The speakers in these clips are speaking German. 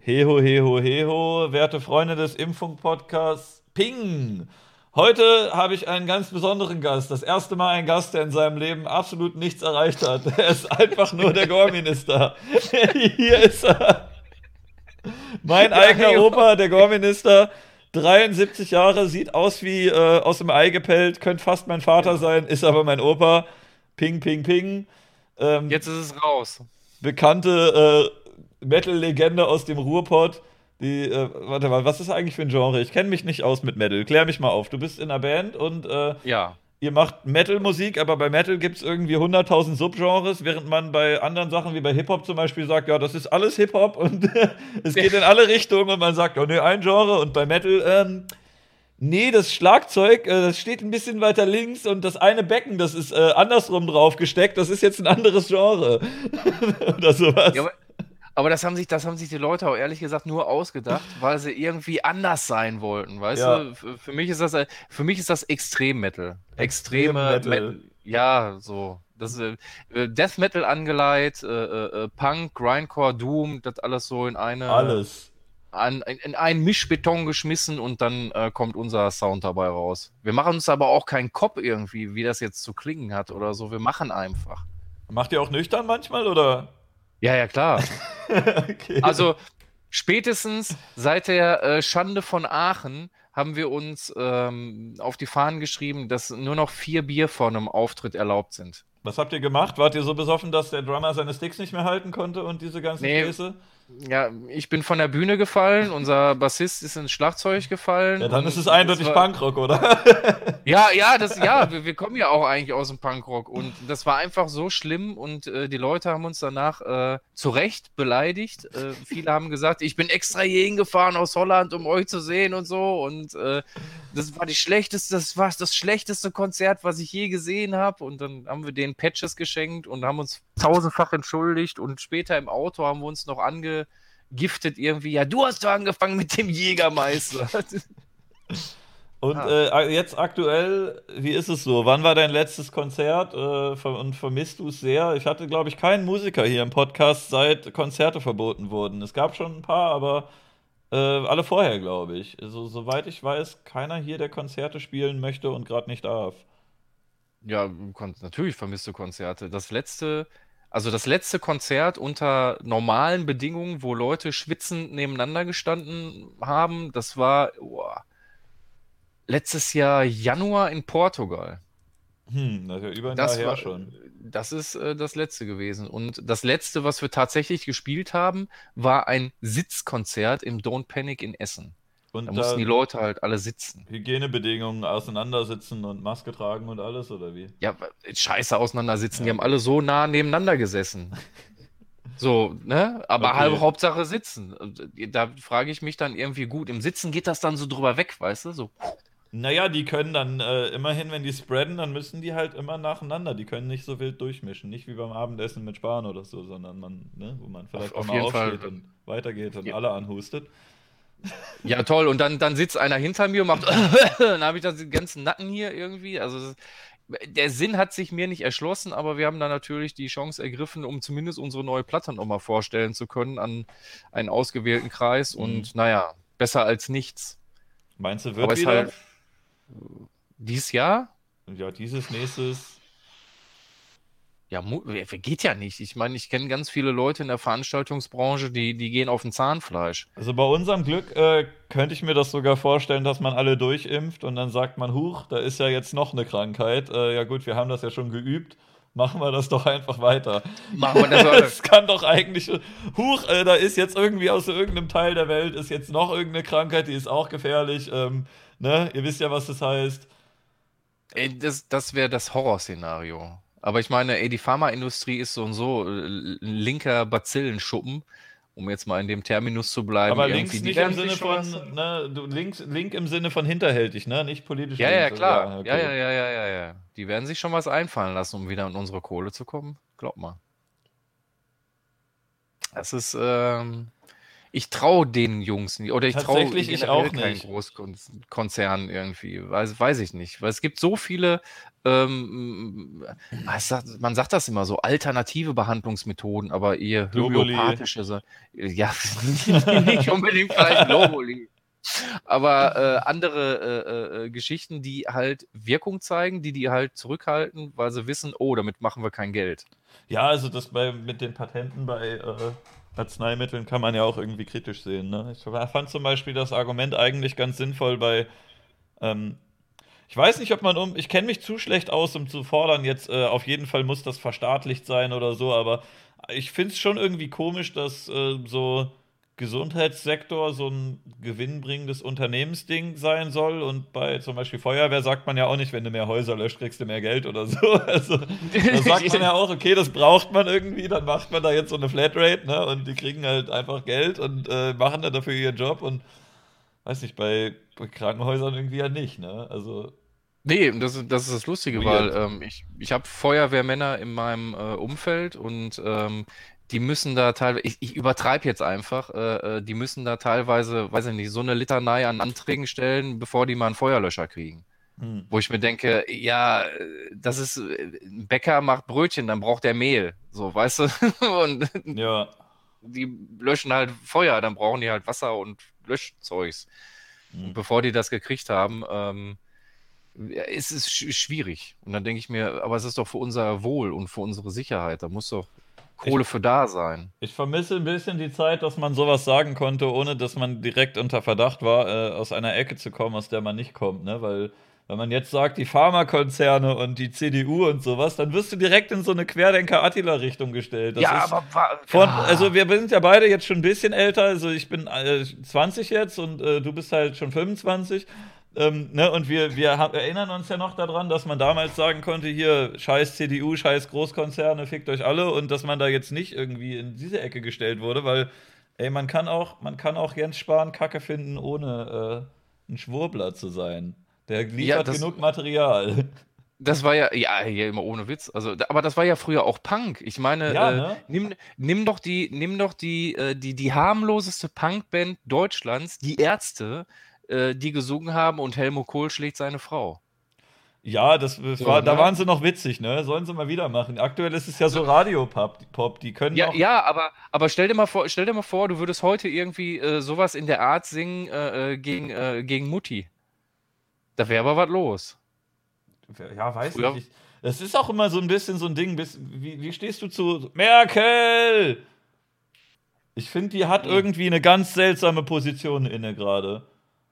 Heho, heho, heho, werte Freunde des Impfung-Podcasts, Ping! Heute habe ich einen ganz besonderen Gast. Das erste Mal ein Gast, der in seinem Leben absolut nichts erreicht hat. Er ist einfach nur der Gore-Minister. Hier ist er. Mein Ja, eigener hey, Opa, der Gore-Minister. 73 Jahre, sieht aus wie aus dem Ei gepellt, könnte fast mein Vater ja. sein, ist aber mein Opa. Ping, ping, ping. Ähm, Jetzt ist es raus. bekannte Metal-Legende aus dem Ruhrpott. Warte mal, was ist eigentlich für ein Genre? Ich kenne mich nicht aus mit Metal. Klär mich mal auf. Du bist in einer Band und Ja. ihr macht Metal-Musik, aber bei Metal gibt es irgendwie 100.000 Subgenres, während man bei anderen Sachen wie bei Hip-Hop zum Beispiel sagt, ja, das ist alles Hip-Hop und es geht in alle Richtungen und man sagt, oh nee, ein Genre und bei Metal, nee, das Schlagzeug, das steht ein bisschen weiter links und das eine Becken, das ist andersrum drauf gesteckt, das ist jetzt ein anderes Genre. Oder Ja, sowas. aber das haben sich die Leute auch ehrlich gesagt nur ausgedacht, weil sie irgendwie anders sein wollten, weißt Ja, du? Für mich ist das Extrem-Metal. Extreme Extrem-Metal. Metal. Ja, so. Das ist Death Metal angeleiht, Punk, Grindcore, Doom, das alles so Alles. in einen Mischbeton geschmissen und dann kommt unser Sound dabei raus. Wir machen uns aber auch keinen Kopf irgendwie, wie das jetzt zu klingen hat oder so. Wir machen einfach. Macht ihr auch nüchtern manchmal, oder? Ja, ja, klar. Okay. Also spätestens seit der Schande von Aachen haben wir uns auf die Fahnen geschrieben, dass nur noch 4 Bier vor einem Auftritt erlaubt sind. Was habt ihr gemacht? Wart ihr so besoffen, dass der Drummer seine Sticks nicht mehr halten konnte und diese ganzen Nee, Späße? ja, ich bin von der Bühne gefallen, unser Bassist ist ins Schlagzeug gefallen Ja, dann ist und es das eindeutig war. Punkrock, oder? Ja, wir kommen ja auch eigentlich aus dem Punkrock und das war einfach so schlimm und die Leute haben uns danach zu Recht beleidigt. Viele haben gesagt, ich bin extra hierhin gefahren aus Holland, um euch zu sehen und so und das war das schlechteste Konzert, was ich je gesehen habe und dann haben wir denen Patches geschenkt und haben uns tausendfach entschuldigt und später im Auto haben wir uns noch angegiftet irgendwie, ja, du hast doch angefangen mit dem Jägermeister. Und Ja. jetzt aktuell, wie ist es so? Wann war dein letztes Konzert? Und vermisst du es sehr? Ich hatte, glaube ich, keinen Musiker hier im Podcast, seit Konzerte verboten wurden. Es gab schon ein paar, aber alle vorher, glaube ich. Also, soweit ich weiß, keiner hier, der Konzerte spielen möchte und gerade nicht darf. Ja, natürlich vermisst du Konzerte. Also das letzte Konzert unter normalen Bedingungen, wo Leute schwitzend nebeneinander gestanden haben, das war letztes Jahr Januar in Portugal. Das ist ja über ein Jahr Das her war, schon. das ist das letzte gewesen. Und das letzte, was wir tatsächlich gespielt haben, war ein Sitzkonzert im Don't Panic in Essen. Da Und mussten da die Leute halt alle sitzen. Hygienebedingungen auseinandersitzen und Maske tragen und alles, oder wie? Ja, scheiße auseinandersitzen. Die Ja, haben okay. alle so nah nebeneinander gesessen. So, ne? Aber halbe Okay. Hauptsache sitzen. Da frage ich mich dann irgendwie gut. Im Sitzen geht das dann so drüber weg, weißt du? So. Naja, die können dann immerhin, wenn die spreaden, dann müssen die halt immer nacheinander. Die können nicht so wild durchmischen. Nicht wie beim Abendessen mit Spahn oder so, sondern man, ne, wo man Auf, vielleicht auch auf mal jeden Fall. aufsteht und weitergeht und Ja, alle anhustet. ja, toll. Und dann sitzt einer hinter mir und macht. Dann habe ich das den ganzen Nacken hier irgendwie. Also der Sinn hat sich mir nicht erschlossen, aber wir haben dann natürlich die Chance ergriffen, um zumindest unsere neue Platte nochmal vorstellen zu können an einen ausgewählten Kreis. Hm. Und naja, besser als nichts. Meinst du, Aber wird es ist wieder? halt dieses Jahr. Ja, dieses, nächstes. Ja, geht ja nicht. Ich meine, ich kenne ganz viele Leute in der Veranstaltungsbranche, die gehen auf ein Zahnfleisch. Also bei unserem Glück könnte ich mir das sogar vorstellen, dass man alle durchimpft und dann sagt man, huch, da ist ja jetzt noch eine Krankheit. Ja gut, wir haben das ja schon geübt. Machen wir das doch einfach weiter. Machen wir das so. Es kann doch eigentlich, huch, da ist jetzt irgendwie aus irgendeinem Teil der Welt ist jetzt noch irgendeine Krankheit, die ist auch gefährlich. Ne? Ihr wisst ja, was das heißt. Ey, das wäre das Horrorszenario. Aber ich meine, ey, die Pharmaindustrie ist so und so ein linker Bazillenschuppen, um jetzt mal in dem Terminus zu bleiben, Aber irgendwie. links Die nicht im werden sich Sinne schon was. von, ne, link im Sinne von hinterhältig, ne? Nicht politisch Ja, ja, links. klar. Ja, Ja, okay. ja, ja, ja, ja, ja. Die werden sich schon was einfallen lassen, um wieder an unsere Kohle zu kommen. Glaub mal. Das ist, ich traue den Jungs nicht. Oder ich traue Tatsächlich ich auch keinen nicht. Großkonzernen irgendwie. Weiß ich nicht. Weil es gibt so viele, man sagt das immer so, alternative Behandlungsmethoden, aber eher Globuli. homöopathische. Ja, nicht unbedingt vielleicht Globuli. Aber andere Geschichten, die halt Wirkung zeigen, die halt zurückhalten, weil sie wissen, oh, damit machen wir kein Geld. Ja, also das mit den Patenten bei Arzneimitteln kann man ja auch irgendwie kritisch sehen. Ne? Ich fand zum Beispiel das Argument eigentlich ganz sinnvoll bei, ähm, ich weiß nicht, ob ich kenne mich zu schlecht aus, um zu fordern, jetzt auf jeden Fall muss das verstaatlicht sein oder so, aber ich finde es schon irgendwie komisch, dass so Gesundheitssektor so ein gewinnbringendes Unternehmensding sein soll und bei zum Beispiel Feuerwehr sagt man ja auch nicht, wenn du mehr Häuser löscht, kriegst du mehr Geld oder so. Also da sagt man ja auch, okay, das braucht man irgendwie, dann macht man da jetzt so eine Flatrate, ne, und die kriegen halt einfach Geld und machen dann dafür ihren Job und weiß nicht, bei Krankenhäusern irgendwie ja nicht, ne? Also, Nee, das ist das Lustige, weil weird. ich habe Feuerwehrmänner in meinem Umfeld und die müssen da teilweise, ich übertreibe jetzt einfach, die müssen da teilweise, weiß ich nicht, so eine Litanei an Anträgen stellen, bevor die mal einen Feuerlöscher kriegen. Hm. Wo ich mir denke, ja, das ist, ein Bäcker macht Brötchen, dann braucht er Mehl, so, weißt du? Und Ja. die löschen halt Feuer, dann brauchen die halt Wasser und Löschzeugs. Und Hm. bevor die das gekriegt haben, ja, es ist schwierig. Und dann denke ich mir, aber es ist doch für unser Wohl und für unsere Sicherheit. Da muss doch Ich, Kohle für da sein. ich vermisse ein bisschen die Zeit, dass man sowas sagen konnte, ohne dass man direkt unter Verdacht war, aus einer Ecke zu kommen, aus der man nicht kommt, ne? Weil, wenn man jetzt sagt, die Pharmakonzerne und die CDU und sowas, dann wirst du direkt in so eine Querdenker-Attila-Richtung gestellt. Das Ja, ist aber also wir sind ja beide jetzt schon ein bisschen älter, also ich bin 20 jetzt und du bist halt schon 25. Ne, und wir erinnern uns ja noch daran, dass man damals sagen konnte, hier, scheiß CDU, scheiß Großkonzerne, fickt euch alle und dass man da jetzt nicht irgendwie in diese Ecke gestellt wurde, weil, ey, man kann auch Jens Spahn Kacke finden, ohne ein Schwurbler zu sein. Der ja, liefert genug Material. das war ja, hier immer ohne Witz. Also, aber das war ja früher auch Punk. Ich meine, Ja, ne? nimm doch die harmloseste Punkband Deutschlands, die Ärzte, die gesungen haben und Helmut Kohl schlägt seine Frau. Ja, das So, war, da ne? waren sie noch witzig, ne? Sollen sie mal wieder machen. Aktuell ist es ja so Radiopop, die können Ja, noch. ja, aber stell dir mal vor, du würdest heute irgendwie sowas in der Art singen gegen Mutti. Da wäre aber was los. Ja, weiß nicht. Früher. Das ist auch immer so ein bisschen so ein Ding. Wie stehst du zu Merkel? Ich finde, die hat Hm. irgendwie eine ganz seltsame Position inne gerade.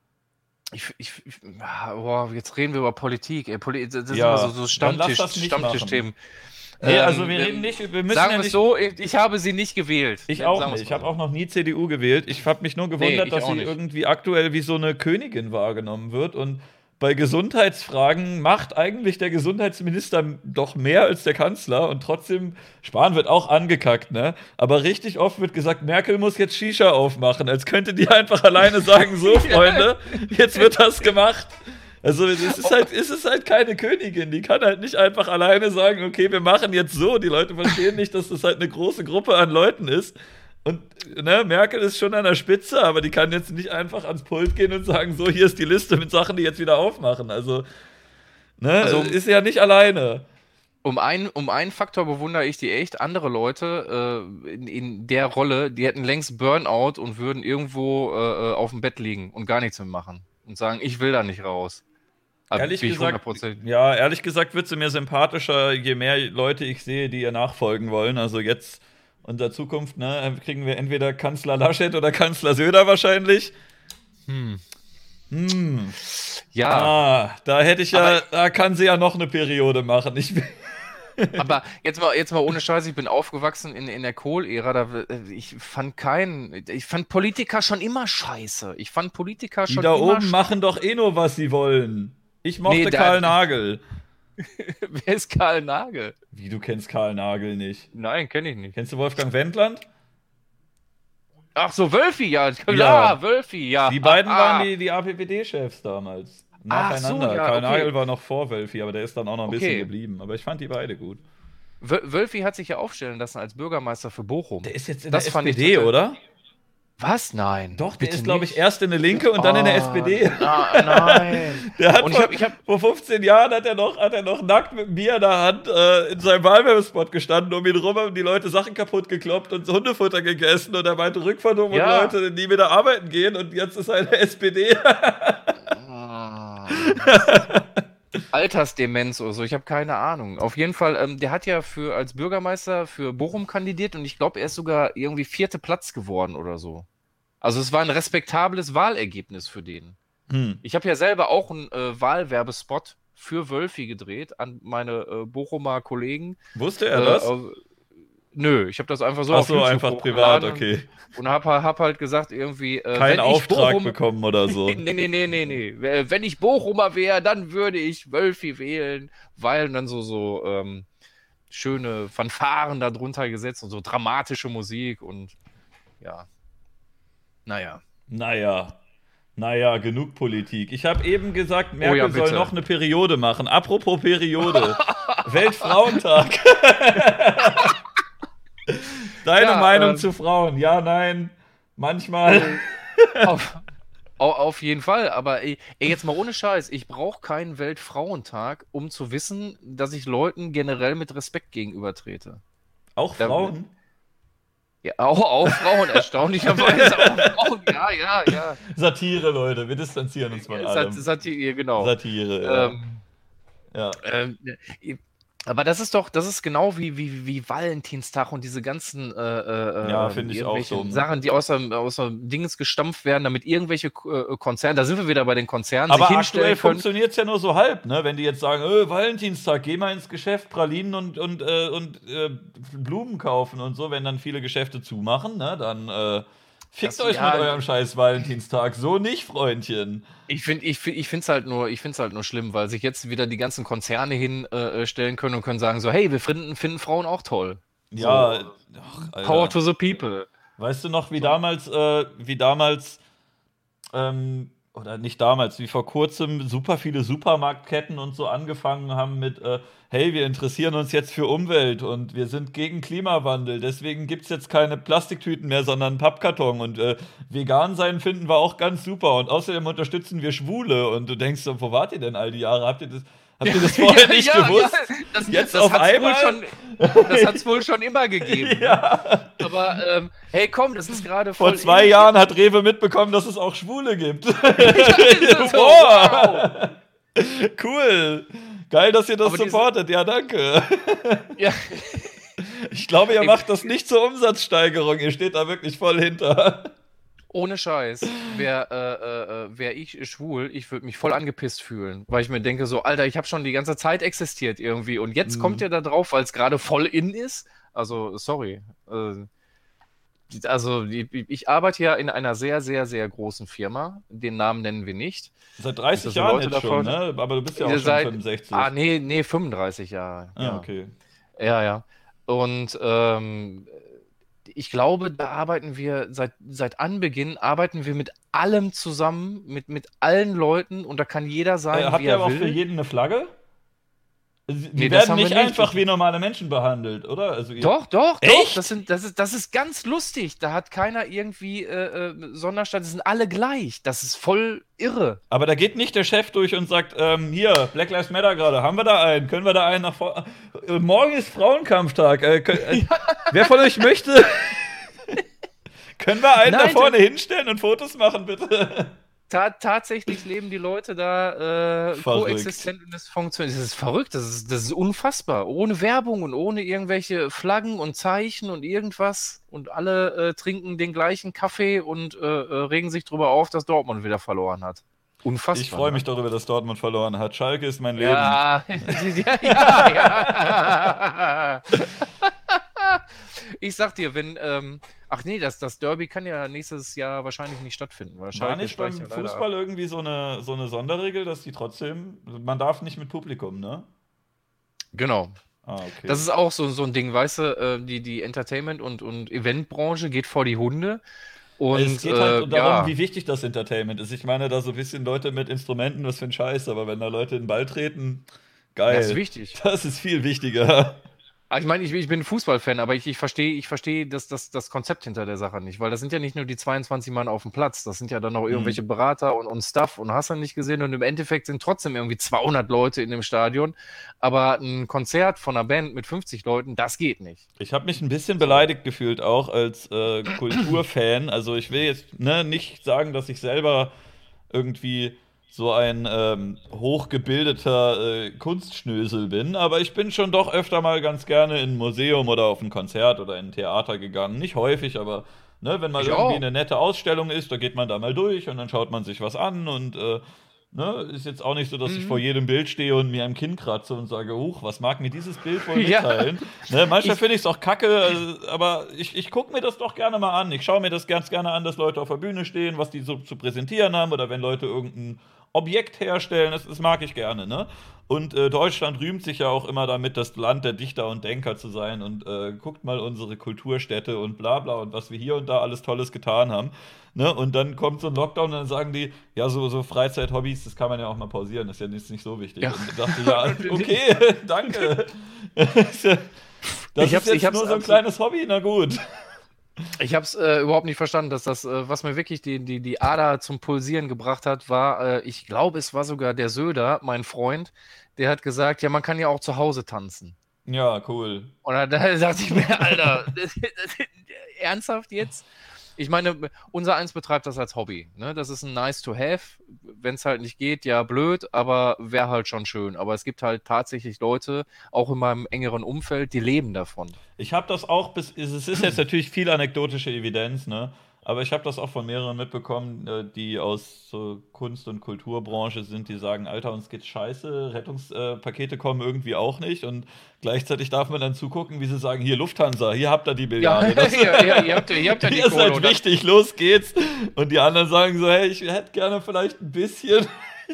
Boah, jetzt reden wir über Politik. Ey, das sind immer so, Ja, so dann lass das nicht machen. Stammtischthemen. Nee, also wir reden Ähm, nicht, wir müssen sagen ja wir es nicht. so, ich habe sie nicht gewählt. Ich auch Sagen wir nicht. es Ich mal habe so. auch noch nie CDU gewählt. Ich habe mich nur Nee, gewundert, ich dass auch sie nicht. irgendwie aktuell wie so eine Königin wahrgenommen wird. Und bei Gesundheitsfragen macht eigentlich der Gesundheitsminister doch mehr als der Kanzler. Und trotzdem, Spahn wird auch angekackt, ne? Aber richtig oft wird gesagt, Merkel muss jetzt Shisha aufmachen. Als könnte die einfach alleine sagen, so, Freunde, jetzt wird das gemacht. Also es ist halt keine Königin, die kann halt nicht einfach alleine sagen, okay, wir machen jetzt so. Die Leute verstehen nicht, dass das halt eine große Gruppe an Leuten ist. Und ne, Merkel ist schon an der Spitze, aber die kann jetzt nicht einfach ans Pult gehen und sagen, so, hier ist die Liste mit Sachen, die jetzt wieder aufmachen. Also, ne, Also ist ja nicht alleine. um einen Faktor bewundere ich die echt. Andere Leute in der Rolle, die hätten längst Burnout und würden irgendwo auf dem Bett liegen und gar nichts mehr machen. Und sagen, ich will da nicht raus. Aber Ehrlich bin ich gesagt, 100%. ja, ehrlich gesagt wird sie mir sympathischer, je mehr Leute ich sehe, die ihr nachfolgen wollen. Also jetzt in der Zukunft, ne, kriegen wir entweder Kanzler Laschet oder Kanzler Söder wahrscheinlich. Hm. Hm. Ja, Da hätte ich aber, ja, da kann sie ja noch eine Periode machen. aber jetzt mal ohne Scheiß, ich bin aufgewachsen in der Kohl-Ära. Ich fand Politiker schon immer scheiße. Ich fand Politiker Die schon da immer oben machen doch eh nur, was sie wollen. Ich Nee, mochte Karl Nagel. wer ist Karl Nagel? Wie, du kennst Karl Nagel nicht? Nein, kenne ich nicht. Kennst du Wolfgang Wendland? Ach so, Wölfi, ja, Ja. klar, Wölfi, ja. Die beiden waren die APPD-Chefs damals. Ach so, Nacheinander. ja, Karl okay. Nagel war noch vor Wölfi, aber der ist dann auch noch ein bisschen Okay. geblieben. Aber ich fand die beide gut. Wölfi hat sich ja aufstellen lassen als Bürgermeister für Bochum. Der ist jetzt in der Das fand ich SPD, total. oder? Was? Nein. Doch, der bitte ist, glaube ich, nicht. erst in der Linke und dann in der SPD. Nein. Der hat Und vor 15 Jahren hat er noch nackt mit einem Bier in der Hand in seinem Wahlwerbespot gestanden. Um ihn rum haben die Leute Sachen kaputt gekloppt und Hundefutter gegessen. Und er meinte Rückforderung und Ja. Leute, die wieder arbeiten gehen. Und jetzt ist er in der SPD. Altersdemenz oder so, ich habe keine Ahnung. Auf jeden Fall, der hat ja als Bürgermeister für Bochum kandidiert und ich glaube, er ist sogar irgendwie 4. Platz geworden oder so. Also es war ein respektables Wahlergebnis für den. Ich habe ja selber auch einen Wahlwerbespot für Wölfi gedreht an meine Bochumer Kollegen. Wusste er das? Nö, ich habe das einfach so Ach auf so, YouTube einfach privat, okay. Und hab halt gesagt, irgendwie. Keinen Auftrag bekommen oder so. Nee. Wenn ich Bochumer wäre, dann würde ich Wölfi wählen, weil dann so schöne Fanfaren da drunter gesetzt und so dramatische Musik und ja. Naja, genug Politik. Ich habe eben gesagt, Merkel ja, soll noch eine Periode machen. Apropos Periode. Weltfrauentag. Deine Meinung zu Frauen? Ja, nein, manchmal. Auf jeden Fall, aber jetzt mal ohne Scheiß, ich brauche keinen Weltfrauentag, um zu wissen, dass ich Leuten generell mit Respekt gegenübertrete. Auch Frauen? Ja, auch Frauen, erstaunlicherweise auch Frauen, ja. Satire, Leute, wir distanzieren uns von allem. Satire, genau. Satire, ja. Aber das ist genau wie Valentinstag und diese ganzen finde ich auch so, Sachen, die aus dem Dingens gestampft werden, damit irgendwelche Konzerne, da sind wir wieder bei den Konzernen, aber sich hinstellen aktuell können. funktioniert es ja nur so halb, ne? Wenn die jetzt sagen, Valentinstag, geh mal ins Geschäft, Pralinen und Blumen kaufen und so, wenn dann viele Geschäfte zumachen, ne? Dann fickt euch mit eurem scheiß Valentinstag. So nicht, Freundchen. Ich find's halt nur schlimm, weil sich jetzt wieder die ganzen Konzerne hinstellen können und können sagen so, hey, wir finden Frauen auch toll. Ja, so, Power to the people. Weißt du noch, wie damals, oder nicht damals, wie vor kurzem super viele Supermarktketten und so angefangen haben mit, hey, wir interessieren uns jetzt für Umwelt und wir sind gegen Klimawandel, deswegen gibt es jetzt keine Plastiktüten mehr, sondern Pappkarton und vegan sein finden wir auch ganz super und außerdem unterstützen wir Schwule und du denkst so, wo wart ihr denn all die Jahre? Habt ihr das vorher nicht gewusst? Das auf einmal? Das hat es wohl schon immer gegeben. Ja. Aber hey, komm, das ist gerade voll. Vor 2 Jahren hat Rewe mitbekommen, dass es auch Schwule gibt. Wow. Cool. Geil, dass ihr das supportet. Ja, danke. Ja. Ich glaube, ihr macht das nicht zur Umsatzsteigerung. Ihr steht da wirklich voll hinter. Ohne Scheiß, wär ich schwul, ich würde mich voll angepisst fühlen, weil ich mir denke so, Alter, ich habe schon die ganze Zeit existiert irgendwie und jetzt kommt ihr da drauf, weil es gerade voll in ist. Also, sorry. Also, ich arbeite ja in einer sehr, sehr, sehr großen Firma. Den Namen nennen wir nicht. Seit 30 Jahren jetzt schon, ne? Aber du bist ja auch schon 65. Nee, 35 Jahre. Ah, okay. Ja. Und ich glaube, da arbeiten wir seit Anbeginn mit allem zusammen, mit allen Leuten und da kann jeder sein, habt wie ihr er aber auch will. für jeden eine Flagge? Die das werden haben wir nicht nicht. einfach wie normale Menschen behandelt, oder? Also Doch. Echt? Das ist ganz lustig. Da hat keiner irgendwie Sonderstand. Das sind alle gleich. Das ist voll irre. Aber da geht nicht der Chef durch und sagt, hier, Black Lives Matter gerade, haben wir da einen? Können wir da einen nach vorne? Morgen ist Frauenkampftag. Wer von euch möchte? Können wir einen da vorne hinstellen und Fotos machen, bitte? Tatsächlich leben die Leute da koexistent und es funktioniert. Das ist verrückt, das ist unfassbar. Ohne Werbung und ohne irgendwelche Flaggen und Zeichen und irgendwas. Und alle trinken den gleichen Kaffee und regen sich darüber auf, dass Dortmund wieder verloren hat. Unfassbar. Ich freue mich darüber, dass Dortmund verloren hat. Schalke ist mein Leben. Ja. Ich sag dir, wenn das Derby kann ja nächstes Jahr wahrscheinlich nicht stattfinden. Weil War nicht beim Fußball irgendwie so eine Sonderregel, dass die trotzdem, man darf nicht mit Publikum, ne? Genau. Ah, okay. Das ist auch so ein Ding, weißt du, die Entertainment- und Eventbranche geht vor die Hunde. Und, es geht halt darum, wie wichtig das Entertainment ist. Ich meine, da so ein bisschen Leute mit Instrumenten, was für ein Scheiß, aber wenn da Leute in den Ball treten, geil. Das ist wichtig. Das ist viel wichtiger. Ich meine, ich bin Fußballfan, aber ich verstehe das Konzept hinter der Sache nicht, weil das sind ja nicht nur die 22 Mann auf dem Platz, das sind ja dann noch irgendwelche Berater und Stuff und hast du nicht gesehen und im Endeffekt sind trotzdem irgendwie 200 Leute in dem Stadion, aber ein Konzert von einer Band mit 50 Leuten, das geht nicht. Ich habe mich ein bisschen beleidigt gefühlt auch als Kulturfan. Also ich will jetzt nicht sagen, dass ich selber irgendwie so ein hochgebildeter Kunstschnösel bin, aber ich bin schon doch öfter mal ganz gerne in ein Museum oder auf ein Konzert oder in ein Theater gegangen. Nicht häufig, aber wenn mal Ich irgendwie auch. eine nette Ausstellung ist, da geht man da mal durch und dann schaut man sich was an und ist jetzt auch nicht so, dass ich vor jedem Bild stehe und mir am Kinn kratze und sage, huch, was mag mir dieses Bild wohl Ja. mitteilen? Manchmal finde ich es auch kacke, aber ich gucke mir das doch gerne mal an. Ich schaue mir das ganz gerne an, dass Leute auf der Bühne stehen, was die so zu präsentieren haben oder wenn Leute irgendein Objekt herstellen, das mag ich gerne, ne? Und Deutschland rühmt sich ja auch immer damit, das Land der Dichter und Denker zu sein und guckt mal unsere Kulturstädte und bla bla und was wir hier und da alles Tolles getan haben. Ne? Und dann kommt so ein Lockdown und dann sagen die, ja, so Freizeit-Hobbys, das kann man ja auch mal pausieren, das ist ja nicht so wichtig. Ja. Und ich dachte, ja, okay, danke. Das ist jetzt nur so ein kleines Hobby, na gut. Ich habe es überhaupt nicht verstanden, dass das, was mir wirklich die Ader zum Pulsieren gebracht hat, war, ich glaube, es war sogar der Söder, mein Freund, der hat gesagt, ja, man kann ja auch zu Hause tanzen. Ja, cool. Und da dachte ich mir, Alter, ernsthaft jetzt? Ich meine, unser Eins betreibt das als Hobby. Ne? Das ist ein nice to have. Wenn es halt nicht geht, ja, blöd, aber wäre halt schon schön. Aber es gibt halt tatsächlich Leute, auch in meinem engeren Umfeld, die leben davon. Ich habe das auch es ist jetzt natürlich viel anekdotische Evidenz, ne? Aber ich habe das auch von mehreren mitbekommen, die aus so Kunst- und Kulturbranche sind, die sagen, Alter, uns geht's scheiße, Rettungspakete kommen irgendwie auch nicht und gleichzeitig darf man dann zugucken, wie sie sagen, hier Lufthansa, hier habt ihr die Milliarde. Ihr habt ja die Hier ist Kohle, halt oder? wichtig, los geht's. Und die anderen sagen so, hey, ich hätte gerne vielleicht ein bisschen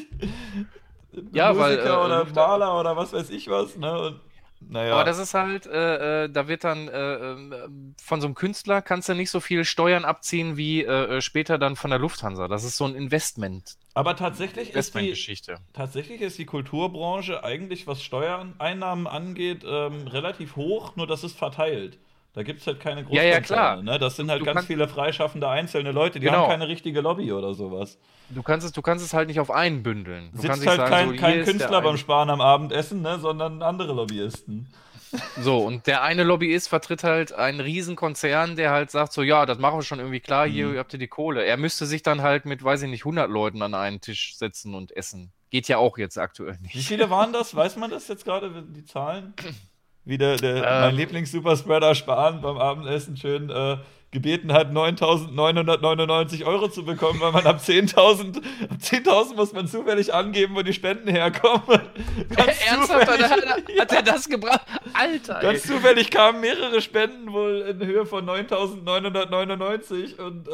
Ja, Musiker weil, oder Luft- Maler oder was weiß ich was, ne? Und naja. Aber das ist halt, da wird dann von so einem Künstler kannst du nicht so viel Steuern abziehen wie später dann von der Lufthansa. Das ist so ein Aber Investmentgeschichte. tatsächlich ist die Kulturbranche eigentlich, was Steuereinnahmen angeht, relativ hoch, nur das ist verteilt. Da gibt es halt keine Ja, ja, Großkonzerne. klar. Ne? Das sind halt Du ganz kannst, viele freischaffende einzelne Leute, die genau. haben keine richtige Lobby oder sowas. Du kannst es halt nicht auf einen bündeln. Du kannst Sitzt nicht halt sagen, so, kein hier ist der Künstler beim eine. Sparen am Abendessen, ne? Sondern andere Lobbyisten. So, und der eine Lobbyist vertritt halt einen Riesenkonzern, der halt sagt so, ja, das machen wir schon irgendwie klar, hier habt ihr die Kohle. Er müsste sich dann halt mit, weiß ich nicht, 100 Leuten an einen Tisch setzen und essen. Geht ja auch jetzt aktuell Wie nicht. viele waren das? Weiß man das jetzt gerade, die Zahlen? Wie mein Lieblings-Superspreader Spahn beim Abendessen schön gebeten hat, 9.999 € zu bekommen, weil man ab 10.000 muss man zufällig angeben, wo die Spenden herkommen. Ernsthaft, hat er das gebracht? Alter, Ganz zufällig kamen mehrere Spenden wohl in Höhe von 9.999 und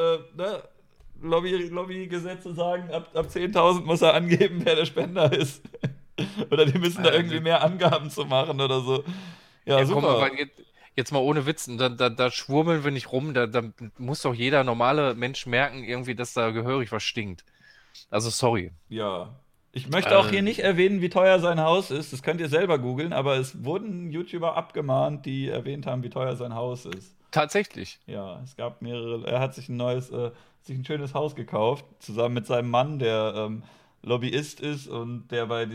Lobbygesetze sagen, ab 10.000 muss er angeben, wer der Spender ist. Oder die müssen da irgendwie mehr Angaben zu machen oder so. Ja, Ja, super. komm, aber jetzt mal ohne Witz, da schwurmeln wir nicht rum, da muss doch jeder normale Mensch merken, irgendwie, dass da gehörig was stinkt. Also sorry. Ja. Ich möchte auch hier nicht erwähnen, wie teuer sein Haus ist. Das könnt ihr selber googeln, aber es wurden YouTuber abgemahnt, die erwähnt haben, wie teuer sein Haus ist. Tatsächlich. Ja, es gab mehrere. Er hat sich sich ein schönes Haus gekauft, zusammen mit seinem Mann, der Lobbyist ist und der bei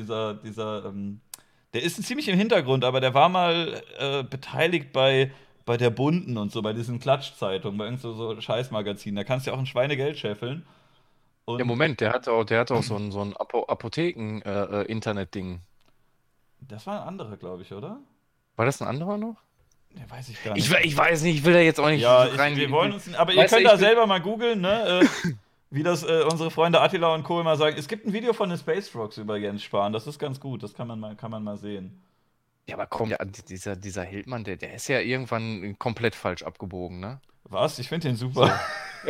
der ist ziemlich im Hintergrund, aber der war mal beteiligt bei der Bunden und so, bei diesen Klatschzeitungen, bei irgend so Scheißmagazinen. Da kannst du ja auch ein Schweinegeld scheffeln. Ja, Und Moment, der hat auch so ein Apotheken-Internet-Ding. das war ein anderer, glaube ich, oder? War das ein anderer noch? Ja, weiß ich gar Ich, nicht. ich weiß nicht, ich will da jetzt auch nicht Ja, rein. wir wollen uns. Aber ihr Weißt du, könnt ich da bin- selber mal googeln, ne? Wie das unsere Freunde Attila und Co. immer sagen. Es gibt ein Video von den Space Frogs über Jens Spahn. Das ist ganz gut. Das kann man mal sehen. Ja, aber komm, dieser Hildmann, der ist ja irgendwann komplett falsch abgebogen, ne? Was? Ich finde den super.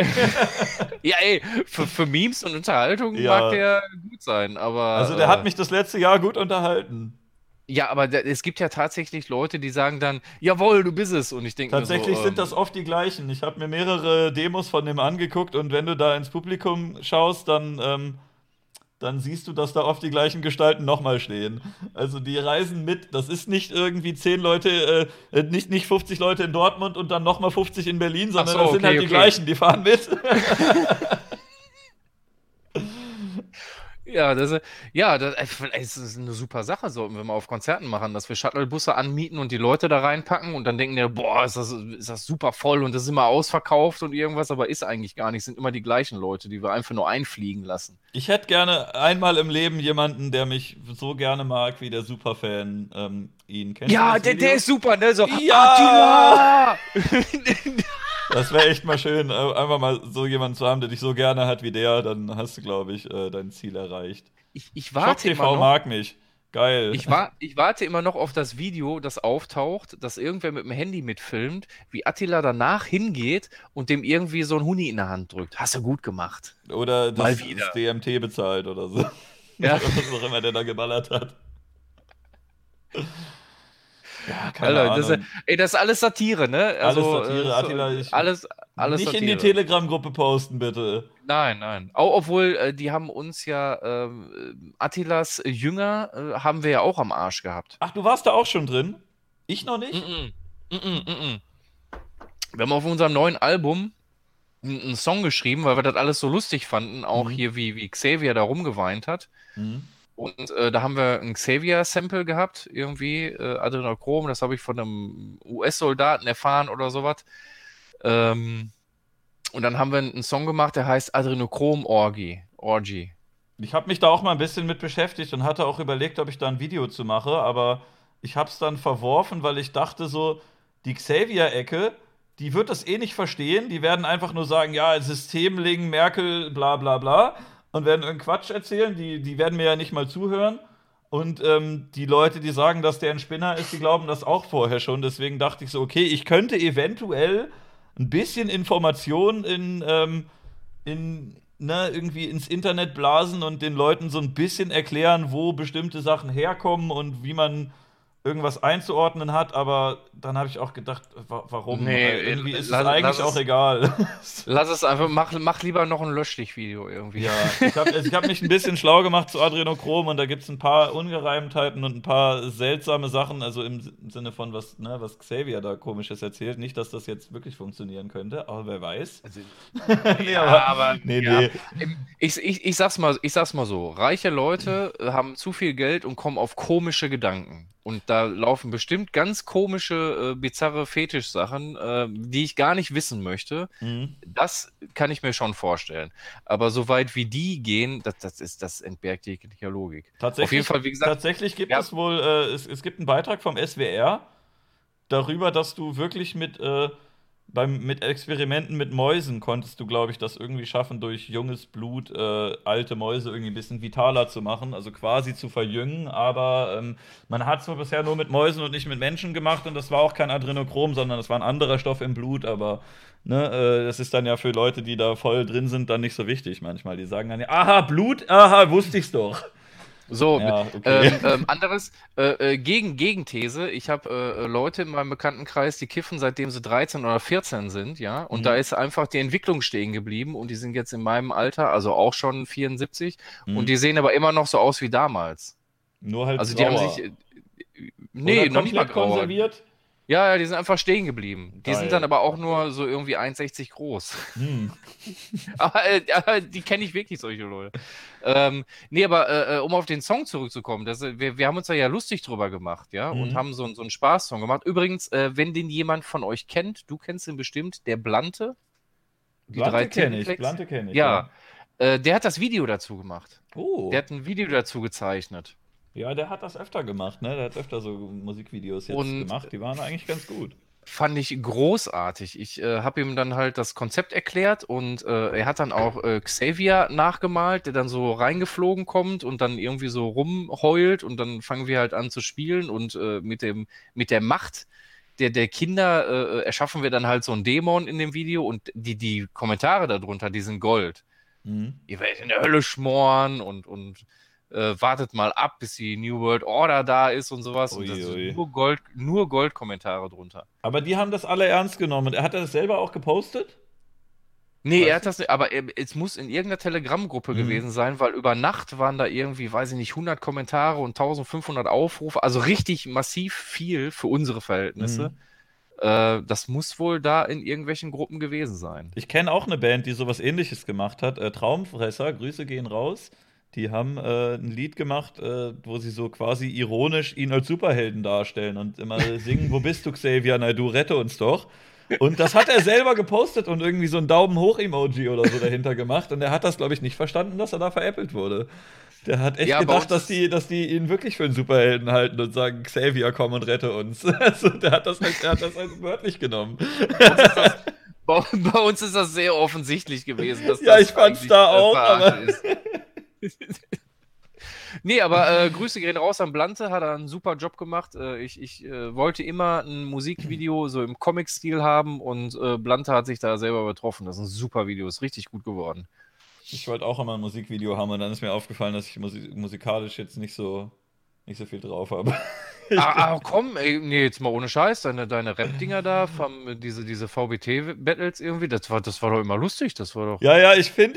Ja, ey, für Memes und Unterhaltung Ja. mag der gut sein, aber. Also der hat mich das letzte Jahr gut unterhalten. Ja, aber es gibt ja tatsächlich Leute, die sagen dann, jawohl, du bist es. Und ich denke mir Tatsächlich so, sind das oft die gleichen. Ich habe mir mehrere Demos von dem angeguckt und wenn du da ins Publikum schaust, dann dann siehst du, dass da oft die gleichen Gestalten nochmal stehen. Also die reisen mit. Das ist nicht irgendwie 10 Leute, nicht 50 Leute in Dortmund und dann nochmal 50 in Berlin, sondern so, das sind okay, halt die okay. gleichen, die fahren mit. Ja, es ist eine super Sache, sollten wir mal auf Konzerten machen, dass wir Shuttlebusse anmieten und die Leute da reinpacken und dann denken die, boah, ist das super voll und das ist immer ausverkauft und irgendwas, aber ist eigentlich gar nicht, sind immer die gleichen Leute, die wir einfach nur einfliegen lassen. Ich hätte gerne einmal im Leben jemanden, der mich so gerne mag wie der Superfan ihn. Kennst du Ja, das der Video? ist super, ne? So, Ja! Attila! Das wäre echt mal schön, einfach mal so jemanden zu haben, der dich so gerne hat wie der, dann hast du, glaube ich, dein Ziel erreicht. Ich Shop warte immer TV noch. mag mich. Geil. Ich warte immer noch auf das Video, das auftaucht, dass irgendwer mit dem Handy mitfilmt, wie Attila danach hingeht und dem irgendwie so ein Huni in der Hand drückt. Hast du gut gemacht. Oder Mal das wieder. DMT bezahlt oder so. Ja. Oder was auch immer der da geballert hat. Ja, keine Alter, Ahnung. das ist alles Satire, ne? Also, Alles Satire. Attila, alles nicht Satire. in die Telegram-Gruppe posten, bitte. Nein. Obwohl, die haben uns ja, Attilas Jünger, haben wir ja auch am Arsch gehabt. Ach, du warst da auch schon drin? Ich noch nicht? Mm. Wir haben auf unserem neuen Album einen Song geschrieben, weil wir das alles so lustig fanden, auch hier, wie Xavier da rumgeweint hat. Mhm. Und da haben wir ein Xavier-Sample gehabt, irgendwie, Adrenochrom, das habe ich von einem US-Soldaten erfahren oder sowas. Und dann haben wir einen Song gemacht, der heißt Adrenochrom Orgy. Ich habe mich da auch mal ein bisschen mit beschäftigt und hatte auch überlegt, ob ich da ein Video zu mache, aber ich habe es dann verworfen, weil ich dachte so, die Xavier-Ecke, die wird das eh nicht verstehen. Die werden einfach nur sagen, ja, Systemling, Merkel, bla bla bla und werden irgendeinen Quatsch erzählen. Die werden mir ja nicht mal zuhören. Und die Leute, die sagen, dass der ein Spinner ist, die glauben das auch vorher schon. Deswegen dachte ich so, okay, ich könnte eventuell ein bisschen Information irgendwie ins Internet blasen und den Leuten so ein bisschen erklären, wo bestimmte Sachen herkommen und wie man irgendwas einzuordnen hat, aber dann habe ich auch gedacht, warum? Nee, Irgendwie ist es lass eigentlich es- auch egal. Lass es einfach, mach lieber noch ein Löschstich-Video irgendwie. Ja, ich hab mich ein bisschen schlau gemacht zu Adrenochrom und da gibt es ein paar Ungereimtheiten und ein paar seltsame Sachen, also im Sinne von was Xavier da Komisches erzählt. Nicht, dass das jetzt wirklich funktionieren könnte, aber wer weiß. Also, Nee, nee, ja. nee. Ich sag's mal so, reiche Leute haben zu viel Geld und kommen auf komische Gedanken. Und da laufen bestimmt ganz komische, bizarre Fetischsachen, die ich gar nicht wissen möchte. Mhm. Das kann ich mir schon vorstellen. Aber so weit wie die gehen, das entbehrt jeglicher Logik. Auf jeden Fall, wie gesagt, Tatsächlich gibt ja. es wohl, es gibt einen Beitrag vom SWR darüber, dass du wirklich mit Experimenten mit Mäusen konntest du, glaube ich, das irgendwie schaffen, durch junges Blut alte Mäuse irgendwie ein bisschen vitaler zu machen, also quasi zu verjüngen, aber man hat es wohl bisher nur mit Mäusen und nicht mit Menschen gemacht und das war auch kein Adrenochrom, sondern das war ein anderer Stoff im Blut, aber ne, das ist dann ja für Leute, die da voll drin sind, dann nicht so wichtig manchmal. Die sagen dann, ja, aha, Blut, aha, wusste ich's doch. So, Ja, okay. anderes, Gegenthese. Ich habe Leute in meinem Bekanntenkreis, die kiffen, seitdem sie 13 oder 14 sind, ja. Und da ist einfach die Entwicklung stehen geblieben und die sind jetzt in meinem Alter, also auch schon 74, und die sehen aber immer noch so aus wie damals. Nur halt Also die haben grauer. sich. Oder Nee, noch nicht mal komplett grauer. konserviert. Ja, die sind einfach stehen geblieben. Die Geil. sind dann aber auch nur so irgendwie 1,60 groß. Hm. aber die kenne ich wirklich, solche Leute. Nee, aber um auf den Song zurückzukommen, wir haben uns da ja lustig drüber gemacht, ja, und haben so einen Spaßsong gemacht. Übrigens, wenn den jemand von euch kennt, du kennst ihn bestimmt, der Blante. Die drei Tintenflecks. Blante kenne ich. Ja, der hat das Video dazu gemacht. Oh. Der hat ein Video dazu gezeichnet. Ja, der hat das öfter gemacht, ne? Der hat öfter so Musikvideos jetzt Und gemacht. Die waren eigentlich ganz gut. fand ich großartig. Ich habe ihm dann halt das Konzept erklärt und er hat dann auch Xavier nachgemalt, der dann so reingeflogen kommt und dann irgendwie so rumheult und dann fangen wir halt an zu spielen und mit der Macht der Kinder erschaffen wir dann halt so einen Dämon in dem Video und die Kommentare darunter, die sind Gold. Ihr werdet in der Hölle schmoren und wartet mal ab, bis die New World Order da ist und sowas. Und das sind nur Gold-Kommentare drunter. Aber die haben das alle ernst genommen. Hat er das selber auch gepostet? Nee, er Weißt hat du? das nicht, aber es muss in irgendeiner Telegram-Gruppe Mhm. gewesen sein, weil über Nacht waren da irgendwie, weiß ich nicht, 100 Kommentare und 1500 Aufrufe, also richtig massiv viel für unsere Verhältnisse. Mhm. Das muss wohl da in irgendwelchen Gruppen gewesen sein. Ich kenne auch eine Band, die sowas Ähnliches gemacht hat. Traumfresser, Grüße gehen raus. Die haben ein Lied gemacht, wo sie so quasi ironisch ihn als Superhelden darstellen und immer singen: Wo bist du, Xavier? Na, du rette uns doch. Und das hat er selber gepostet und irgendwie so ein Daumen hoch Emoji oder so dahinter gemacht. Und er hat das, glaube ich, nicht verstanden, dass er da veräppelt wurde. Der hat echt Ja, bei gedacht, uns ist, dass die ihn wirklich für einen Superhelden halten und sagen: Xavier, komm und rette uns. Also, er hat das halt wörtlich genommen. bei uns ist das, bei uns ist das sehr offensichtlich gewesen, dass Ja, ich das fand's eigentlich da auch, Verarsche aber. ist. Nee, aber Grüße gehen raus an Blante, hat er einen super Job gemacht. Ich wollte immer ein Musikvideo so im Comic-Stil haben und Blante hat sich da selber übertroffen. Das ist ein super Video, ist richtig gut geworden. Ich wollte auch immer ein Musikvideo haben und dann ist mir aufgefallen, dass ich musikalisch jetzt nicht so viel drauf habe. Ich, Komm, ey, nee, jetzt mal ohne Scheiß, deine Rap-Dinger da, diese VBT-Battles irgendwie, das war doch immer lustig, das war doch. ja, ja,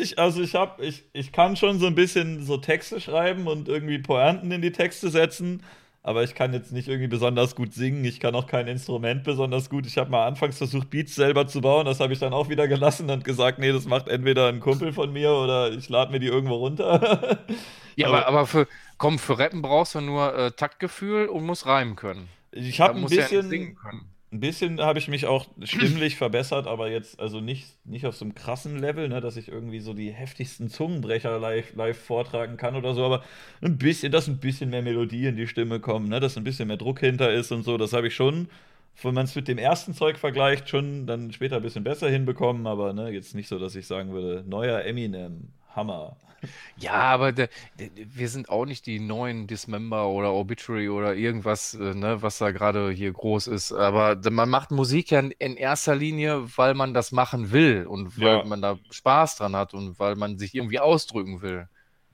ich kann schon so ein bisschen so Texte schreiben und irgendwie Pointen in die Texte setzen, aber ich kann jetzt nicht irgendwie besonders gut singen. Ich kann auch kein Instrument besonders gut. Ich habe mal anfangs versucht, Beats selber zu bauen. Das habe ich dann auch wieder gelassen und gesagt: Nee, das macht entweder ein Kumpel von mir oder ich lade mir die irgendwo runter. Ja, Aber aber für Rappen brauchst du nur Taktgefühl und musst reimen können. ich Da habe musst du ja nicht singen können. ein bisschen habe ich mich auch stimmlich verbessert, aber jetzt also nicht auf so einem krassen Level, ne, dass ich irgendwie so die heftigsten Zungenbrecher live vortragen kann oder so, aber dass ein bisschen mehr Melodie in die Stimme kommt, ne, dass ein bisschen mehr Druck hinter ist und so, das habe ich schon, wenn man es mit dem ersten Zeug vergleicht, schon dann später ein bisschen besser hinbekommen, aber ne, jetzt nicht so, dass ich sagen würde: Neuer Eminem, Hammer. Ja, aber wir sind auch nicht die neuen Dismember oder Obituary oder irgendwas, ne, was da gerade hier groß ist. Aber man macht Musik ja in erster Linie, weil man das machen will und weil Ja. man da Spaß dran hat und weil man sich irgendwie ausdrücken will.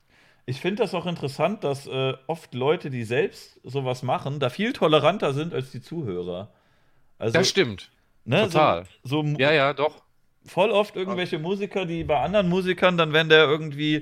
Ich finde das auch interessant, dass oft Leute, die selbst sowas machen, da viel toleranter sind als die Zuhörer. Das Also, stimmt. ne, Total. Ja, ja, doch. voll oft irgendwelche Musiker, die bei anderen Musikern, dann wenn der irgendwie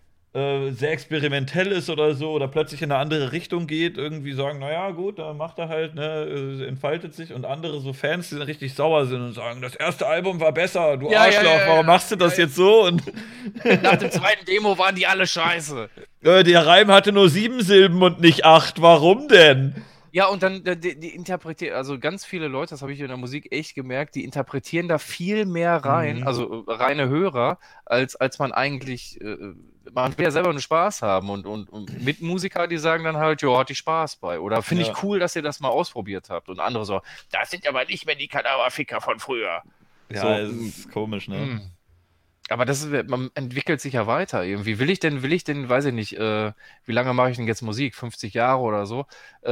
sehr experimentell ist oder so oder plötzlich in eine andere Richtung geht, irgendwie sagen: Naja, gut, dann macht er halt, ne, entfaltet sich, und andere so Fans, die dann richtig sauer sind und sagen: Das erste Album war besser, du Ja, ja, Arschloch, ja, warum ja. machst du das jetzt so? Und Nach dem zweiten Demo waren die alle scheiße. der Reim hatte nur 7 Silben und nicht 8, warum denn? Ja, und dann die interpretieren, also ganz viele Leute, das habe ich in der Musik echt gemerkt, die interpretieren da viel mehr rein, Mhm. also reine Hörer, als man eigentlich, man will ja selber nur Spaß haben und Mitmusiker, die sagen dann halt: Jo, hatte ich Spaß bei. Oder finde Ja. ich cool, dass ihr das mal ausprobiert habt. Und andere so: Das sind aber nicht mehr die Kadaverficker von früher. Ja, So, es ist komisch, ne? aber man entwickelt sich ja weiter irgendwie. Will ich denn, weiß ich nicht, wie lange mache ich denn jetzt Musik? 50 Jahre oder so?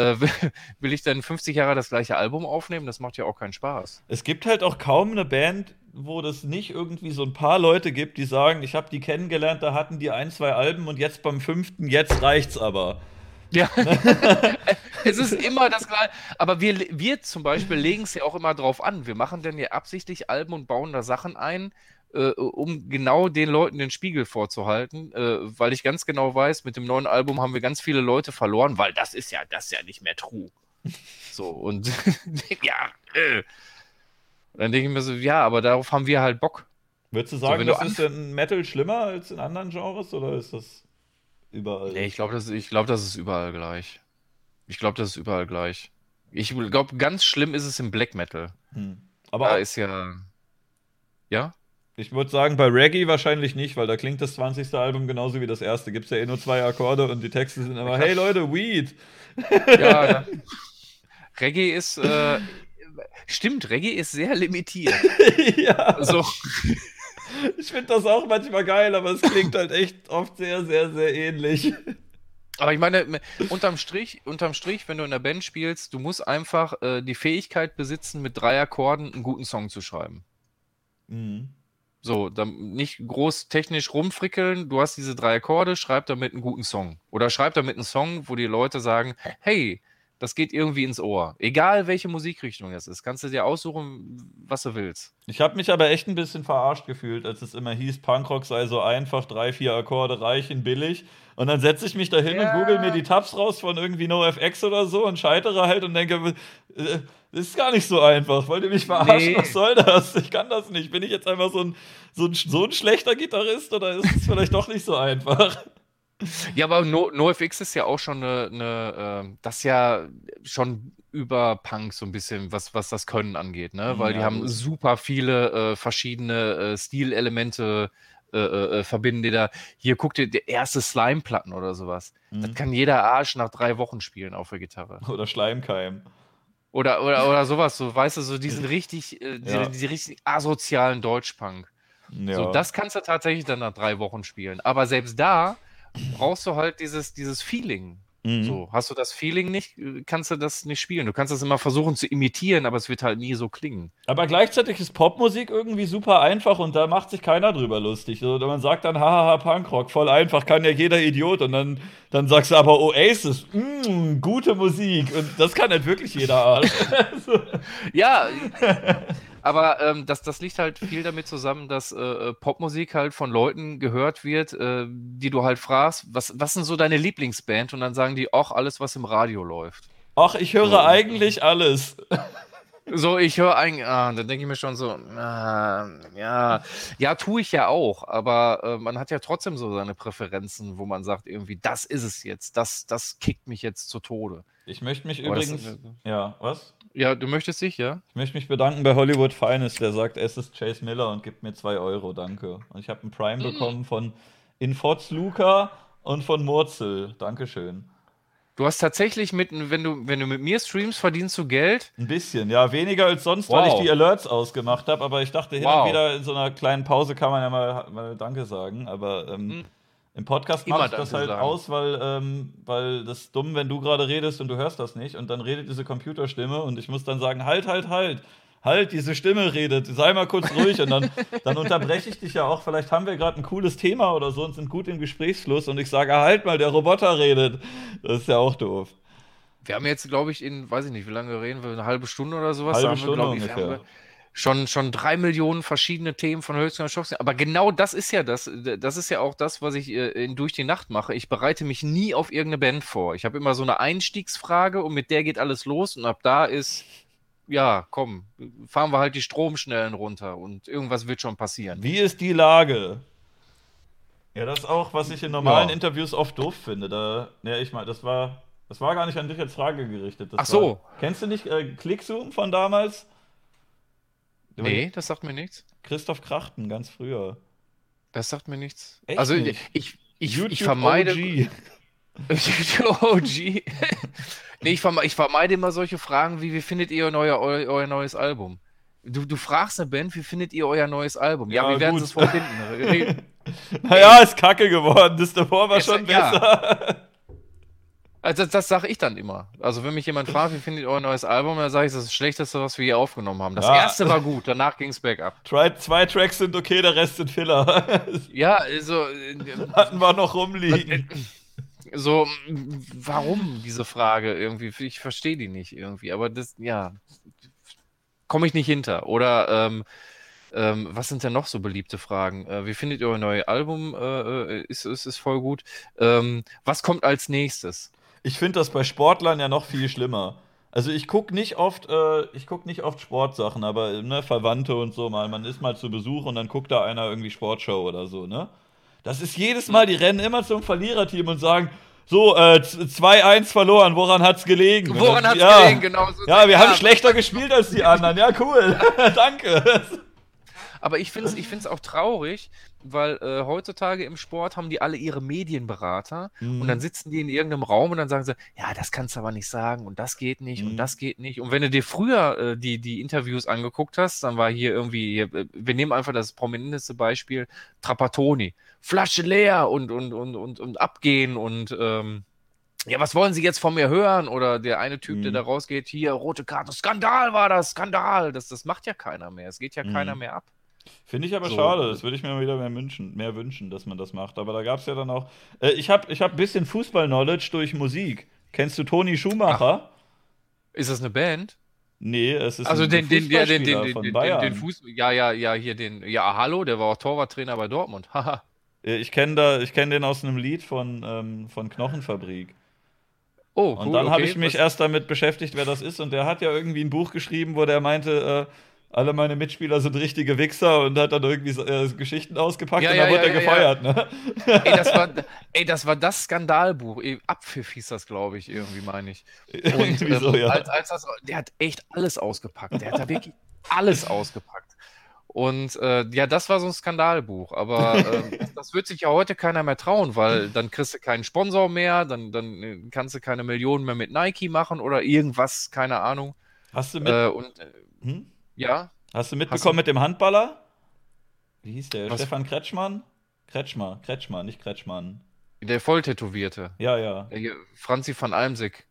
Will ich denn 50 Jahre das gleiche Album aufnehmen? Das macht ja auch keinen Spaß. Es gibt halt auch kaum eine Band, wo das nicht irgendwie so ein paar Leute gibt, die sagen: Ich habe die kennengelernt, da hatten die ein, zwei Alben und jetzt beim fünften, jetzt reicht's aber. Ja, es ist immer das Gleiche. Aber wir zum Beispiel legen es ja auch immer drauf an. Wir machen dann ja absichtlich Alben und bauen da Sachen ein, um genau den Leuten den Spiegel vorzuhalten, weil ich ganz genau weiß, mit dem neuen Album haben wir ganz viele Leute verloren, weil das ist ja nicht mehr true. So, und ja, dann denke ich mir so: Ja, aber darauf haben wir halt Bock. Würdest du So, sagen, wenn du das ist in Metal schlimmer als in anderen Genres oder ist das Nee, überall? ich glaube, das ist überall gleich. Ich glaube, das ist überall gleich. Ich glaube, ganz schlimm ist es im Black Metal. Hm. Aber Da auch, ist ja, ja? ich würde sagen, bei Reggae wahrscheinlich nicht, weil da klingt das 20. Album genauso wie das erste. Gibt es ja eh nur 2 Akkorde und die Texte sind immer: Hey Leute, Weed. Ja, Reggae ist, stimmt, Reggae ist sehr limitiert. Ja, So, ich finde das auch manchmal geil, aber es klingt halt echt oft sehr, sehr, sehr ähnlich. aber ich meine, unterm Strich, wenn du in der Band spielst, du musst einfach die Fähigkeit besitzen, mit 3 Akkorden einen guten Song zu schreiben. Mhm. So, dann nicht groß technisch rumfrickeln. Du hast diese 3 Akkorde, schreib damit einen guten Song. Oder schreib damit einen Song, wo die Leute sagen: Hey, Das geht irgendwie ins Ohr. Egal, welche Musikrichtung das ist. Kannst du dir aussuchen, was du willst. Ich habe mich aber echt ein bisschen verarscht gefühlt, als es immer hieß, Punkrock sei so einfach, 3, 4 Akkorde reichen, billig. Und dann setze ich mich da hin und google mir die Tabs raus von irgendwie NoFX oder so und scheitere halt und denke, das ist gar nicht so einfach. Wollt ihr mich verarschen? Nee. Was soll das? Ich kann das nicht. Bin ich jetzt einfach so ein schlechter Gitarrist oder ist es vielleicht doch nicht so einfach? Ja, aber NoFX ist ja auch schon das ist ja schon über Punk so ein bisschen, was das Können angeht, ne? Weil die Ja, haben gut. super viele verschiedene Stilelemente verbinden die da. Hier, guck dir die erste Slime-Platten oder sowas. Das kann jeder Arsch nach 3 Wochen spielen auf der Gitarre. Oder Schleimkeim. Oder sowas, so, weißt du, so diesen richtig, Ja. die richtig asozialen Deutschpunk. So, Ja. das kannst du tatsächlich dann nach 3 Wochen spielen. Aber selbst da brauchst du halt dieses Feeling. So, hast du das Feeling nicht, kannst du das nicht spielen. Du kannst das immer versuchen zu imitieren, aber es wird halt nie so klingen. Aber gleichzeitig ist Popmusik irgendwie super einfach und da macht sich keiner drüber lustig. So, man sagt dann, hahaha, Punkrock, voll einfach, kann ja jeder Idiot. Und dann sagst du aber Oasis, gute Musik. Und das kann halt wirklich jeder Arsch. Ja, aber das liegt halt viel damit zusammen, dass Popmusik halt von Leuten gehört wird, die du halt fragst, was sind so deine Lieblingsband? Und dann sagen die auch alles, was im Radio läuft. Ach, ich höre So. eigentlich alles. So, ich höre eigentlich, dann denke ich mir schon so, ja, tue ich ja auch, aber man hat ja trotzdem so seine Präferenzen, wo man sagt irgendwie, das ist es jetzt, das kickt mich jetzt zu Tode. Ich möchte mich Aber übrigens. Ja, was? Ja, du möchtest dich, ja? Ich möchte mich bedanken bei Hollywood Finest, der sagt, es ist Chase Miller und gibt mir 2 Euro, danke. Und ich habe einen Prime bekommen von Infoz Luca und von Murzel. Dankeschön. Du hast tatsächlich wenn du mit mir streamst, verdienst du Geld. Ein bisschen, ja, weniger als sonst, weil ich Wow. die Alerts ausgemacht habe, aber ich dachte, hin Wow. und wieder in so einer kleinen Pause kann man ja mal Danke sagen, aber im Podcast Immer mache ich das Danke halt sagen. aus, weil das ist dumm, wenn du gerade redest und du hörst das nicht und dann redet diese Computerstimme und ich muss dann sagen, halt, diese Stimme redet, sei mal kurz ruhig und dann unterbreche ich dich ja auch, vielleicht haben wir gerade ein cooles Thema oder so und sind gut im Gesprächsfluss und ich sage, halt mal, der Roboter redet. Das ist ja auch doof. Wir haben jetzt, glaube ich, weiß ich nicht, wie lange reden wir, eine halbe Stunde oder sowas, Halbe da haben wir, Stunde glaube ich, ungefähr. haben wir schon 3 Millionen verschiedene Themen von Hölzchen und Stockstein. Aber genau das ist ja das ist ja auch das, was ich durch die Nacht mache. Ich bereite mich nie auf irgendeine Band vor. Ich habe immer so eine Einstiegsfrage und mit der geht alles los und ab da ist, ja, komm, fahren wir halt die Stromschnellen runter und irgendwas wird schon passieren. Wie ist die Lage? Ja, das ist auch, was ich in normalen Ja. Interviews oft doof finde. Ich meine, das war gar nicht an dich als Frage gerichtet. Ach so. Kennst du nicht Clickzoom von damals? Nee, das sagt mir nichts. Christoph Krachten, ganz früher. Das sagt mir nichts. Echt Also nicht? ich vermeide. OG. OG. Nee, ich vermeide immer solche Fragen wie findet ihr euer neues Album? Du fragst eine Band, wie findet ihr euer neues Album? Ja, Ja, wie werden gut. sie es wohl finden? Naja, ist kacke geworden. Das davor war schon Ja. besser. Also das sage ich dann immer. Also wenn mich jemand fragt, wie findet ihr euer neues Album, dann sage ich, das ist das Schlechteste, was wir hier aufgenommen haben. Das Ja. erste war gut, danach ging es bergab. 2 Tracks sind okay, der Rest sind Filler. Ja, also Hatten wir noch rumliegen. so, warum diese Frage irgendwie? Ich verstehe die nicht irgendwie, aber das, ja, komme ich nicht hinter. Oder was sind denn noch so beliebte Fragen? Wie findet ihr euer neues Album? Ist voll gut. Was kommt als nächstes? Ich finde das bei Sportlern ja noch viel schlimmer. Also ich gucke nicht oft Sportsachen, aber ne, Verwandte und so mal. Man ist mal zu Besuch und dann guckt da einer irgendwie Sportshow oder so, ne? Das ist jedes Mal, die rennen immer zum Verliererteam und sagen, so, 2-1 verloren, woran hat's gelegen? Woran hat's Ja. gelegen? Genau so. Ja, wir haben schlechter gespielt als die anderen. Ja, cool. Danke. Aber ich find's auch traurig, weil heutzutage im Sport haben die alle ihre Medienberater und dann sitzen die in irgendeinem Raum und dann sagen sie, ja, das kannst du aber nicht sagen und das geht nicht und das geht nicht. Und wenn du dir früher die Interviews angeguckt hast, dann war hier irgendwie, wir nehmen einfach das prominenteste Beispiel, Trapattoni. Flasche leer und abgehen und ja, was wollen Sie jetzt von mir hören? Oder der eine Typ, der da rausgeht, hier, rote Karte, Skandal war das, Skandal. Das macht ja keiner mehr. Es geht ja keiner mehr ab. Finde ich aber So. schade. Das würde ich mir mal wieder mehr wünschen, dass man das macht. Aber da gab es ja dann auch. Ich hab ein bisschen Fußball-Knowledge durch Musik. Kennst du Toni Schumacher? Ist das eine Band? Nee, es ist Also ein Fußballspieler von den Bayern. Fuß, ja, hier hallo, der war auch Torwarttrainer bei Dortmund. Haha. Ich kenn den aus einem Lied von Knochenfabrik. Oh, Und cool, dann habe okay. ich mich erst damit beschäftigt, wer das ist. Und der hat ja irgendwie ein Buch geschrieben, wo der meinte, alle meine Mitspieler sind richtige Wichser und hat dann irgendwie Geschichten ausgepackt und dann wurde er gefeuert, ne? Ey, das war das Skandalbuch. Abpfiff hieß das, glaube ich, irgendwie, meine ich. Und Irgendwie so, ja. der hat echt alles ausgepackt. Der hat da wirklich alles ausgepackt. Und ja, das war so ein Skandalbuch. Aber das wird sich ja heute keiner mehr trauen, weil dann kriegst du keinen Sponsor mehr, dann kannst du keine Millionen mehr mit Nike machen oder irgendwas, keine Ahnung. Hast du mit, Und hm? ja, Hast du hast du mitbekommen mit dem Handballer? Wie hieß der? was? Stefan Kretschmann? Kretschmer, nicht Kretschmann. Der Volltätowierte. Ja, ja. Der hier Franzi van Almsick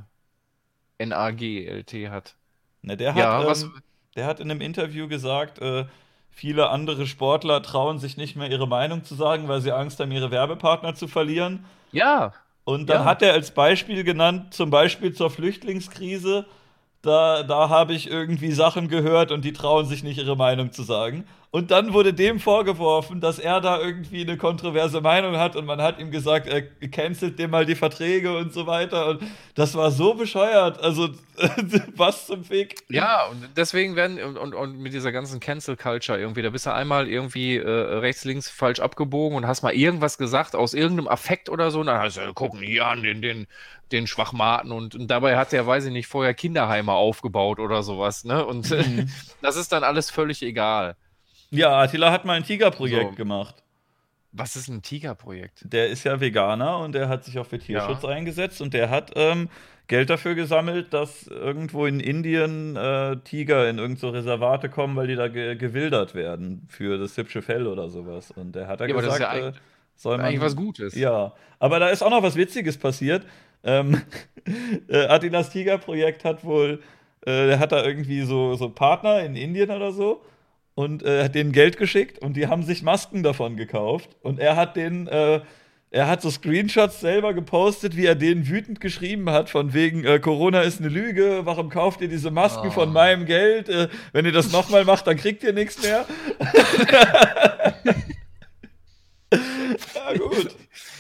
NAGLT hat. Ne, Ja, was? der hat in einem Interview gesagt, viele andere Sportler trauen sich nicht mehr ihre Meinung zu sagen, weil sie Angst haben, ihre Werbepartner zu verlieren. Ja, Und dann ja. hat er als Beispiel genannt, zum Beispiel zur Flüchtlingskrise, da habe ich irgendwie Sachen gehört und die trauen sich nicht, ihre Meinung zu sagen. Und dann wurde dem vorgeworfen, dass er da irgendwie eine kontroverse Meinung hat und man hat ihm gesagt, er cancelt dem mal die Verträge und so weiter. Und das war so bescheuert. Also, was zum Fick? Ja, und deswegen und mit dieser ganzen Cancel Culture irgendwie, da bist du einmal irgendwie rechts, links falsch abgebogen und hast mal irgendwas gesagt aus irgendeinem Affekt oder so, und dann hast du, gucken hier an den Schwachmaten und dabei hat der, weiß ich nicht, vorher Kinderheime aufgebaut oder sowas, ne? Und Mhm. das ist dann alles völlig egal. Ja, Attila hat mal ein Tigerprojekt So, gemacht. was ist ein Tigerprojekt? Der ist ja Veganer und der hat sich auch für Tierschutz Ja. eingesetzt und der hat Geld dafür gesammelt, dass irgendwo in Indien Tiger in irgend so Reservate kommen, weil die da gewildert werden für das hübsche Fell oder sowas. Und der hat da Ja, aber das ist ja gesagt, soll eigentlich was man. Gutes. Ja, aber da ist auch noch was Witziges passiert. Ähm, Attilas Tigerprojekt hat wohl, der hat da irgendwie so Partner in Indien oder so und hat denen Geld geschickt und die haben sich Masken davon gekauft und er hat so Screenshots selber gepostet, wie er denen wütend geschrieben hat, von wegen Corona ist eine Lüge, warum kauft ihr diese Masken von Ah. meinem Geld? Wenn ihr das nochmal macht, dann kriegt ihr nichts mehr. Ja, gut.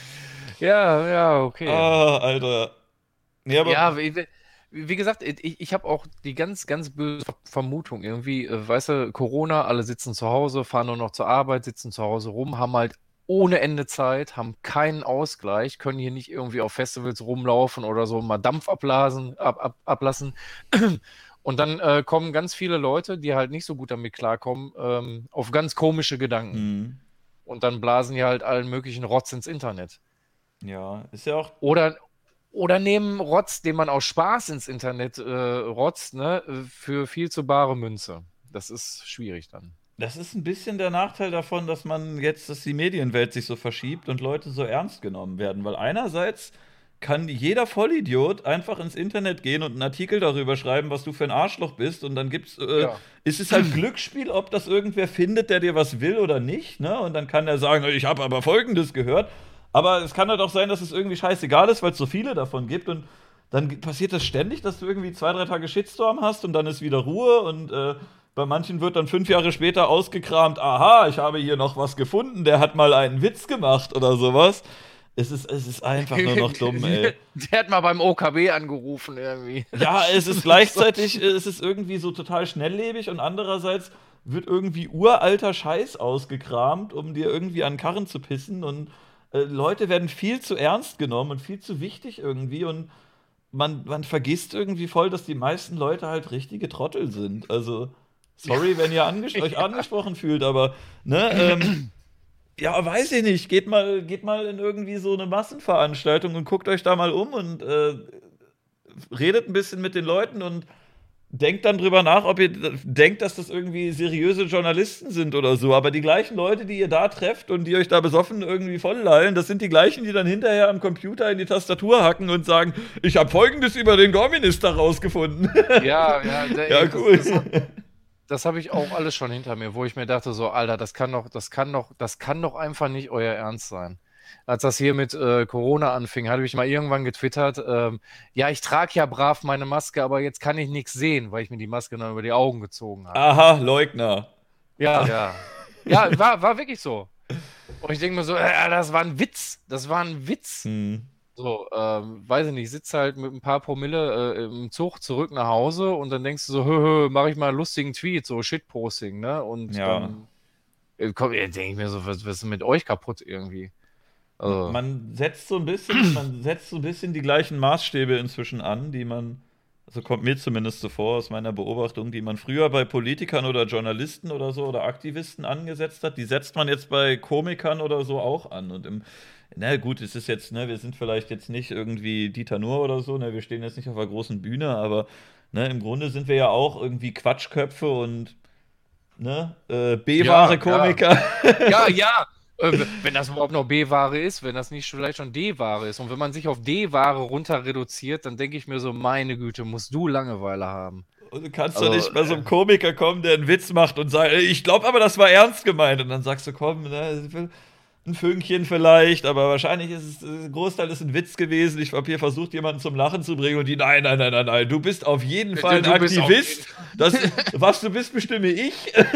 Ja, okay. Ah, Alter. Ja, aber Ja, wie gesagt, ich habe auch die ganz, ganz böse Vermutung irgendwie, weißt du, Corona, alle sitzen zu Hause, fahren nur noch zur Arbeit, sitzen zu Hause rum, haben halt ohne Ende Zeit, haben keinen Ausgleich, können hier nicht irgendwie auf Festivals rumlaufen oder so mal Dampf ablassen. Und dann kommen ganz viele Leute, die halt nicht so gut damit klarkommen, auf ganz komische Gedanken. hm, Und dann blasen die halt allen möglichen Rotz ins Internet. ja, ist ja auch. Oder, oder nehmen Rotz, den man aus Spaß ins Internet rotzt, ne, für viel zu bare Münze. Das ist schwierig dann. Das ist ein bisschen der Nachteil davon, dass die Medienwelt sich so verschiebt und Leute so ernst genommen werden. Weil einerseits kann jeder Vollidiot einfach ins Internet gehen und einen Artikel darüber schreiben, was du für ein Arschloch bist. Und dann Ja. ist es halt Glücksspiel, ob das irgendwer findet, der dir was will oder nicht. Ne? Und dann kann er sagen, ich habe aber Folgendes gehört. Aber es kann halt auch sein, dass es irgendwie scheißegal ist, weil es so viele davon gibt. Und dann passiert das ständig, dass du irgendwie 2, 3 Tage Shitstorm hast und dann ist wieder Ruhe und bei manchen wird dann 5 Jahre später ausgekramt, aha, ich habe hier noch was gefunden, der hat mal einen Witz gemacht oder sowas. Es ist einfach nur noch dumm, ey. Der hat mal beim OKB angerufen irgendwie. Ja, es ist gleichzeitig, es ist irgendwie so total schnelllebig und andererseits wird irgendwie uralter Scheiß ausgekramt, um dir irgendwie an den Karren zu pissen und Leute werden viel zu ernst genommen und viel zu wichtig irgendwie und man vergisst irgendwie voll, dass die meisten Leute halt richtige Trottel sind. Also, sorry, wenn ihr euch angesprochen fühlt, aber, ne, ja, weiß ich nicht. Geht mal in irgendwie so eine Massenveranstaltung und guckt euch da mal um und redet ein bisschen mit den Leuten und denkt dann drüber nach, ob ihr denkt, dass das irgendwie seriöse Journalisten sind oder so. Aber die gleichen Leute, die ihr da trefft und die euch da besoffen irgendwie volllallen, das sind die gleichen, die dann hinterher am Computer in die Tastatur hacken und sagen, ich habe Folgendes über den Gorminister rausgefunden. Ja, Ja, cool. das habe ich auch alles schon hinter mir, wo ich mir dachte, so, Alter, das kann doch einfach nicht euer Ernst sein. als das hier mit Corona anfing, habe ich mal irgendwann getwittert, ja, ich trage ja brav meine Maske, aber jetzt kann ich nichts sehen, weil ich mir die Maske dann über die Augen gezogen habe. Aha, Leugner. Ja. Ja, war wirklich so. Und ich denke mir so, das war ein Witz. Das war ein Witz. So, weiß ich nicht, ich sitze halt mit ein paar Promille im Zug zurück nach Hause und dann denkst du so, mache ich mal einen lustigen Tweet, so Shitposting, ne? Und dann denke ich mir so, was ist denn mit euch kaputt irgendwie? Also, Man setzt so ein bisschen die gleichen Maßstäbe inzwischen an, die man, also kommt mir zumindest so vor aus meiner Beobachtung, die man früher bei Politikern oder Journalisten oder so oder Aktivisten angesetzt hat, die setzt man jetzt bei Komikern oder so auch an. Und na gut, es ist jetzt, ne, wir sind vielleicht jetzt nicht irgendwie Dieter Nuhr oder so, ne, wir stehen jetzt nicht auf einer großen Bühne, aber ne, im Grunde sind wir ja auch irgendwie Quatschköpfe und ne, B-wahre Komiker. Ja. Wenn das überhaupt noch B-Ware ist, wenn das nicht vielleicht schon D-Ware ist. Und wenn man sich auf D-Ware runter reduziert, dann denke ich mir so, meine Güte, musst du Langeweile haben. Und du kannst doch nicht bei so einem Komiker kommen, der einen Witz macht und sagt, ich glaube aber, das war ernst gemeint. Und dann sagst du, komm, ne, ein Fünkchen vielleicht, aber wahrscheinlich ist ein Großteil ist ein Witz gewesen. Ich habe hier versucht, jemanden zum Lachen zu bringen und die, nein, du bist auf jeden Fall ein Aktivist. Was du bist, bestimme ich.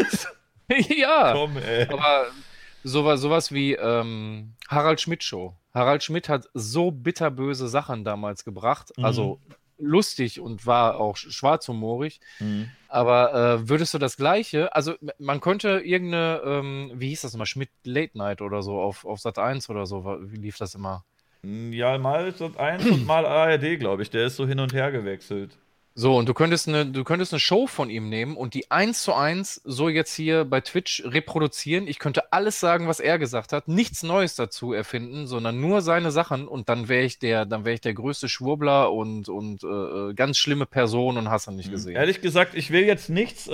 Ja, komm, ey. Aber sowas wie Harald Schmidt Show. Harald Schmidt hat so bitterböse Sachen damals gebracht, also lustig und war auch schwarzhumorig. Aber würdest du das Gleiche, also man könnte irgendeine, wie hieß das nochmal, Schmidt Late Night oder so auf Sat.1 oder so, wie lief das immer? Ja, mal Sat.1 und mal ARD, glaube ich. Der ist so hin und her gewechselt. So, und du könntest eine Show von ihm nehmen und die 1:1 so jetzt hier bei Twitch reproduzieren. Ich könnte alles sagen, was er gesagt hat, nichts Neues dazu erfinden, sondern nur seine Sachen und dann wäre ich der größte Schwurbler und ganz schlimme Person und hast du nicht gesehen. Ehrlich gesagt, ich will jetzt nichts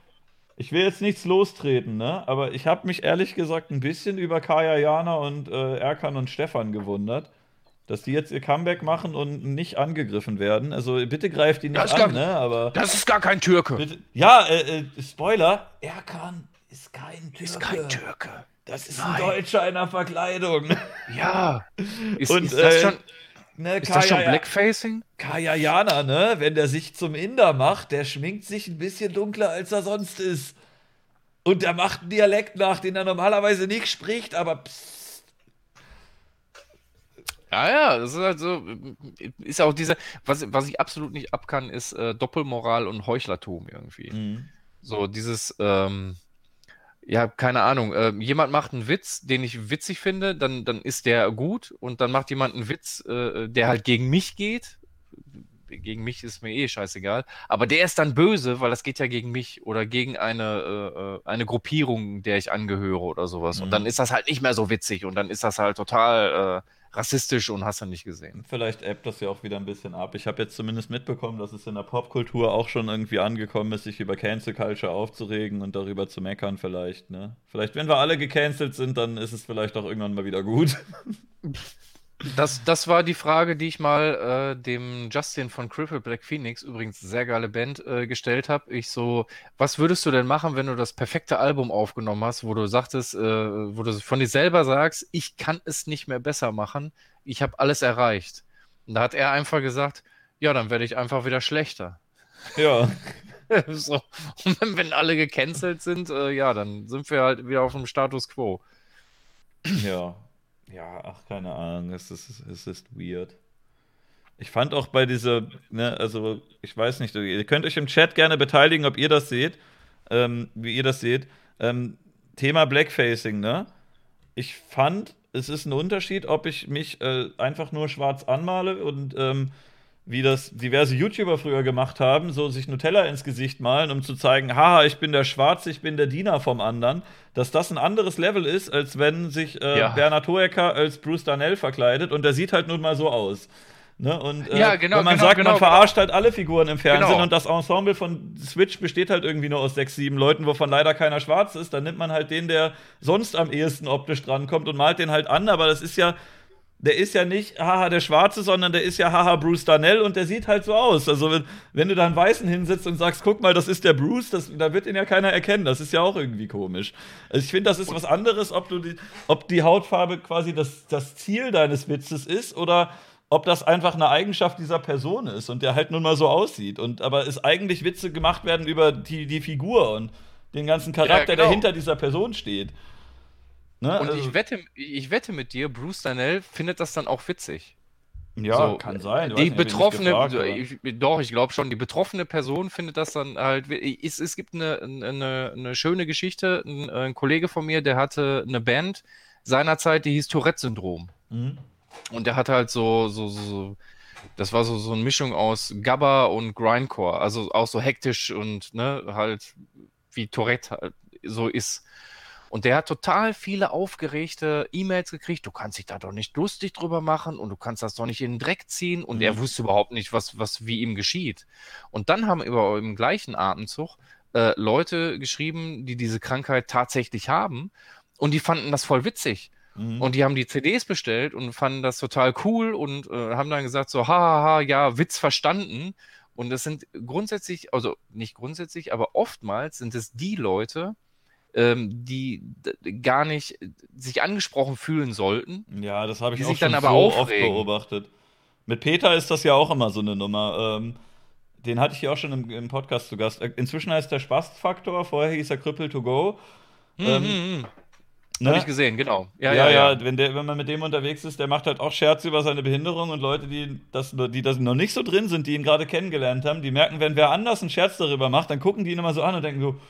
lostreten, ne? Aber ich habe mich ehrlich gesagt ein bisschen über Kaya Jana und Erkan und Stefan gewundert, dass die jetzt ihr Comeback machen und nicht angegriffen werden. Also bitte greift die nicht an, ne? Aber das ist gar kein Türke. bitte, ja, Spoiler, Erkan ist kein Türke. Ist kein Türke. Das ist ein Deutscher in einer Verkleidung. Ja. Ist Und, das schon, ne, ist das schon Blackfacing? Kaya Jana, ne? Wenn der sich zum Inder macht, der schminkt sich ein bisschen dunkler, als er sonst ist. Und der macht einen Dialekt nach, den er normalerweise nicht spricht, aber psst. Ja, das ist halt so, ist auch diese, was ich absolut nicht ab kann, ist Doppelmoral und Heuchlertum irgendwie. So dieses, ja, keine Ahnung, jemand macht einen Witz, den ich witzig finde, dann ist der gut und dann macht jemand einen Witz, der halt gegen mich geht. Gegen mich ist mir scheißegal, aber der ist dann böse, weil das geht ja gegen mich oder gegen eine Gruppierung, der ich angehöre oder sowas. Und dann ist das halt nicht mehr so witzig und dann ist das halt total rassistisch und hast du nicht gesehen. Vielleicht ebbt das ja auch wieder ein bisschen ab. Ich habe jetzt zumindest mitbekommen, dass es in der Popkultur auch schon irgendwie angekommen ist, sich über Cancel Culture aufzuregen und darüber zu meckern vielleicht, ne? Vielleicht, wenn wir alle gecancelt sind, dann ist es vielleicht auch irgendwann mal wieder gut. Das war die Frage, die ich mal dem Justin von Cripple Black Phoenix, übrigens sehr geile Band, gestellt habe. Ich so, was würdest du denn machen, wenn du das perfekte Album aufgenommen hast, wo du sagtest, wo du von dir selber sagst, ich kann es nicht mehr besser machen, ich habe alles erreicht. Und da hat er einfach gesagt, ja, dann werde ich einfach wieder schlechter. Ja. So. Und wenn alle gecancelt sind, ja, dann sind wir halt wieder auf dem Status Quo. Ja. Ja, ach, keine Ahnung, es ist weird. Ich fand auch bei dieser, ne, also ich weiß nicht, ihr könnt euch im Chat gerne beteiligen, ob ihr das seht, wie ihr das seht. Thema Blackfacing, ne? Ich fand, es ist ein Unterschied, ob ich mich einfach nur schwarz anmale und wie das diverse YouTuber früher gemacht haben, so sich Nutella ins Gesicht malen, um zu zeigen, haha, ich bin der Schwarze, ich bin der Diener vom anderen, dass das ein anderes Level ist, als wenn sich Bernhard Hoeker als Bruce Darnell verkleidet und der sieht halt nun mal so aus. Ne? Und wenn man sagt, man verarscht halt alle Figuren im Fernsehen und das Ensemble von Switch besteht halt irgendwie nur aus 6, 7 Leuten, wovon leider keiner schwarz ist, dann nimmt man halt den, der sonst am ehesten optisch drankommt und malt den halt an, aber das ist ja der ist ja nicht haha der Schwarze, sondern der ist ja haha Bruce Darnell und der sieht halt so aus. Also wenn du da einen Weißen hinsetzt und sagst, guck mal, das ist der Bruce, da wird ihn ja keiner erkennen. Das ist ja auch irgendwie komisch. Also ich finde, das ist was anderes, ob die Hautfarbe quasi das Ziel deines Witzes ist oder ob das einfach eine Eigenschaft dieser Person ist und der halt nun mal so aussieht. Aber es eigentlich Witze gemacht werden über die Figur und den ganzen Charakter, der hinter dieser Person steht. Ne? Und Also, ich wette mit dir, Bruce Darnell findet das dann auch witzig. ja, So, kann sein. die betroffene, Gefragt, ich glaube schon, die betroffene Person findet das dann halt. Es gibt eine schöne Geschichte. Ein Kollege von mir, der hatte eine Band seinerzeit, die hieß Tourette-Syndrom. Mhm. Und der hatte halt das war so eine Mischung aus Gabba und Grindcore. Also auch so hektisch und ne, halt wie Tourette halt so ist. Und der hat total viele aufgeregte E-Mails gekriegt. Du kannst dich da doch nicht lustig drüber machen und du kannst das doch nicht in den Dreck ziehen. Und er wusste überhaupt nicht, wie ihm geschieht. Und dann haben im gleichen Atemzug Leute geschrieben, die diese Krankheit tatsächlich haben. Und die fanden das voll witzig. Und die haben die CDs bestellt und fanden das total cool und haben dann gesagt so, hahaha, ja, Witz verstanden. Und das sind grundsätzlich, also nicht grundsätzlich, aber oftmals sind es die Leute, die gar nicht sich angesprochen fühlen sollten. Ja, das habe ich die auch sich schon dann aber so oft aufregen. beobachtet. Mit Peter ist das ja auch immer so eine Nummer. Den hatte ich ja auch schon im Podcast zu Gast. Inzwischen heißt der Spaßfaktor, vorher hieß er Cripple to Go. Ne? Habe ich gesehen, genau. Ja. Wenn man mit dem unterwegs ist, der macht halt auch Scherze über seine Behinderung und Leute, die das noch nicht so drin sind, die ihn gerade kennengelernt haben, die merken, wenn wer anders einen Scherz darüber macht, dann gucken die ihn immer so an und denken so,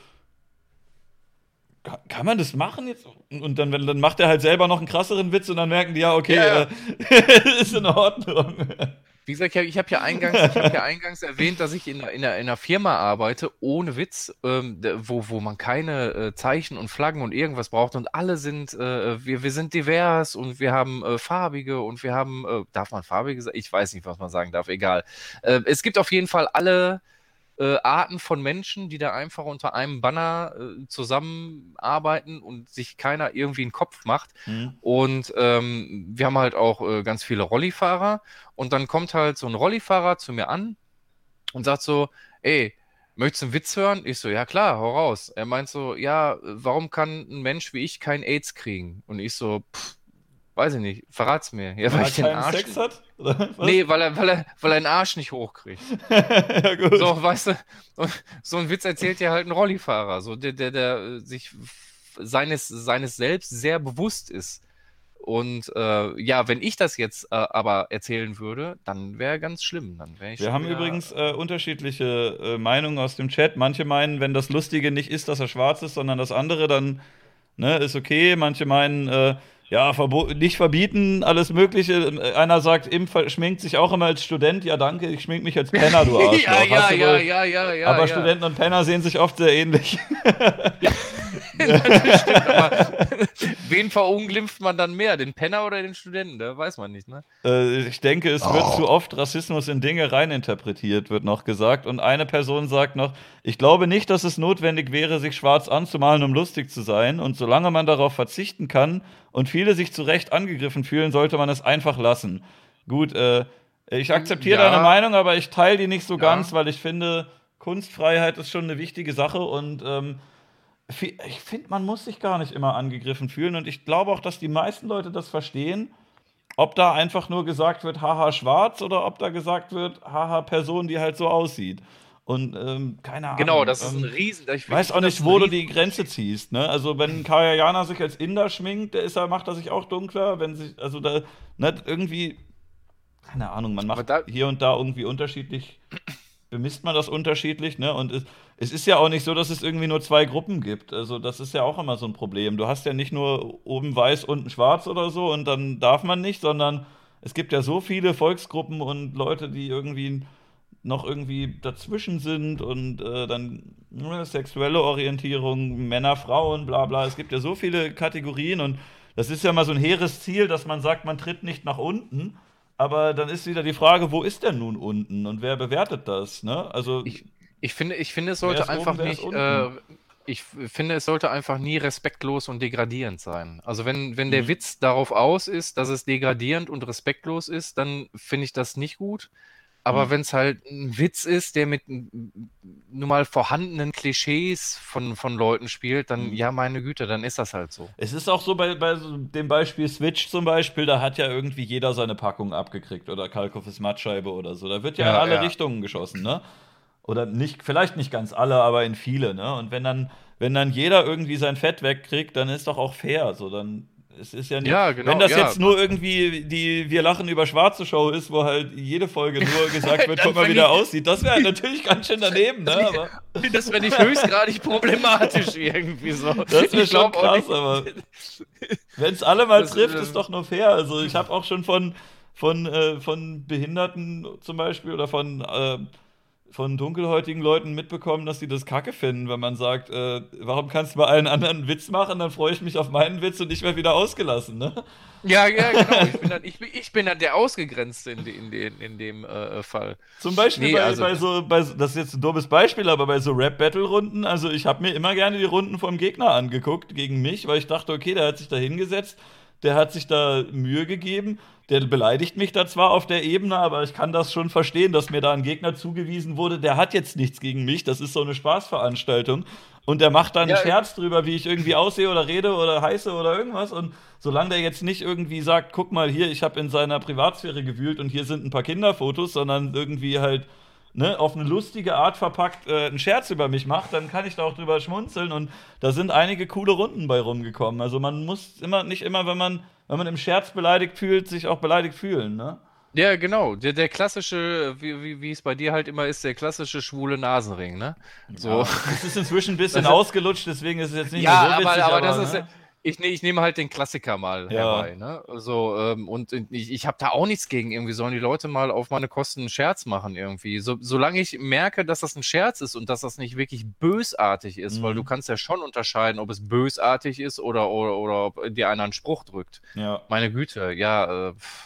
kann man das machen jetzt? Und dann macht er halt selber noch einen krasseren Witz und dann merken die, ja, okay, ist in Ordnung. Wie gesagt, ich habe ja eingangs erwähnt, dass ich in einer Firma arbeite, ohne Witz, wo man keine Zeichen und Flaggen und irgendwas braucht und alle sind, wir sind divers und wir haben farbige und wir haben, darf man farbige sagen? Ich weiß nicht, was man sagen darf, egal. Es gibt auf jeden Fall alle Arten von Menschen, die da einfach unter einem Banner zusammenarbeiten und sich keiner irgendwie einen Kopf macht. Und wir haben halt auch ganz viele Rollifahrer. Und dann kommt halt so ein Rollifahrer zu mir an und sagt so, ey, möchtest du einen Witz hören? Ich so, ja klar, hau raus. Er meint so, ja, warum kann ein Mensch wie ich kein AIDS kriegen? Und ich so, weiß ich nicht, verrat's mir. Ja, weil ich den Arsch. Sex hat? Oder was? Nee, weil er den Arsch nicht hochkriegt. Ja, gut. So, weißt du, so ein Witz erzählt ja halt ein Rollifahrer, so der sich seines Selbst sehr bewusst ist. Und ja, wenn ich das jetzt aber erzählen würde, dann wäre ganz schlimm. Dann wär ich Wir schon haben wieder- übrigens unterschiedliche Meinungen aus dem Chat. Manche meinen, wenn das Lustige nicht ist, dass er schwarz ist, sondern das andere, dann ist okay. Manche meinen, ja, nicht verbieten, alles Mögliche. Einer sagt, schminkt sich auch immer als Student. Ja, danke, ich schmink mich als Penner, du Arschloch. ja. Aber Studenten und Penner sehen sich oft sehr ähnlich. Das stimmt, aber wen verunglimpft man dann mehr? Den Penner oder den Studenten? Da weiß man nicht, ne? Ich denke, es wird zu oft Rassismus in Dinge reininterpretiert, wird noch gesagt. Und eine Person sagt noch, ich glaube nicht, dass es notwendig wäre, sich schwarz anzumalen, um lustig zu sein. Und solange man darauf verzichten kann und viele sich zu Recht angegriffen fühlen, sollte man es einfach lassen. Gut, ich akzeptiere deine Meinung, aber ich teile die nicht so ganz, weil ich finde, Kunstfreiheit ist schon eine wichtige Sache und ich finde, man muss sich gar nicht immer angegriffen fühlen und ich glaube auch, dass die meisten Leute das verstehen, ob da einfach nur gesagt wird, haha, schwarz oder ob da gesagt wird, haha, Person, die halt so aussieht. Und keine Ahnung. Genau, das ist ein Riesen. Ich weiß auch nicht, wo du die Grenze ziehst. Ne? Also, wenn Kaya Jana sich als Inder schminkt, macht er sich auch dunkler. Irgendwie, keine Ahnung, man macht hier und da irgendwie unterschiedlich, bemisst man das unterschiedlich, ne? Und es ist ja auch nicht so, dass es irgendwie nur zwei Gruppen gibt. Also, das ist ja auch immer so ein Problem. Du hast ja nicht nur oben weiß, unten schwarz oder so und dann darf man nicht, sondern es gibt ja so viele Volksgruppen und Leute, die irgendwie noch irgendwie dazwischen sind und dann sexuelle Orientierung, Männer, Frauen, bla bla. Es gibt ja so viele Kategorien und das ist ja mal so ein hehres Ziel, dass man sagt, man tritt nicht nach unten. Aber dann ist wieder die Frage, wo ist denn nun unten und wer bewertet das? Ne? Also Ich finde, es sollte einfach nicht. Ich finde, es sollte einfach nie respektlos und degradierend sein. Also wenn der Witz darauf aus ist, dass es degradierend und respektlos ist, dann finde ich das nicht gut. Aber wenn es halt ein Witz ist, der mit nun mal vorhandenen Klischees von Leuten spielt, dann, ja, meine Güte, dann ist das halt so. Es ist auch so bei so dem Beispiel Switch zum Beispiel, da hat ja irgendwie jeder seine Packung abgekriegt oder Kalkofes Mattscheibe oder so. Da wird ja in Ja, alle ja. Richtungen geschossen, ne? Oder nicht, vielleicht nicht ganz alle, aber in viele, ne? Und wenn dann jeder irgendwie sein Fett wegkriegt, dann ist doch auch fair. So, dann es ist ja nicht. Ja, Wenn genau, das ja. jetzt nur irgendwie die Wir lachen über Schwarze Show ist, wo halt jede Folge nur gesagt wird, Dann guck mal, wie fänd der ich- aussieht, das wäre natürlich ganz schön daneben, ne? Aber Das wäre nicht höchstgradig problematisch irgendwie so. das wäre Ich schon glaub auch krass, nicht- aber wenn es alle mal Das, trifft, ist doch nur fair. Also ich habe auch schon von Behinderten zum Beispiel oder von dunkelhäutigen Leuten mitbekommen, dass sie das Kacke finden, wenn man sagt, warum kannst du bei allen anderen einen Witz machen, dann freue ich mich auf meinen Witz und ich werde wieder ausgelassen, ne? Ja, genau. Ich bin dann der Ausgegrenzte in dem Fall. Zum Beispiel Nee, also- das ist jetzt ein doofes Beispiel, aber bei so Rap-Battle-Runden, also ich habe mir immer gerne die Runden vom Gegner angeguckt gegen mich, weil ich dachte, okay, der hat sich da hingesetzt, der hat sich da Mühe gegeben, der beleidigt mich da zwar auf der Ebene, aber ich kann das schon verstehen, dass mir da ein Gegner zugewiesen wurde, der hat jetzt nichts gegen mich, das ist so eine Spaßveranstaltung und der macht dann einen Ja. Scherz drüber, wie ich irgendwie aussehe oder rede oder heiße oder irgendwas und solange der jetzt nicht irgendwie sagt, guck mal hier, ich habe in seiner Privatsphäre gewühlt und hier sind ein paar Kinderfotos, sondern irgendwie halt auf eine lustige Art verpackt einen Scherz über mich macht, dann kann ich da auch drüber schmunzeln und da sind einige coole Runden bei rumgekommen. Also man muss nicht immer, wenn man im Scherz beleidigt fühlt, sich auch beleidigt fühlen, ne? Ja, genau. Der klassische, wie es bei dir halt immer ist, der klassische schwule Nasenring, ne? So. Ja, es ist inzwischen ein bisschen Das- ausgelutscht, deswegen ist es jetzt nicht Ja, mehr so witzig, aber das ist, ne? ich nehme halt den Klassiker mal Ja. herbei, ne? So, und ich habe da auch nichts gegen, irgendwie sollen die Leute mal auf meine Kosten einen Scherz machen irgendwie. Solange ich merke, dass das ein Scherz ist und dass das nicht wirklich bösartig ist, weil du kannst ja schon unterscheiden, ob es bösartig ist oder ob dir einer einen Spruch drückt. Ja. Meine Güte, ja,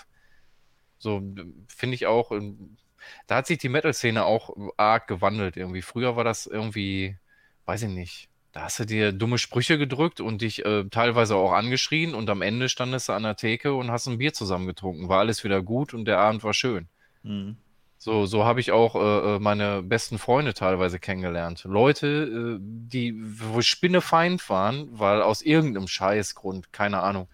so finde ich auch, da hat sich die Metal-Szene auch arg gewandelt irgendwie. Früher war das irgendwie, weiß ich nicht, da hast du dir dumme Sprüche gedrückt und dich teilweise auch angeschrien und am Ende standest du an der Theke und hast ein Bier zusammen getrunken. War alles wieder gut und der Abend war schön. Mhm. So habe ich auch meine besten Freunde teilweise kennengelernt. Leute, wo Spinnefeind waren, weil aus irgendeinem Scheißgrund, keine Ahnung,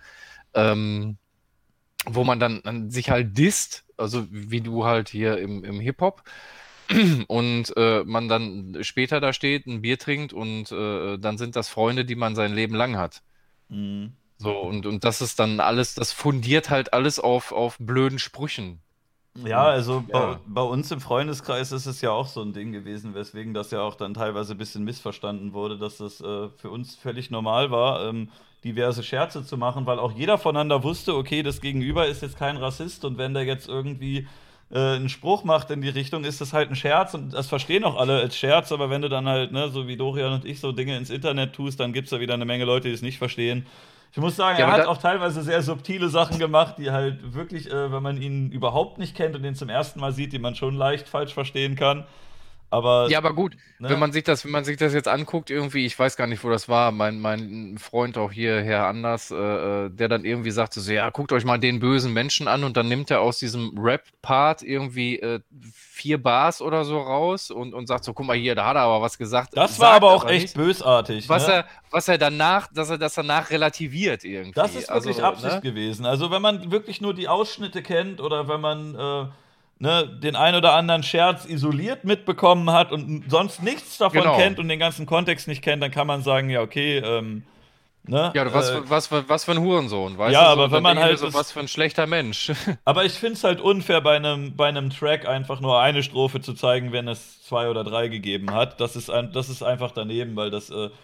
wo man dann sich halt disst, also wie du halt hier im Hip-Hop, und man dann später da steht, ein Bier trinkt und dann sind das Freunde, die man sein Leben lang hat. Mhm. So, und das ist dann alles, das fundiert halt alles auf blöden Sprüchen. Ja, also Ja. bei uns im Freundeskreis ist es ja auch so ein Ding gewesen, weswegen das ja auch dann teilweise ein bisschen missverstanden wurde, dass das für uns völlig normal war, diverse Scherze zu machen, weil auch jeder voneinander wusste, okay, das Gegenüber ist jetzt kein Rassist und wenn der jetzt irgendwie einen Spruch macht in die Richtung, ist das halt ein Scherz und das verstehen auch alle als Scherz, aber wenn du dann halt, ne, so wie Dorian und ich so Dinge ins Internet tust, dann gibt es da wieder eine Menge Leute, die es nicht verstehen. Ich muss sagen, Ja, er aber hat da- auch teilweise sehr subtile Sachen gemacht, die halt wirklich, wenn man ihn überhaupt nicht kennt und den zum ersten Mal sieht, die man schon leicht falsch verstehen kann. Aber Ja, aber gut, ne? wenn man sich das jetzt anguckt, irgendwie, ich weiß gar nicht, wo das war, mein Freund auch hier, Herr Anders, der dann irgendwie sagte so, ja, guckt euch mal den bösen Menschen an und dann nimmt er aus diesem Rap-Part irgendwie 4 Bars oder so raus und sagt so, guck mal hier, da hat er aber was gesagt. Das war Sagt aber auch aber echt nicht, bösartig. was Ne? er danach, dass er das danach relativiert irgendwie. Das ist wirklich Also, Absicht ne? gewesen. Also wenn man wirklich nur die Ausschnitte kennt oder wenn man den ein oder anderen Scherz isoliert mitbekommen hat und sonst nichts davon Genau. kennt und den ganzen Kontext nicht kennt, dann kann man sagen, ja, okay, ne? Ja, was für ein Hurensohn, weißt Ja, du? aber Und wenn dann man denke ich halt mir so, das- was für ein schlechter Mensch. Aber ich finde es halt unfair, bei einem Track einfach nur eine Strophe zu zeigen, wenn es 2 oder 3 gegeben hat. Das ist einfach daneben, weil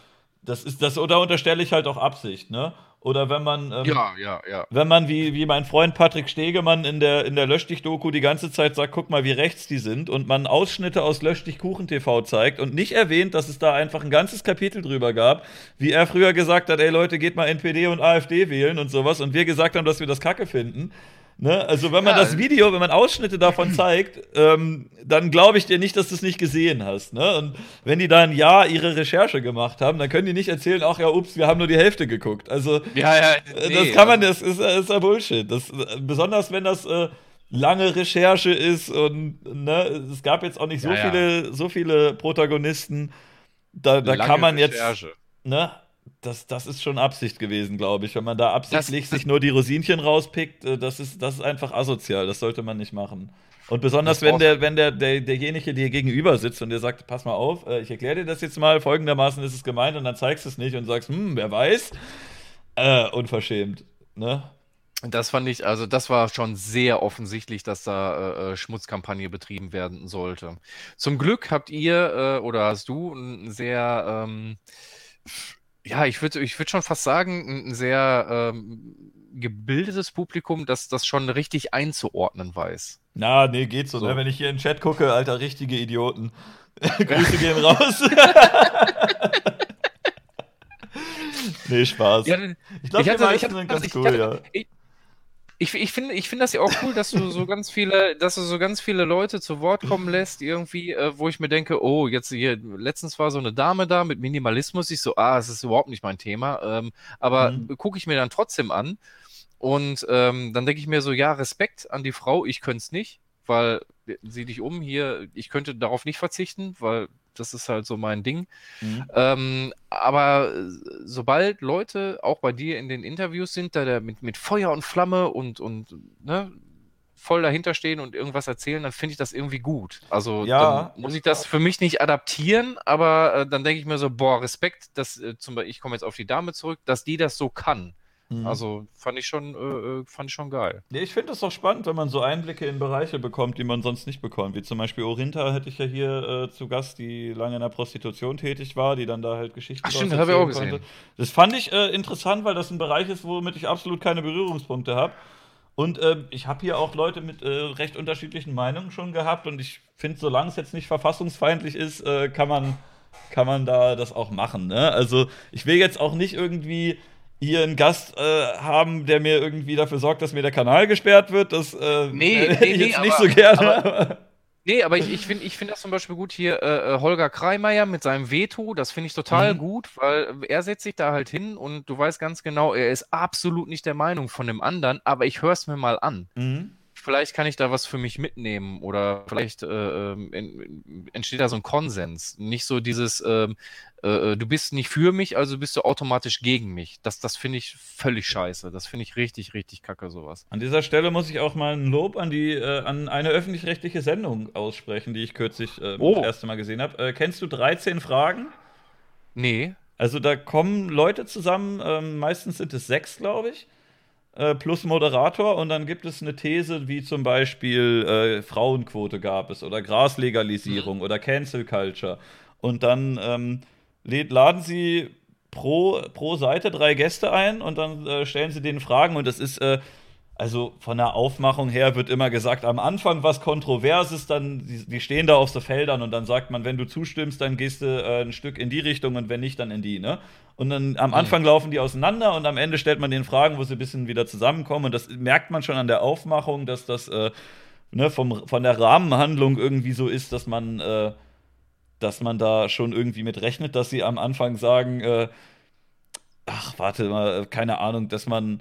da unterstelle ich halt auch Absicht, ne? Oder wenn man, Ja. wenn man wie mein Freund Patrick Stegemann in der Lösch-Dich-Doku die ganze Zeit sagt, guck mal, wie rechts die sind und man Ausschnitte aus Lösch-Dich-Kuchen-TV zeigt und nicht erwähnt, dass es da einfach ein ganzes Kapitel drüber gab, wie er früher gesagt hat, ey Leute, geht mal NPD und AfD wählen und sowas und wir gesagt haben, dass wir das Kacke finden, Ne? Also wenn man das Video, wenn man Ausschnitte davon zeigt, dann glaube ich dir nicht, dass du es nicht gesehen hast. Ne? Und wenn die da ein Jahr ihre Recherche gemacht haben, dann können die nicht erzählen, ach ja, ups, wir haben nur die Hälfte geguckt. Also das kann man, das ist ja Bullshit. Besonders wenn das lange Recherche ist und ne, es gab jetzt auch nicht so viele Protagonisten. Da kann man Recherche. jetzt, ne, das ist schon Absicht gewesen, glaube ich. Wenn man da absichtlich sich nur die Rosinchen rauspickt, das ist einfach asozial. Das sollte man nicht machen. Und besonders, wenn derjenige dir gegenüber sitzt und der sagt, pass mal auf, ich erkläre dir das jetzt mal, folgendermaßen ist es gemeint und dann zeigst du es nicht und sagst, wer weiß. Unverschämt, ne? Das fand ich, also das war schon sehr offensichtlich, dass da Schmutzkampagne betrieben werden sollte. Zum Glück habt ihr oder hast du ein sehr, ja, ich würd schon fast sagen, ein sehr gebildetes Publikum, das das schon richtig einzuordnen weiß. Na, nee, geht so, ne? Wenn ich hier in den Chat gucke, Alter, richtige Idioten. Grüße gehen raus. Nee, Spaß. Ja, Ich glaube, die meisten sind ganz cool, ja. Ich finde das ja auch cool, dass du so ganz viele Leute zu Wort kommen lässt, irgendwie, wo ich mir denke, oh, jetzt hier, letztens war so eine Dame da mit Minimalismus, ich so, es ist überhaupt nicht mein Thema, aber gucke ich mir dann trotzdem an und dann denke ich mir so, ja, Respekt an die Frau, ich könnte es nicht, weil, sieh dich um hier, ich könnte darauf nicht verzichten, weil das ist halt so mein Ding. Aber sobald Leute auch bei dir in den Interviews sind, da mit Feuer und Flamme und ne, voll dahinter stehen und irgendwas erzählen, dann finde ich das irgendwie gut. Also Ja. dann muss ich das für mich nicht adaptieren, aber dann denke ich mir so, boah, Respekt, dass zum Beispiel, ich komme jetzt auf die Dame zurück, dass die das so kann. Also fand ich schon geil. Ja, ich finde es doch spannend, wenn man so Einblicke in Bereiche bekommt, die man sonst nicht bekommt. Wie zum Beispiel Orinta hätte ich ja hier zu Gast, die lange in der Prostitution tätig war, die dann da halt Geschichten Stimmt, draus habe ich auch erzählen gesehen. konnte. Das fand ich interessant, weil das ein Bereich ist, womit ich absolut keine Berührungspunkte habe. Und ich habe hier auch Leute mit recht unterschiedlichen Meinungen schon gehabt. Und ich finde, solange es jetzt nicht verfassungsfeindlich ist, kann man da das auch machen. Ne? Also ich will jetzt auch nicht irgendwie hier einen Gast haben, der mir irgendwie dafür sorgt, dass mir der Kanal gesperrt wird. Das hätte ich jetzt nicht so gerne. Nee, aber ich find das zum Beispiel gut hier, Holger Kreimeier mit seinem Veto, das finde ich total gut, weil er setzt sich da halt hin und du weißt ganz genau, er ist absolut nicht der Meinung von dem anderen, aber ich höre es mir mal an. Vielleicht kann ich da was für mich mitnehmen oder vielleicht entsteht da so ein Konsens. Nicht so dieses, du bist nicht für mich, also bist du automatisch gegen mich. Das finde ich völlig scheiße. Das finde ich richtig, richtig kacke, sowas. An dieser Stelle muss ich auch mal ein Lob an an eine öffentlich-rechtliche Sendung aussprechen, die ich kürzlich das erste Mal gesehen habe. Kennst du 13 Fragen? Nee. Also da kommen Leute zusammen, meistens sind es 6, glaube ich, plus Moderator und dann gibt es eine These, wie zum Beispiel Frauenquote gab es oder Graslegalisierung oder Cancel Culture. Und dann laden sie pro Seite 3 Gäste ein und dann stellen sie denen Fragen und das ist also von der Aufmachung her wird immer gesagt, am Anfang was Kontroverses, dann die stehen da auf so Feldern und dann sagt man, wenn du zustimmst, dann gehst du ein Stück in die Richtung und wenn nicht, dann in die, ne? Und dann am Anfang laufen die auseinander und am Ende stellt man denen Fragen, wo sie ein bisschen wieder zusammenkommen und das merkt man schon an der Aufmachung, dass das ne, von der Rahmenhandlung irgendwie so ist, dass man da schon irgendwie mit rechnet, dass sie am Anfang sagen, ach, warte mal, keine Ahnung, dass man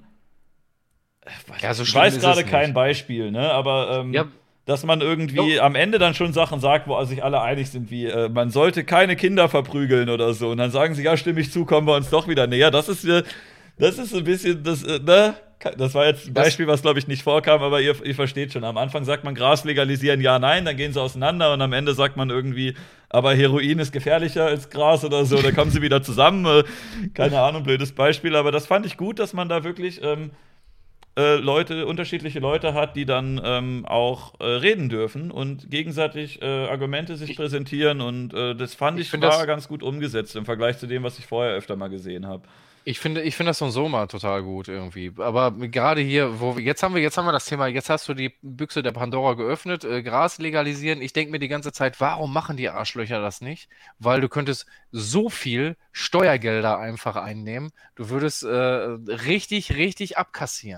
Ja, so ich schlimm weiß ist gerade es kein nicht. Beispiel, ne? Aber Ja, dass man irgendwie am Ende dann schon Sachen sagt, wo sich alle einig sind, wie man sollte keine Kinder verprügeln oder so. Und dann sagen sie, ja, stimme ich zu, kommen wir uns doch wieder näher. Das ist so ein bisschen, ne? Das war jetzt ein Beispiel, was, glaube ich, nicht vorkam, aber ihr versteht schon. Am Anfang sagt man Gras legalisieren, ja, nein, dann gehen sie auseinander und am Ende sagt man irgendwie, aber Heroin ist gefährlicher als Gras oder so, da kommen sie wieder zusammen. Keine Ahnung, blödes Beispiel, aber das fand ich gut, dass man da wirklich unterschiedliche Leute hat, die dann auch reden dürfen und gegenseitig Argumente sich präsentieren und das fand ich war ganz gut umgesetzt im Vergleich zu dem, was ich vorher öfter mal gesehen habe. Ich finde das so mal total gut irgendwie. Aber gerade hier, jetzt haben wir das Thema, jetzt hast du die Büchse der Pandora geöffnet, Gras legalisieren. Ich denke mir die ganze Zeit, warum machen die Arschlöcher das nicht? Weil du könntest so viel Steuergelder einfach einnehmen. Du würdest richtig, richtig abkassieren.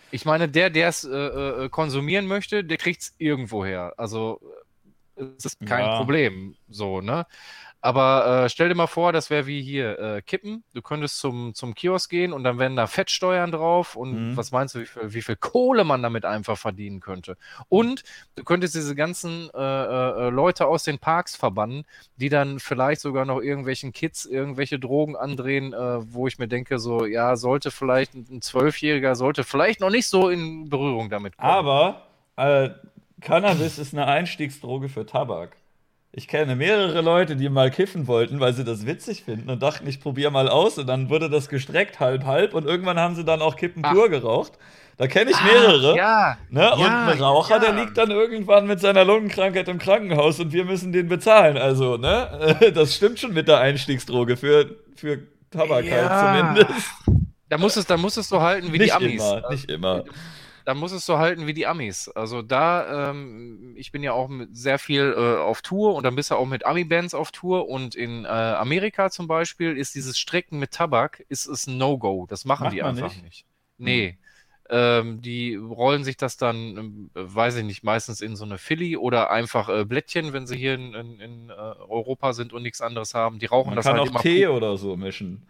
Ich meine, der es konsumieren möchte, der kriegt es irgendwo her. Also es ist kein Ja. Problem, so, ne? Aber stell dir mal vor, das wäre wie hier Kippen. Du könntest zum Kiosk gehen und dann wären da Fettsteuern drauf und Mhm. was meinst du, wie viel Kohle man damit einfach verdienen könnte? Und du könntest diese ganzen Leute aus den Parks verbannen, die dann vielleicht sogar noch irgendwelchen Kids irgendwelche Drogen andrehen, wo ich mir denke, so, ja, sollte vielleicht ein Zwölfjähriger, sollte vielleicht noch nicht so in Berührung damit kommen. Aber äh, Cannabis ist eine Einstiegsdroge für Tabak. Ich kenne mehrere Leute, die mal kiffen wollten, weil sie das witzig finden und dachten, ich probiere mal aus. Und dann wurde das gestreckt, halb, halb. Und irgendwann haben sie dann auch Kippen Ach, pur geraucht. Da kenne ich ach, mehrere. ja, Ne? Und ja, ein Raucher, der ja. liegt dann irgendwann mit seiner Lungenkrankheit im Krankenhaus und wir müssen den bezahlen. Also, ne? Das stimmt schon mit der Einstiegsdroge für Tabak halt Ja. zumindest. Da musst du es so halten wie die Nicht Amis. immer, nicht immer. Da muss es so halten wie die Amis. Also da, ich bin ja auch sehr viel auf Tour und dann bist du auch mit Ami-Bands auf Tour und in Amerika zum Beispiel ist dieses Strecken mit Tabak, ist es ein No-Go. Das machen Macht die man einfach nicht. nicht. Hm. Nee. Die rollen sich das dann, weiß ich nicht, meistens in so eine Philly oder einfach Blättchen, wenn sie hier in Europa sind und nichts anderes haben. Die rauchen Man das kann halt auch immer Tee pur. oder so mischen.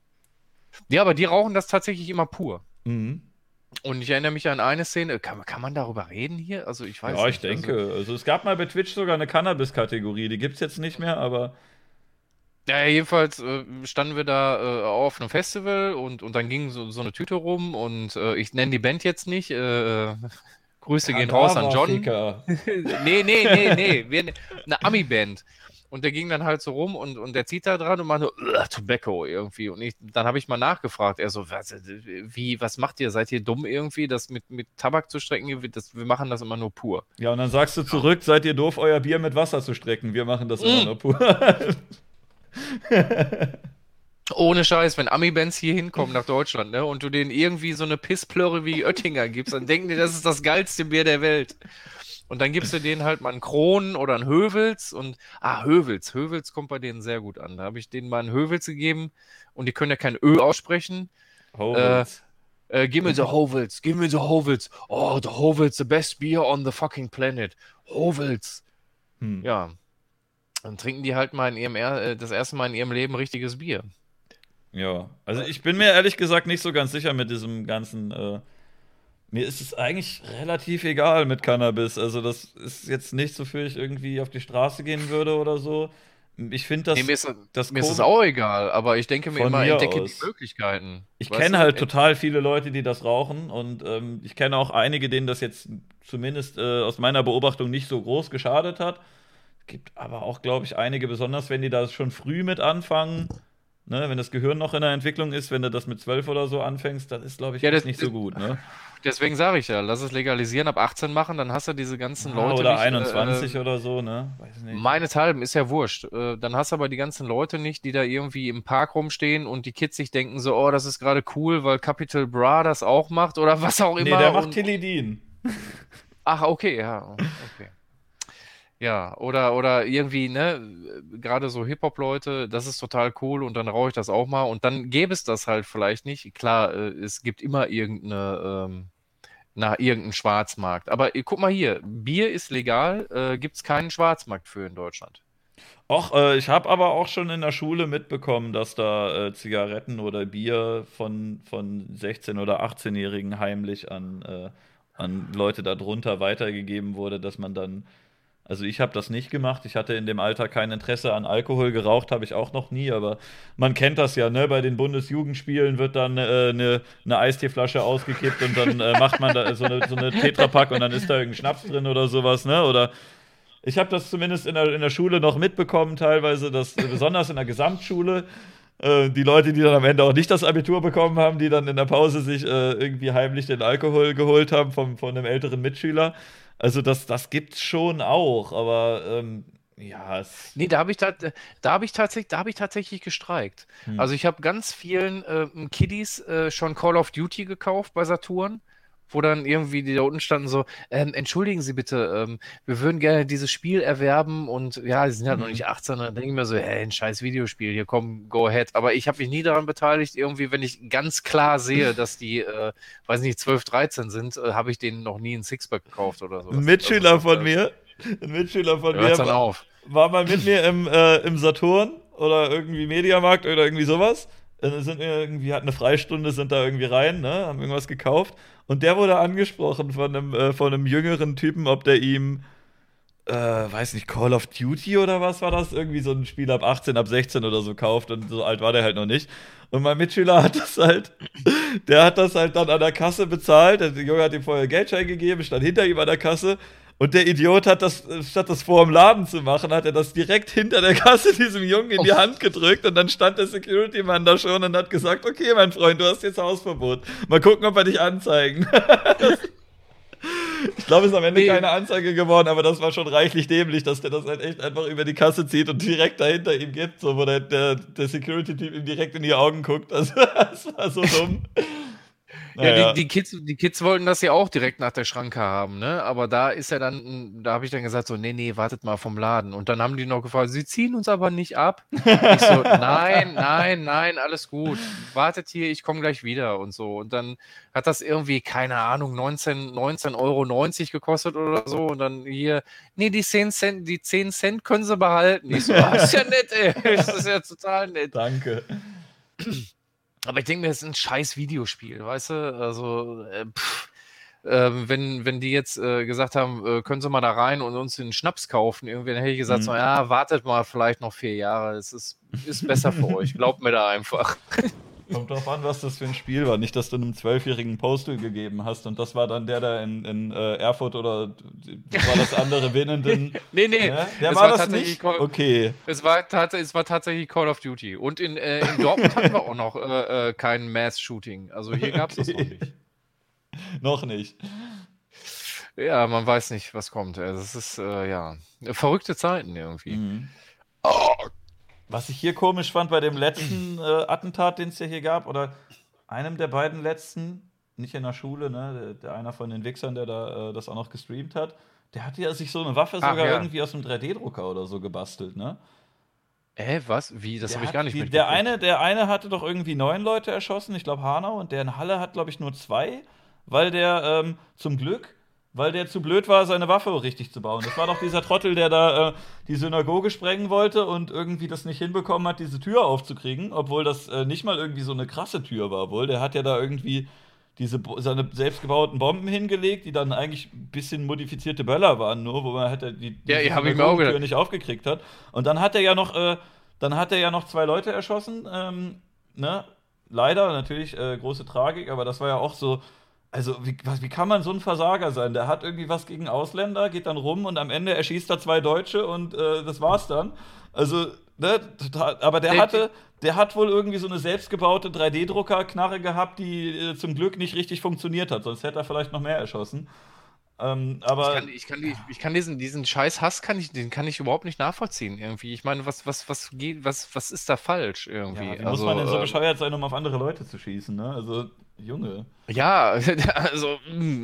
Ja, aber die rauchen das tatsächlich immer pur. Mhm. Und ich erinnere mich an eine Szene, kann man darüber reden hier? Also ich weiß Ja, ich nicht. Also, denke. Also es gab mal bei Twitch sogar eine Cannabis-Kategorie. Die gibt's jetzt nicht mehr, aber ja, jedenfalls standen wir da auf einem Festival und dann ging so eine Tüte rum und ich nenne die Band jetzt nicht. Grüße gehen raus an John. Kadaverficker. Nee, nee, nee, nee. Eine Ami-Band. Und der ging dann halt so rum und der zieht da dran und meinte, Tobacco irgendwie. Und dann habe ich mal nachgefragt. Er so, was macht ihr? Seid ihr dumm irgendwie, das mit Tabak zu strecken? Wir machen das immer nur pur. Ja, und dann sagst du Ja. zurück, seid ihr doof, euer Bier mit Wasser zu strecken. Wir machen das immer Mm. nur pur. Ohne Scheiß, wenn Ami-Bands hier hinkommen nach Deutschland, ne, und du denen irgendwie so eine Pissplörre wie Oettinger gibst, dann denken die, das ist das geilste Bier der Welt. Und dann gibst du denen halt mal einen Kronen oder einen Hövels und, Hövels kommt bei denen sehr gut an. Da habe ich denen mal einen Hövels gegeben und die können ja kein Ö aussprechen. Äh, Hovels. Give me the Hovels. Oh, the Hovels, the best beer on the fucking planet. Hovels. Hm. Ja, dann trinken die halt mal das erste Mal in ihrem Leben richtiges Bier. Ja, also ich bin mir ehrlich gesagt nicht so ganz sicher mit diesem ganzen. Mir ist es eigentlich relativ egal mit Cannabis. Also das ist jetzt nichts, wofür ich irgendwie auf die Straße gehen würde oder so. Ich finde Nee, das mir ist es komisch auch egal, aber ich denke mir von immer, mir entdecke die aus. Möglichkeiten. Ich Weißt kenne du? halt total viele Leute, die das rauchen und ich kenne auch einige, denen das jetzt zumindest aus meiner Beobachtung nicht so groß geschadet hat. Es gibt aber auch, glaube ich, einige, besonders wenn die da schon früh mit anfangen, ne, wenn das Gehirn noch in der Entwicklung ist, wenn du das mit 12 oder so anfängst, das ist, glaube ich, Ja, echt nicht so gut, ne? deswegen sage ich ja, lass es legalisieren, ab 18 machen, dann hast du diese ganzen Ah, Leute oder nicht. 21 oder so, ne? Weiß nicht. Meinethalben ist ja wurscht. Dann hast du aber die ganzen Leute nicht, die da irgendwie im Park rumstehen und die Kids sich denken so, oh, das ist gerade cool, weil Capital Bra das auch macht oder was auch Nee, der immer. macht Tilidin. Ach, okay, ja, okay. Ja, oder irgendwie, ne, gerade so Hip-Hop-Leute, das ist total cool und dann rauche ich das auch mal und dann gäbe es das halt vielleicht nicht. Klar, es gibt immer irgendeinen Schwarzmarkt. Aber guck mal hier, Bier ist legal, gibt es keinen Schwarzmarkt für in Deutschland. Och, ich habe aber auch schon in der Schule mitbekommen, dass da Zigaretten oder Bier von 16- oder 18-Jährigen heimlich an Leute darunter weitergegeben wurde, dass man dann. Also ich habe das nicht gemacht. Ich hatte in dem Alter kein Interesse an Alkohol. Geraucht habe ich auch noch nie, aber man kennt das ja, ne? Bei den Bundesjugendspielen wird dann eine Eistierflasche ausgekippt und dann macht man da so eine Tetrapack und dann ist da irgendein Schnaps drin oder sowas, ne? Oder ich habe das zumindest in der Schule noch mitbekommen, teilweise, dass besonders in der Gesamtschule die Leute, die dann am Ende auch nicht das Abitur bekommen haben, die dann in der Pause sich irgendwie heimlich den Alkohol geholt haben von einem älteren Mitschüler. Also das gibt's schon auch, aber ja, Nee, da habe ich tatsächlich gestreikt. hm. Also ich habe ganz vielen Kiddies schon Call of Duty gekauft bei Saturn wo dann irgendwie die da unten standen so, entschuldigen Sie bitte, wir würden gerne dieses Spiel erwerben und ja, sie sind halt noch nicht 18, dann denke ich mir so, hey, ein scheiß Videospiel, hier komm, go ahead. Aber ich habe mich nie daran beteiligt, irgendwie, wenn ich ganz klar sehe, dass die, weiß nicht, 12, 13 sind, habe ich denen noch nie ein Sixpack gekauft oder so. Ein Mitschüler von mir Hört's dann auf. war mal mit mir im Saturn oder irgendwie Mediamarkt oder irgendwie sowas. Sind wir irgendwie, hatten eine Freistunde, sind da irgendwie rein, ne, haben irgendwas gekauft. Und der wurde angesprochen von einem jüngeren Typen, ob der ihm, weiß nicht, Call of Duty oder was war das? Irgendwie so ein Spiel ab 18, ab 16 oder so kauft. Und so alt war der halt noch nicht. Und mein Mitschüler der hat das halt dann an der Kasse bezahlt. Der Junge hat ihm vorher Geldschein gegeben, stand hinter ihm an der Kasse. Und der Idiot hat das, statt das vor dem Laden zu machen, hat er das direkt hinter der Kasse diesem Jungen in die Hand gedrückt. Und dann stand der Security-Mann da schon und hat gesagt, okay, mein Freund, du hast jetzt Hausverbot. Mal gucken, ob wir dich anzeigen. Ich glaube, es ist am Ende keine Anzeige geworden, aber das war schon reichlich dämlich, dass der das halt echt einfach über die Kasse zieht und direkt dahinter ihm gibt, so, wo der Security-Typ ihm direkt in die Augen guckt. Also, das war so dumm. Ja, die Kids wollten das ja auch direkt nach der Schranke haben, ne? Aber da ist ja dann, da habe ich dann gesagt, so, nee, wartet mal vom Laden. Und dann haben die noch gefragt, sie ziehen uns aber nicht ab. Ich so, nein, alles gut. Wartet hier, ich komme gleich wieder und so. Und dann hat das irgendwie, keine Ahnung, 19,90 € gekostet oder so. Und dann hier, nee, die 10 Cent können sie behalten. Ich so, ist ja nett, ey. Das ist ja total nett. Danke. Aber ich denke mir, das ist ein scheiß Videospiel, weißt du? Also, wenn die jetzt gesagt haben, können Sie mal da rein und uns den Schnaps kaufen, irgendwie, dann hätte ich gesagt, so, ja, wartet mal vielleicht noch 4 Jahre. Es ist besser für euch. Glaubt mir da einfach. Kommt drauf an, was das für ein Spiel war. Nicht, dass du einem 12-jährigen Postal gegeben hast und das war dann der da in Erfurt oder war das andere Winnenden. Nee. Ja? Der war das nicht? Okay. Es war tatsächlich Call of Duty. Und in Dortmund hatten wir auch noch kein Mass-Shooting. Also hier gab es das noch nicht. Noch nicht. Ja, man weiß nicht, was kommt. Also es ist, verrückte Zeiten irgendwie. Was ich hier komisch fand bei dem letzten Attentat, den es ja hier gab, oder einem der beiden letzten, nicht in der Schule, ne, der einer von den Wichsern, der da das auch noch gestreamt hat, der hat ja sich so eine Waffe irgendwie aus einem 3D-Drucker oder so gebastelt, ne? Was? Wie? Das habe ich gar nicht mitbekommen. Der eine hatte doch irgendwie 9 Leute erschossen, ich glaube Hanau, und der in Halle hat, glaube ich, nur 2, weil der weil der zu blöd war, seine Waffe richtig zu bauen. Das war doch dieser Trottel, der da die Synagoge sprengen wollte und irgendwie das nicht hinbekommen hat, diese Tür aufzukriegen, obwohl das nicht mal irgendwie so eine krasse Tür war wohl. Der hat ja da irgendwie seine selbstgebauten Bomben hingelegt, die dann eigentlich ein bisschen modifizierte Böller waren, nur wo man halt die Tür nicht aufgekriegt hat. Und dann hat er ja noch 2 Leute erschossen, ne? Leider, natürlich große Tragik, aber das war ja auch so. Also, wie kann man so ein Versager sein? Der hat irgendwie was gegen Ausländer, geht dann rum und am Ende erschießt er 2 Deutsche und das war's dann. Also, ne, aber der hat wohl irgendwie so eine selbstgebaute 3D-Drucker-Knarre gehabt, die zum Glück nicht richtig funktioniert hat, sonst hätte er vielleicht noch mehr erschossen. Aber ich kann diesen scheiß Hass den kann ich überhaupt nicht nachvollziehen irgendwie. Ich meine, was ist da falsch irgendwie? Ja, wie muss man denn so bescheuert sein, um auf andere Leute zu schießen, ne? Also, Junge. Ja, also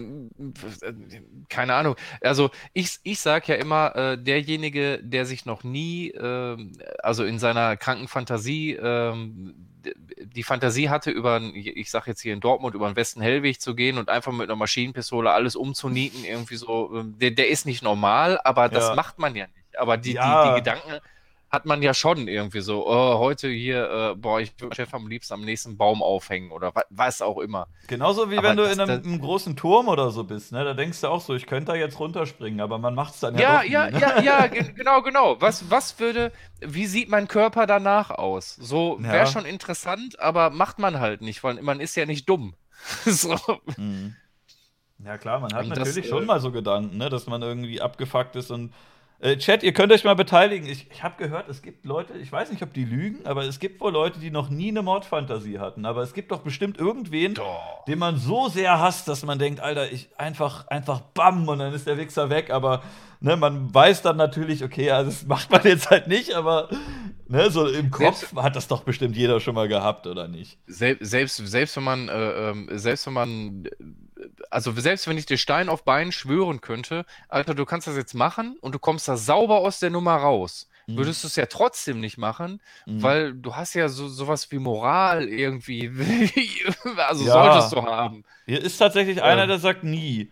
keine Ahnung. Also ich sag ja immer, derjenige, der sich noch nie, also in seiner kranken Fantasie, die Fantasie hatte, ich sag jetzt hier in Dortmund, über den Westen-Hellweg zu gehen und einfach mit einer Maschinenpistole alles umzunieten, irgendwie so, der ist nicht normal, aber das macht man ja nicht. Aber die Gedanken hat man ja schon irgendwie so, heute hier, ich würde Chef am liebsten am nächsten Baum aufhängen oder was auch immer. Genauso wie wenn du in einem großen Turm oder so bist, ne? Da denkst du auch so, ich könnte da jetzt runterspringen, aber man macht's dann ja doch nie, ne? Genau. Wie sieht mein Körper danach aus? So, wäre schon interessant, aber macht man halt nicht, weil man ist ja nicht dumm. So. Mhm. Ja klar, man hat natürlich schon mal so Gedanken, ne? Dass man irgendwie abgefuckt ist und Chat, ihr könnt euch mal beteiligen. Ich habe gehört, es gibt Leute, ich weiß nicht, ob die lügen, aber es gibt wohl Leute, die noch nie eine Mordfantasie hatten. Aber es gibt doch bestimmt irgendwen, den man so sehr hasst, dass man denkt, Alter, ich einfach bam und dann ist der Wichser weg. Aber ne, man weiß dann natürlich, okay, also das macht man jetzt halt nicht, aber ne, so im Kopf hat das doch bestimmt jeder schon mal gehabt, oder nicht? Selbst wenn man also selbst wenn ich dir Stein auf Bein schwören könnte, Alter, du kannst das jetzt machen und du kommst da sauber aus der Nummer raus, würdest du es ja trotzdem nicht machen, weil du hast ja sowas wie Moral irgendwie, also Ja. solltest du haben. Hier ist tatsächlich einer, der sagt nie.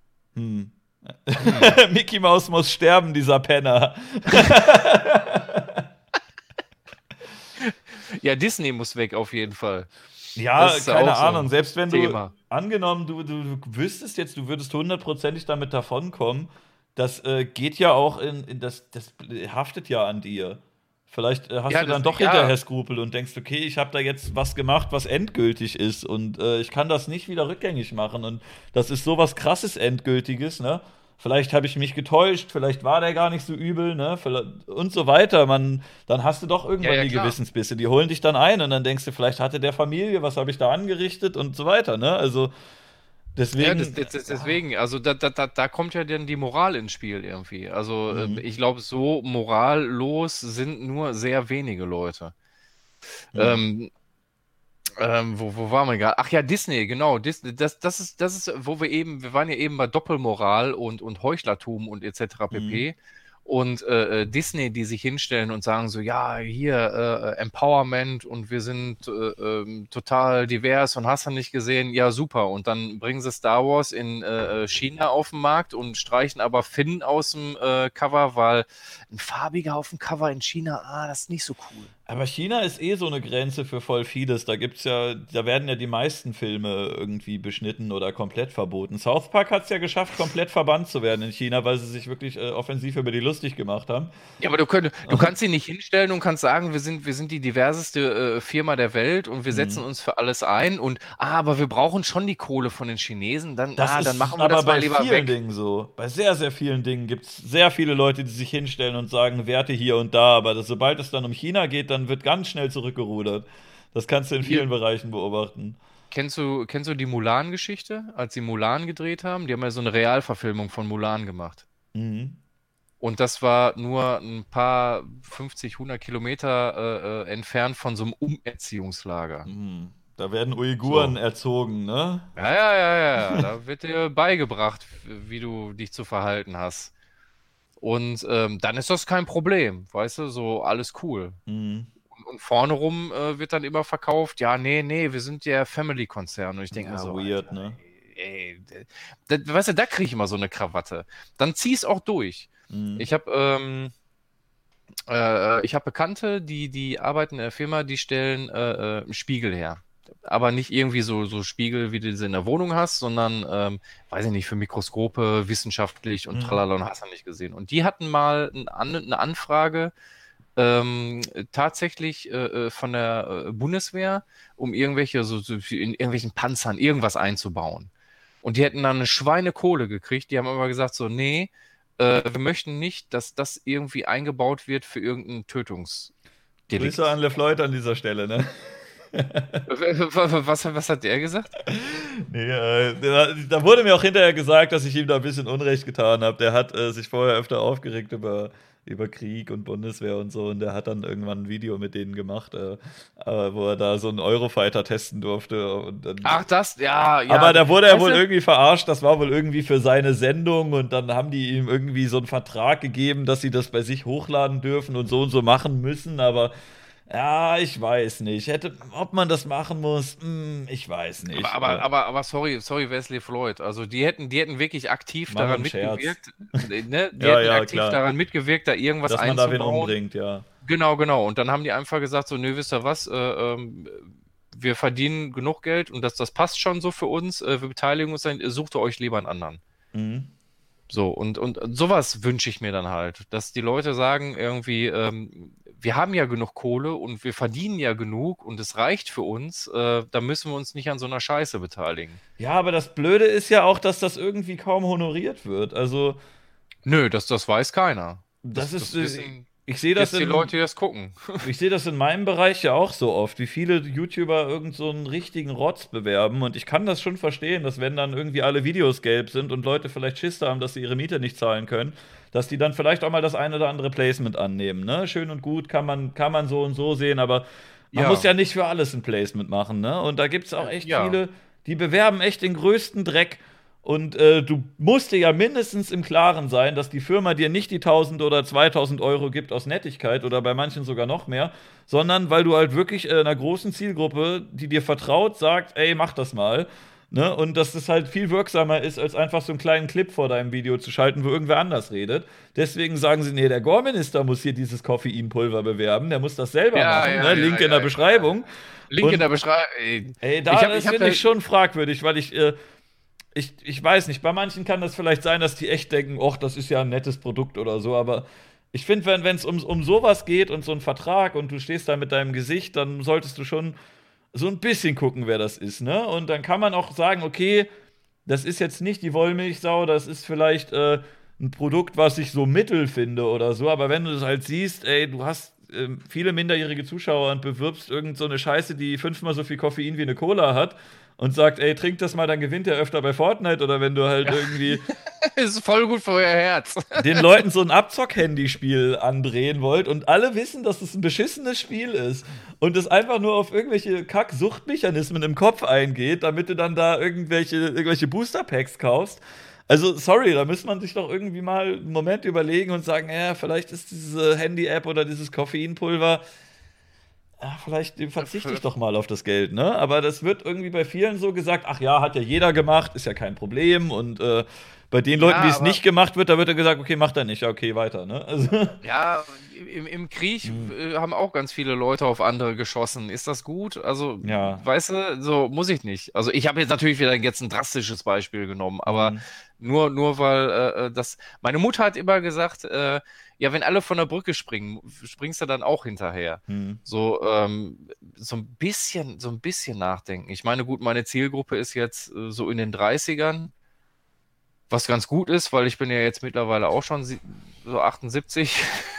Mickey Mouse muss sterben, dieser Penner. Ja, Disney muss weg auf jeden Fall. Ja, Das ist keine auch so ein Ahnung. Selbst wenn Thema. angenommen, du wüsstest jetzt, du würdest hundertprozentig damit davonkommen, das geht ja auch das haftet ja an dir. Vielleicht hast Ja, du dann doch hinterher Skrupel und denkst, okay, ich habe da jetzt was gemacht, was endgültig ist und ich kann das nicht wieder rückgängig machen und das ist sowas krasses Endgültiges, ne? Vielleicht habe ich mich getäuscht, vielleicht war der gar nicht so übel, ne? Und so weiter. Dann hast du doch irgendwann die klar. Gewissensbisse, die holen dich dann ein und dann denkst du, vielleicht hatte der Familie, was habe ich da angerichtet und so weiter, ne? Also deswegen. Deswegen, also da kommt ja dann die Moral ins Spiel irgendwie. Also Mhm. ich glaube, so morallos sind nur sehr wenige Leute. Mhm. Ähm, wo waren wir gerade? Ach ja, Disney, genau. Disney, das ist, wir waren ja eben bei Doppelmoral und Heuchlertum und etc. Mhm. pp. Und Disney, die sich hinstellen und sagen so, ja, hier, Empowerment und wir sind total divers und hast du nicht gesehen, ja, super. Und dann bringen sie Star Wars in China auf den Markt und streichen aber Finn aus dem Cover, weil ein farbiger auf dem Cover in China, das ist nicht so cool. Aber China ist eh so eine Grenze für voll vieles. Da werden ja die meisten Filme irgendwie beschnitten oder komplett verboten. South Park hat es ja geschafft, komplett verbannt zu werden in China, weil sie sich wirklich offensiv über die lustig gemacht haben. Ja, aber du kannst sie nicht hinstellen und kannst sagen, wir sind die diverseste Firma der Welt und wir setzen Mhm. uns für alles ein und aber wir brauchen schon die Kohle von den Chinesen, dann Das dann ist machen wir aber das mal bei lieber vielen weg. Dingen so. Bei sehr, sehr vielen Dingen gibt es sehr viele Leute, die sich hinstellen und sagen, Werte hier und da. Aber sobald es dann um China geht, dann wird ganz schnell zurückgerudert. Das kannst du in Hier, vielen Bereichen beobachten. kennst du die Mulan-Geschichte, als sie Mulan gedreht haben? Die haben ja so eine Realverfilmung von Mulan gemacht. Mhm. Und das war nur ein paar 50, 100 Kilometer entfernt von so einem Umerziehungslager. Mhm. Da werden Uiguren So. erzogen, ne? Ja. Da wird dir beigebracht, wie du dich zu verhalten hast. Und dann ist das kein Problem, weißt du, so alles cool. Mhm. Und vorne rum wird dann immer verkauft, ja, nee, wir sind der Family-Konzern. Und ich denke mir Ja, so, weird, Alter, ne? weißt du, da kriege ich immer so eine Krawatte. Dann zieh es auch durch. Mhm. Ich habe ich hab Bekannte, die arbeiten in der Firma, die stellen Spiegel her. Aber nicht irgendwie so Spiegel, wie du sie in der Wohnung hast, sondern, weiß ich nicht, für Mikroskope, wissenschaftlich und Mhm. tralala und hast du nicht gesehen. Und die hatten mal eine Anfrage tatsächlich von der Bundeswehr, um irgendwelche, in irgendwelchen Panzern irgendwas einzubauen. Und die hätten dann eine Schweinekohle gekriegt. Die haben aber gesagt, so, nee, wir möchten nicht, dass das irgendwie eingebaut wird für irgendein Grüße an Tötungsdelikt. LeFloid an dieser Stelle, ne? Was hat der gesagt? Nee, da wurde mir auch hinterher gesagt, dass ich ihm da ein bisschen Unrecht getan habe. Der hat sich vorher öfter aufgeregt über Krieg und Bundeswehr und so. Und der hat dann irgendwann ein Video mit denen gemacht, wo er da so einen Eurofighter testen durfte. Und dann, Ach, das, ja, aber da wurde er weißt wohl du, irgendwie verarscht. Das war wohl irgendwie für seine Sendung. Und dann haben die ihm irgendwie so einen Vertrag gegeben, dass sie das bei sich hochladen dürfen und so machen müssen. Aber ja, ich weiß nicht. Ob man das machen muss, ich weiß nicht. aber sorry, Wesley Floyd. Also die hätten wirklich aktiv Machen wir daran einen Scherz. mitgewirkt, ne? Die Ja, hätten ja, aktiv klar. daran mitgewirkt, da irgendwas Dass man da wen einzubauen. umbringt, ja. Genau. Und dann haben die einfach gesagt, so, nö, wisst ihr was, wir verdienen genug Geld und das passt schon so für uns, wir beteiligen uns, dann sucht ihr euch lieber einen anderen. Mhm. So, und sowas wünsche ich mir dann halt, dass die Leute sagen, irgendwie, wir haben ja genug Kohle und wir verdienen ja genug und es reicht für uns, da müssen wir uns nicht an so einer Scheiße beteiligen. Ja, aber das Blöde ist ja auch, dass das irgendwie kaum honoriert wird. Also, Nö, das weiß keiner. das ist, Das wissen ich sehe das jetzt die Leute, die das gucken. ich sehe das in meinem Bereich ja auch so oft, wie viele YouTuber irgend so einen richtigen Rotz bewerben. Und ich kann das schon verstehen, dass wenn dann irgendwie alle Videos gelb sind und Leute vielleicht Schiss haben, dass sie ihre Miete nicht zahlen können, dass die dann vielleicht auch mal das ein oder andere Placement annehmen. Ne? Schön und gut, kann man so und so sehen, aber man muss Ja, ja nicht für alles ein Placement machen. Ne? Und da gibt es auch echt ja. viele, die bewerben echt den größten Dreck. Und du musst dir ja mindestens im Klaren sein, dass die Firma dir nicht die 1.000 oder 2.000 Euro gibt aus Nettigkeit oder bei manchen sogar noch mehr, sondern weil du halt wirklich einer großen Zielgruppe, die dir vertraut, sagt, ey, mach das mal. Ne? Und dass es halt viel wirksamer ist, als einfach so einen kleinen Clip vor deinem Video zu schalten, wo irgendwer anders redet. Deswegen sagen sie, nee, der Gore-Minister muss hier dieses Koffeinpulver bewerben, der muss das selber machen, ne? Link in der Beschreibung. Link in der Beschreibung. Ey, das finde ich schon fragwürdig, weil ich weiß nicht, bei manchen kann das vielleicht sein, dass die echt denken, och, das ist ja ein nettes Produkt oder so, aber ich finde, wenn es um sowas geht und so einen Vertrag und du stehst da mit deinem Gesicht, dann solltest du schon so ein bisschen gucken, wer das ist, ne? Und dann kann man auch sagen, okay, das ist jetzt nicht die Wollmilchsau, das ist vielleicht ein Produkt, was ich so mittel finde oder so, aber wenn du das halt siehst, ey, du hast viele minderjährige Zuschauer und bewirbst irgend so eine Scheiße, die 5-mal so viel Koffein wie eine Cola hat und sagt, ey, trink das mal, dann gewinnt er öfter bei Fortnite oder wenn du halt irgendwie ist voll gut für euer Herz. den Leuten so ein Abzock-Handyspiel andrehen wollt und alle wissen, dass es ein beschissenes Spiel ist und es einfach nur auf irgendwelche Kack-Suchtmechanismen im Kopf eingeht, damit du dann da irgendwelche Booster-Packs kaufst. Also, sorry, da müsste man sich doch irgendwie mal einen Moment überlegen und sagen, ja, vielleicht ist diese Handy-App oder dieses Koffeinpulver, ja, vielleicht verzichte ich doch mal auf das Geld, ne? Aber das wird irgendwie bei vielen so gesagt, ach ja, hat ja jeder gemacht, ist ja kein Problem. Und bei den Leuten, die es nicht gemacht wird, da wird er gesagt, okay, macht er nicht, ja, okay, weiter, ne? Also. Ja, im Krieg haben auch ganz viele Leute auf andere geschossen. Ist das gut? Also, weißt du, so muss ich nicht. Also, ich habe jetzt natürlich wieder jetzt ein drastisches Beispiel genommen, aber nur weil das. Meine Mutter hat immer gesagt, ja, wenn alle von der Brücke springen, springst du dann auch hinterher. So ein bisschen nachdenken. Ich meine, gut, meine Zielgruppe ist jetzt so in den 30ern. Was ganz gut ist, weil ich bin ja jetzt mittlerweile auch schon so 78.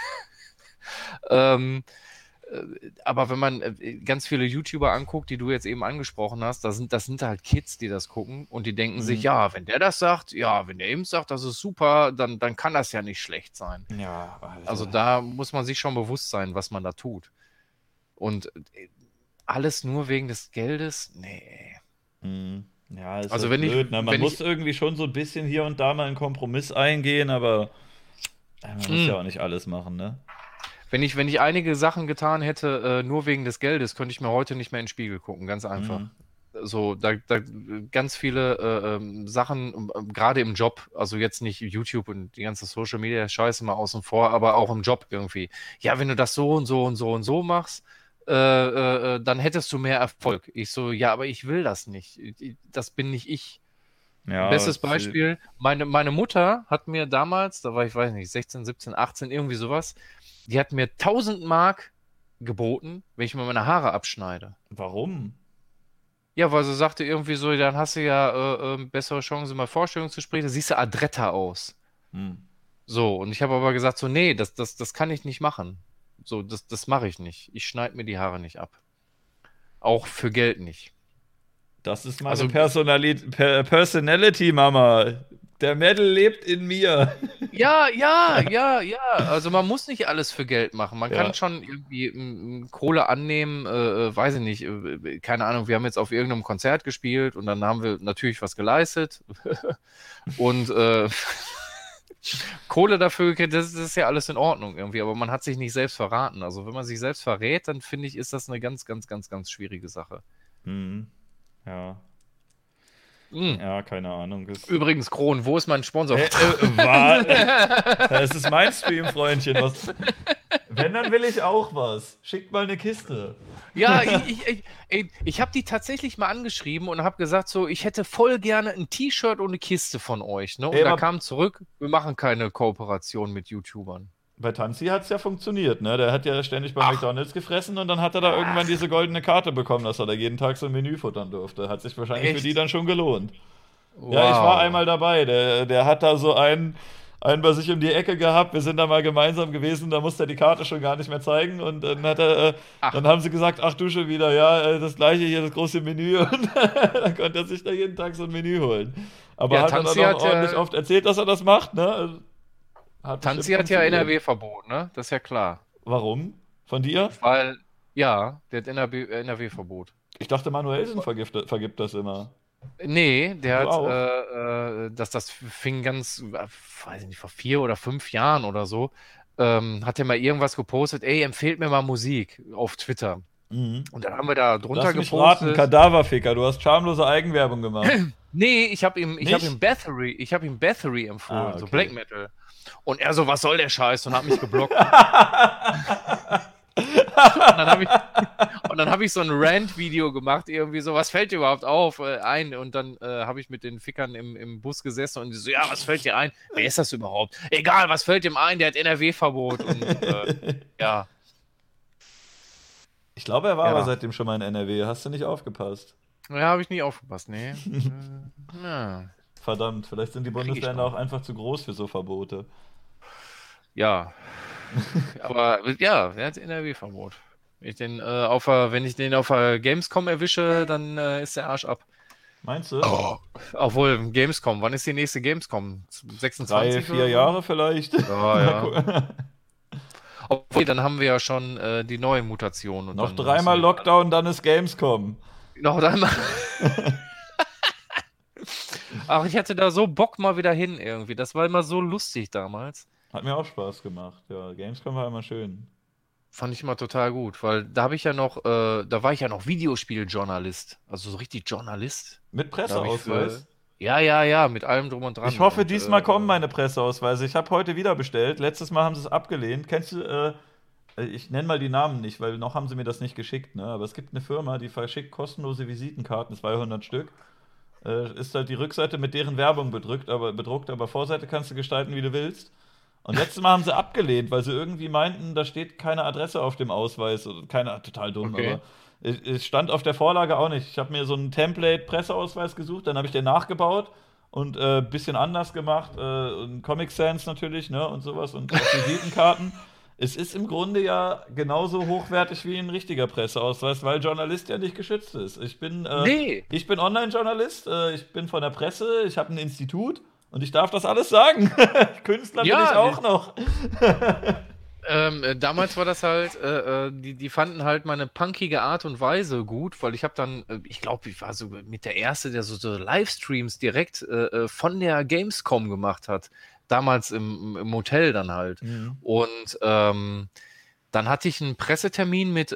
Aber wenn man ganz viele YouTuber anguckt, die du jetzt eben angesprochen hast, das sind halt Kids, die das gucken und die denken sich, ja, wenn der das sagt, ja, wenn der eben sagt, das ist super, dann kann das ja nicht schlecht sein. Ja, also da muss man sich schon bewusst sein, was man da tut. Und alles nur wegen des Geldes? Nee. Ja, ist also halt blöd, ne? Man muss irgendwie schon so ein bisschen hier und da mal einen Kompromiss eingehen, aber man muss ja auch nicht alles machen, ne? Wenn ich einige Sachen getan hätte, nur wegen des Geldes, könnte ich mir heute nicht mehr in den Spiegel gucken, ganz einfach. So, da ganz viele Sachen, gerade im Job, also jetzt nicht YouTube und die ganze Social Media Scheiße mal außen vor, aber auch im Job irgendwie. Ja, wenn du das so und so und so und so machst, dann hättest du mehr Erfolg. Ich so, ja, aber ich will das nicht. Das bin nicht ich. Ja, Bestes Beispiel, meine Mutter hat mir damals, da war ich, weiß nicht, 16, 17, 18, irgendwie sowas, die hat mir 1.000 Mark geboten, wenn ich mir meine Haare abschneide. Warum? Ja, weil sie sagte irgendwie so, dann hast du ja bessere Chancen bei Vorstellungsgesprächen, da siehst du adretter aus. So, und ich habe aber gesagt so, nee, das kann ich nicht machen. So, das mache ich nicht. Ich schneide mir die Haare nicht ab. Auch für Geld nicht. Das ist meine Personality, Mama. Der Mädel lebt in mir. Ja. Also man muss nicht alles für Geld machen. Man kann schon irgendwie Kohle annehmen, weiß ich nicht, keine Ahnung, wir haben jetzt auf irgendeinem Konzert gespielt und dann haben wir natürlich was geleistet. Und Kohle dafür gekriegt, das ist ja alles in Ordnung irgendwie, aber man hat sich nicht selbst verraten. Also wenn man sich selbst verrät, dann finde ich, ist das eine ganz, ganz, ganz, ganz schwierige Sache. Ja. Ja, keine Ahnung. Übrigens, Kron, wo ist mein Sponsor? Das ist mein Stream, Freundchen. Wenn, dann will ich auch was. Schickt mal eine Kiste. Ja, ich habe die tatsächlich mal angeschrieben und habe gesagt, so, ich hätte voll gerne ein T-Shirt und eine Kiste von euch. Ne? Und da kam zurück, wir machen keine Kooperation mit YouTubern. Bei Tanzi hat es ja funktioniert, ne? Der hat ja ständig bei McDonalds gefressen und dann hat er da irgendwann diese goldene Karte bekommen, dass er da jeden Tag so ein Menü futtern durfte. Hat sich wahrscheinlich für die dann schon gelohnt. Wow. Ja, ich war einmal dabei. Der hat da so einen bei sich um die Ecke gehabt. Wir sind da mal gemeinsam gewesen, da musste er die Karte schon gar nicht mehr zeigen. Und dann dann haben sie gesagt, ach du schon wieder, ja, das gleiche hier, das große Menü. Und dann konnte er sich da jeden Tag so ein Menü holen. Aber hat er dann auch ordentlich oft erzählt, dass er das macht, ne? Tanzi hat ja NRW-Verbot, ne? Das ist ja klar. Warum? Von dir? Weil, ja, der hat NRW-Verbot. Ich dachte, Manuelsen vergibt das immer. Nee, der Du hat, auch? das fing ganz, weiß ich nicht, vor 4 oder 5 Jahren oder so, hat er mal irgendwas gepostet, ey, empfehlt mir mal Musik auf Twitter. Mhm. Und dann haben wir da Lass drunter mich raten, gepostet. Kadaverficker, du hast schamlose Eigenwerbung gemacht. Nee, ich Nicht? Ich habe ihm Bathory Ah, empfohlen, so Black okay. Metal. Und er so, was soll der Scheiß? Und hat mich geblockt. Und dann habe ich, und dann habe ich so ein Rant-Video gemacht, irgendwie so, was fällt dir überhaupt auf ein? Und dann habe ich mit den Fickern im Bus gesessen und die so, ja, was fällt dir ein? Wer ist das überhaupt? Egal, was fällt ihm ein? Der hat NRW-Verbot und ja, Ich glaube, er war aber ja. seitdem schon mal in NRW. Hast du nicht aufgepasst? Ja, habe ich nicht aufgepasst, nee. Ja, Verdammt, vielleicht sind die kriege ich Bundesländer noch. auch einfach zu groß für so Verbote. Ja, aber ja, er hat NRW-Verbot. Wenn ich den auf der Gamescom erwische, dann ist der Arsch ab. Meinst du? Oh. Obwohl, Gamescom, wann ist die nächste Gamescom? 3, 26 4 oder so? Jahre vielleicht? Ja, Mal ja. gucken. Obwohl, dann haben wir ja schon die neue Mutation und Noch dann müssen dreimal wir Lockdown, dann ist Gamescom. noch einmal. Ach, ich hatte da so Bock mal wieder hin irgendwie. Das war immer so lustig damals. Hat mir auch Spaß gemacht. Ja, Gamescom war immer schön. Fand ich immer total gut, weil da habe ich ja noch, da war ich ja noch Videospieljournalist. Also so richtig Journalist. Mit Da habe ich für. Presseausweis? Ja, ja, ja, mit allem drum und Ich dran. hoffe, Und diesmal kommen meine Presseausweise. Ich habe heute wieder bestellt. Letztes Mal haben sie es abgelehnt. Kennst du, ich nenne mal die Namen nicht, weil noch haben sie mir das nicht geschickt, ne? Aber es gibt eine Firma, die verschickt kostenlose Visitenkarten, 200 Stück. Ist halt die Rückseite mit deren Werbung bedruckt, aber Vorseite kannst du gestalten, wie du willst. Und letztes Mal haben sie abgelehnt, weil sie irgendwie meinten, da steht keine Adresse auf dem Ausweis. Keine, total dumm, okay. aber es stand auf der Vorlage auch nicht. Ich habe mir so einen Template-Presseausweis gesucht, dann habe ich den nachgebaut und ein bisschen anders gemacht. Und Comic Sans natürlich, ne, und sowas und auch Visitenkarten. Es ist im Grunde ja genauso hochwertig wie ein richtiger Presseausweis, weil Journalist ja nicht geschützt ist. Nee. Ich bin Online-Journalist, ich bin von der Presse, ich habe ein Institut und ich darf das alles sagen. Künstler bin ich Ja, auch noch. damals war das halt, die fanden halt meine punkige Art und Weise gut, weil ich habe dann, ich glaube, ich war so mit der Erste, der so Livestreams direkt von der Gamescom gemacht hat. Damals im Hotel dann halt. Mhm. Und dann hatte ich einen Pressetermin mit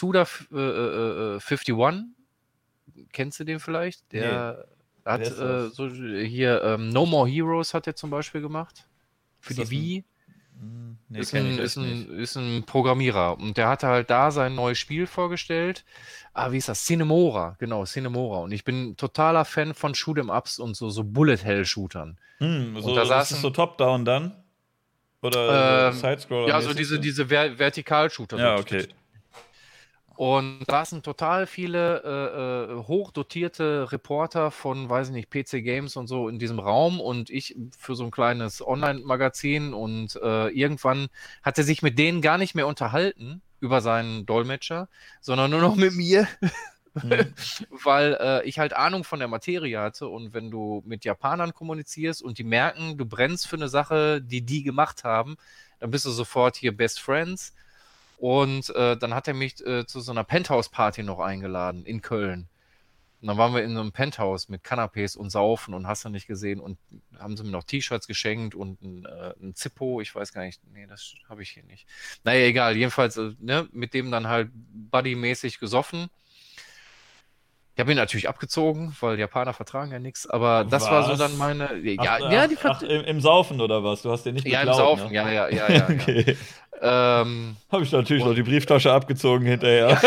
Suda51. Kennst du den vielleicht? Nee, Der wer hat ist das? so hier No More Heroes hat er zum Beispiel gemacht. Für Ist die das ein. Wii. Nee, kenne ich echt nicht. Ist ein Programmierer und der hatte halt da sein neues Spiel vorgestellt. Ah, wie ist das? Cinemora, genau, Cinemora. Und ich bin totaler Fan von Shoot'em Ups und so Bullet-Hell-Shootern. Und da Das ist so saßen, Top-Down dann? Oder so ähm, ja, so Sidescroller-mäßig? So? diese Vertikalshooter. So. Ja, okay. Und da saßen total viele hochdotierte Reporter von, weiß ich nicht, PC Games und so in diesem Raum und ich für so ein kleines Online-Magazin und irgendwann hat er sich mit denen gar nicht mehr unterhalten über seinen Dolmetscher, sondern nur noch mit mir, Mhm. weil ich halt Ahnung von der Materie hatte und wenn du mit Japanern kommunizierst und die merken, du brennst für eine Sache, die die gemacht haben, dann bist du sofort hier Best Friends. Und dann hat er mich zu so einer Penthouse-Party noch eingeladen in Köln. Und dann waren wir in so einem Penthouse mit Canapés und Saufen und hast du nicht gesehen. Und haben sie mir noch T-Shirts geschenkt und ein Zippo, ich weiß gar nicht, nee, das habe ich hier nicht. Naja, egal, jedenfalls ne, mit dem dann halt buddymäßig gesoffen. Ich habe ihn natürlich abgezogen, weil Japaner vertragen ja nichts, aber das war so dann Was? meine, Ach, ja, ja, ach, ach im Saufen oder was? Du hast den nicht ja, im beklaut, Saufen, ne? ja, ja, ja, ja, ja. Okay. Habe ich natürlich noch Und die Brieftasche abgezogen hinterher.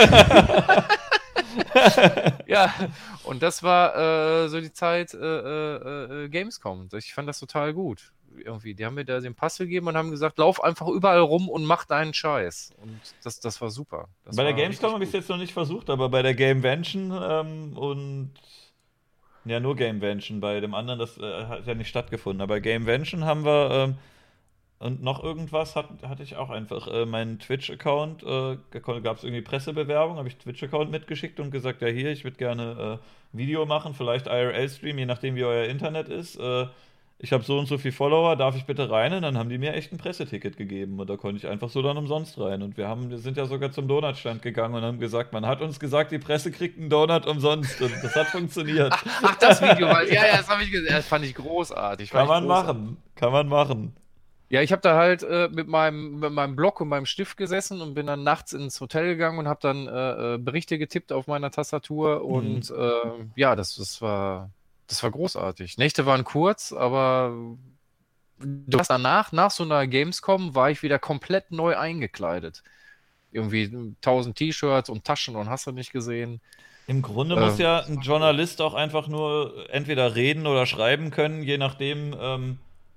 ja, und das war so die Zeit Gamescom. Ich fand das total gut. Irgendwie, die haben mir da den Pass gegeben und haben gesagt, lauf einfach überall rum und mach deinen Scheiß. Und das war super. Das Bei der war Gamescom richtig habe ich es gut. jetzt noch nicht versucht, aber bei der Gamevention und ja, nur Gamevention. Bei dem anderen, das hat ja nicht stattgefunden. Aber Gamevention haben wir und noch irgendwas hatte ich auch einfach meinen Twitch-Account, gab es irgendwie Pressebewerbung, habe ich Twitch-Account mitgeschickt und gesagt, ja hier, ich würde gerne Video machen, vielleicht IRL-Stream, je nachdem wie euer Internet ist. ich habe so und so viel Follower, darf ich bitte rein? Und dann haben die mir echt ein Presseticket gegeben und da konnte ich einfach so dann umsonst rein. Und wir sind ja sogar zum Donutstand gegangen und haben gesagt, man hat uns gesagt, die Presse kriegt einen Donut umsonst und das hat funktioniert. Ach, das Video, ja, das habe ich gesehen, das fand ich großartig. Kann man machen. Ja, ich habe da halt mit meinem Block und meinem Stift gesessen und bin dann nachts ins Hotel gegangen und habe dann Berichte getippt auf meiner Tastatur und ja, das war großartig. Nächte waren kurz, aber du hast danach, nach so einer Gamescom, war ich wieder komplett neu eingekleidet. Irgendwie 1000 T-Shirts und Taschen und hast du nicht gesehen. Im Grunde muss ja ein Journalist auch einfach nur entweder reden oder schreiben können, je nachdem,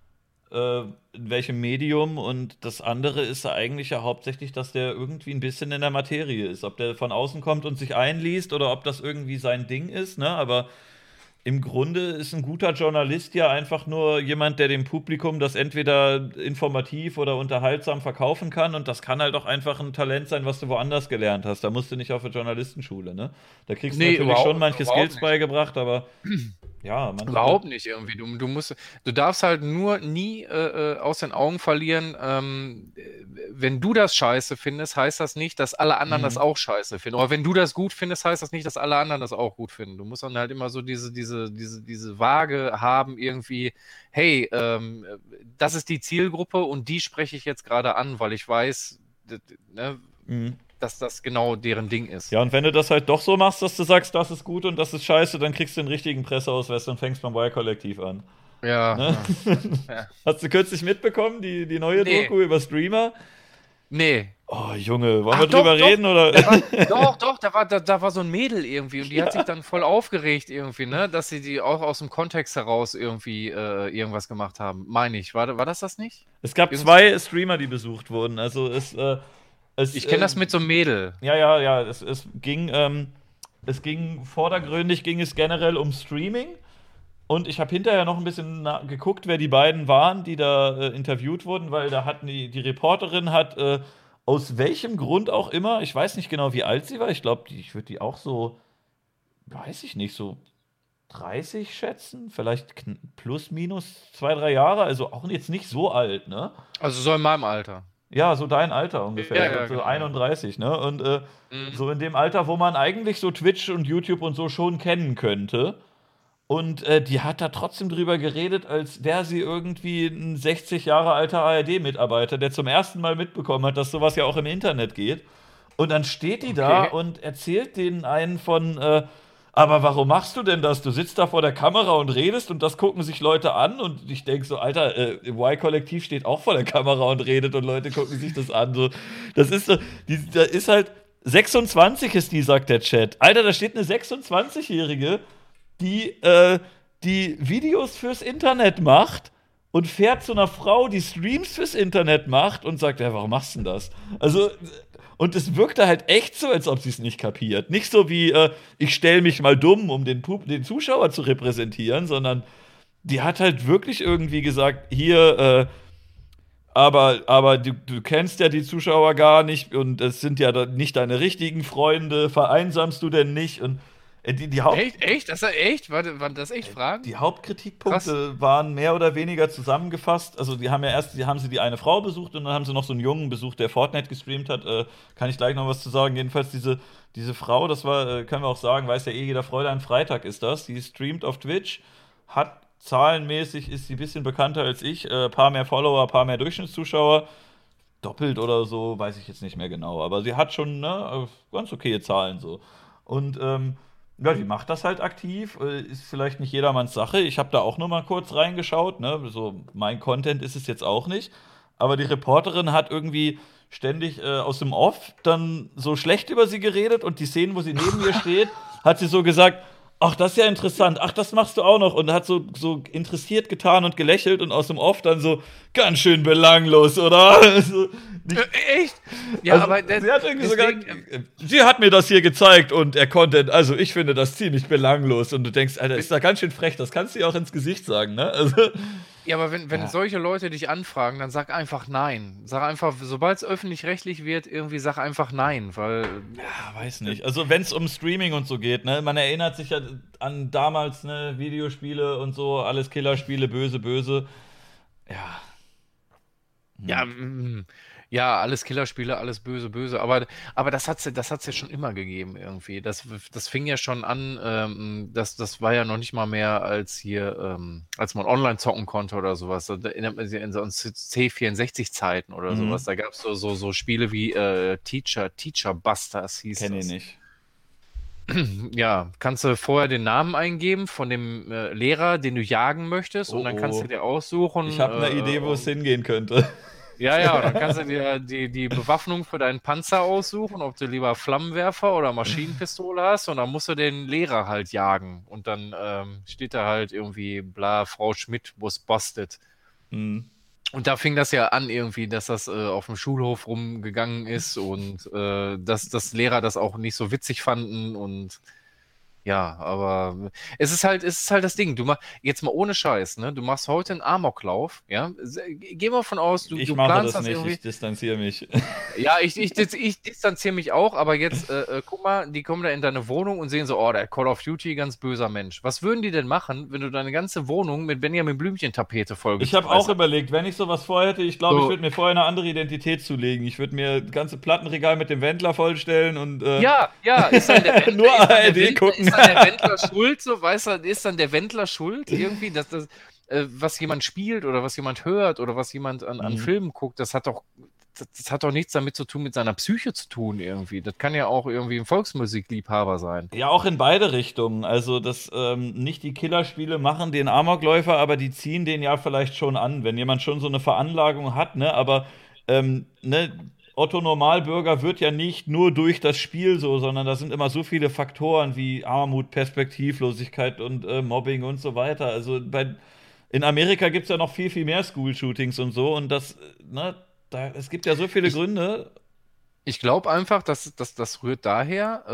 in welchem Medium. Und das andere ist ja eigentlich ja hauptsächlich, dass der irgendwie ein bisschen in der Materie ist. Ob der von außen kommt und sich einliest oder ob das irgendwie sein Ding ist, ne? Aber im Grunde ist ein guter Journalist ja einfach nur jemand, der dem Publikum das entweder informativ oder unterhaltsam verkaufen kann. Und das kann halt auch einfach ein Talent sein, was du woanders gelernt hast. Da musst du nicht auf eine Journalistenschule, ne? Da kriegst du natürlich schon manche Skills beigebracht, aber ja, überhaupt nicht irgendwie. Du darfst halt nur nie aus den Augen verlieren, wenn du das scheiße findest, heißt das nicht, dass alle anderen das auch scheiße finden. Oder wenn du das gut findest, heißt das nicht, dass alle anderen das auch gut finden. Du musst dann halt immer so diese Waage haben, irgendwie, hey, das ist die Zielgruppe und die spreche ich jetzt gerade an, weil ich weiß, ne, dass das genau deren Ding ist. Ja, und wenn du das halt doch so machst, dass du sagst, das ist gut und das ist scheiße, dann kriegst du den richtigen Presseausweis und fängst beim Y-Kollektiv an. Ja. Ne? Ja. Hast du kürzlich mitbekommen, die neue Doku über Streamer? Nee. Oh, Junge, wollen wir drüber reden? Oder? Da war so ein Mädel irgendwie und die hat sich dann voll aufgeregt irgendwie, ne, dass sie die auch aus dem Kontext heraus irgendwie irgendwas gemacht haben. Meine ich. War das nicht? Es gab 2 Streamer, die besucht wurden. Also ich kenne das mit so einem Mädel. Ja. Es ging vordergründig ging es generell um Streaming. Und ich habe hinterher noch ein bisschen geguckt, wer die beiden waren, die da interviewt wurden, weil da hatten die Reporterin hat aus welchem Grund auch immer, ich weiß nicht genau, wie alt sie war, ich glaube, ich würde die auch so, weiß ich nicht, so 30 schätzen, vielleicht plus, minus 2, 3 Jahre, also auch jetzt nicht so alt, ne? Also so in meinem Alter. Ja, so dein Alter ungefähr, Ja, so genau. 31, ne? Und so in dem Alter, wo man eigentlich so Twitch und YouTube und so schon kennen könnte. Und die hat da trotzdem drüber geredet, als wäre sie irgendwie ein 60 Jahre alter ARD-Mitarbeiter, der zum ersten Mal mitbekommen hat, dass sowas ja auch im Internet geht. Und dann steht die da und erzählt denen einen von, aber warum machst du denn das? Du sitzt da vor der Kamera und redest und das gucken sich Leute an. Und ich denke so, Alter, Y-Kollektiv steht auch vor der Kamera und redet und Leute gucken sich das an. So, das ist so, da ist halt, 26 ist die, sagt der Chat. Alter, da steht eine 26-Jährige, die Videos fürs Internet macht und fährt zu einer Frau, die Streams fürs Internet macht und sagt, ja, warum machst du denn das? Also, und es wirkte halt echt so, als ob sie es nicht kapiert. Nicht so wie, ich stelle mich mal dumm, um den Zuschauer zu repräsentieren, sondern die hat halt wirklich irgendwie gesagt, hier, aber du kennst ja die Zuschauer gar nicht und es sind ja nicht deine richtigen Freunde, vereinsamst du denn nicht? Und Echt? Das war echt? Waren das echt Fragen? Die Hauptkritikpunkte waren mehr oder weniger zusammengefasst. Also die haben sie die eine Frau besucht und dann haben sie noch so einen Jungen besucht, der Fortnite gestreamt hat. Kann ich gleich noch was zu sagen. Jedenfalls diese Frau, das war, können wir auch sagen, weiß ja eh jeder, Fräulein Freitag ist das. Die streamt auf Twitch, hat zahlenmäßig, ist sie ein bisschen bekannter als ich. Paar mehr Follower, paar mehr Durchschnittszuschauer. Doppelt oder so, weiß ich jetzt nicht mehr genau. Aber sie hat schon ganz okaye Zahlen so. Und ja, die macht das halt aktiv, ist vielleicht nicht jedermanns Sache. Ich habe da auch nur mal kurz reingeschaut, ne? So, mein Content ist es jetzt auch nicht. Aber die Reporterin hat irgendwie ständig aus dem Off dann so schlecht über sie geredet und die Szenen, wo sie neben ihr steht, hat sie so gesagt, ach, das ist ja interessant, ach, das machst du auch noch. Und hat so interessiert getan und gelächelt und aus dem Off dann so, ganz schön belanglos, oder? So, Echt? Ja, Also, aber sie hat irgendwie deswegen, sogar, sie hat mir das hier gezeigt und er konnte, also ich finde das ziemlich belanglos und du denkst, Alter, ist da ganz schön frech, das kannst du ihr auch ins Gesicht sagen, ne? Also, ja, aber wenn ja, solche Leute dich anfragen, dann sag einfach nein. Sag einfach, sobald es öffentlich-rechtlich wird, irgendwie sag einfach nein, weil weiß nicht. Also wenn es um Streaming und so geht, ne, man erinnert sich ja an damals, ne, Videospiele und so, alles Killerspiele, böse, böse. Ja. ja, Hm. ja, alles Killerspiele, alles böse, böse, aber das hat's ja schon immer gegeben irgendwie. Das fing ja schon an, das war ja noch nicht mal mehr als hier, als man online zocken konnte oder sowas. Da erinnert man sich in so C64-Zeiten oder sowas. Mhm. Da gab es so Spiele wie Teacher Busters hieß Kenne ich das. nicht. Ja, kannst du vorher den Namen eingeben von dem Lehrer, den du jagen möchtest, und Oh dann kannst du oh. dir Ich aussuchen, habe eine Idee, wo es hingehen könnte. ja, ja, und dann kannst du dir die Bewaffnung für deinen Panzer aussuchen, ob du lieber Flammenwerfer oder Maschinenpistole hast, und dann musst du den Lehrer halt jagen. Und dann steht da halt irgendwie, bla, Frau Schmidt was busted. Hm. Und da fing das ja an irgendwie, dass das auf dem Schulhof rumgegangen ist und dass Lehrer das auch nicht so witzig fanden und ja, aber es ist halt das Ding. Jetzt mal ohne Scheiß, ne? Du machst heute einen Amoklauf, ja? Geh mal von aus, du, Ich du mache planst das das nicht, irgendwie. ich distanziere mich. Ja, ich distanziere mich auch, aber jetzt, guck mal, die kommen da in deine Wohnung und sehen so, oh, der Call of Duty, ganz böser Mensch. Was würden die denn machen, wenn du deine ganze Wohnung mit Benjamin Blümchen-Tapete Ich habe auch vollgestreust hast? überlegt, wenn ich sowas vorhätte, ich glaube, ich So, würde mir vorher eine andere Identität zulegen. Ich würde mir das ganze Plattenregal mit dem Wendler vollstellen und ja, ja, ist dann der Wendler, nur ARD gucken. Ist dann der Wendler schuld, so, weißt du, ist dann der Wendler schuld irgendwie, dass das, was jemand spielt oder was jemand hört oder was jemand an Mhm. Filmen guckt, das hat doch nichts damit zu tun, mit seiner Psyche zu tun irgendwie. Das kann ja auch irgendwie ein Volksmusikliebhaber sein. Ja, auch in beide Richtungen. Also, das nicht die Killerspiele machen den Amokläufer, aber die ziehen den ja vielleicht schon an, wenn jemand schon so eine Veranlagung hat, ne? Aber ne, Otto Normalbürger wird ja nicht nur durch das Spiel so, sondern da sind immer so viele Faktoren wie Armut, Perspektivlosigkeit und Mobbing und so weiter. Also in Amerika gibt es ja noch viel, viel mehr School-Shootings und so und ne, es gibt ja so viele Ich, Gründe. ich glaube einfach, dass das rührt daher,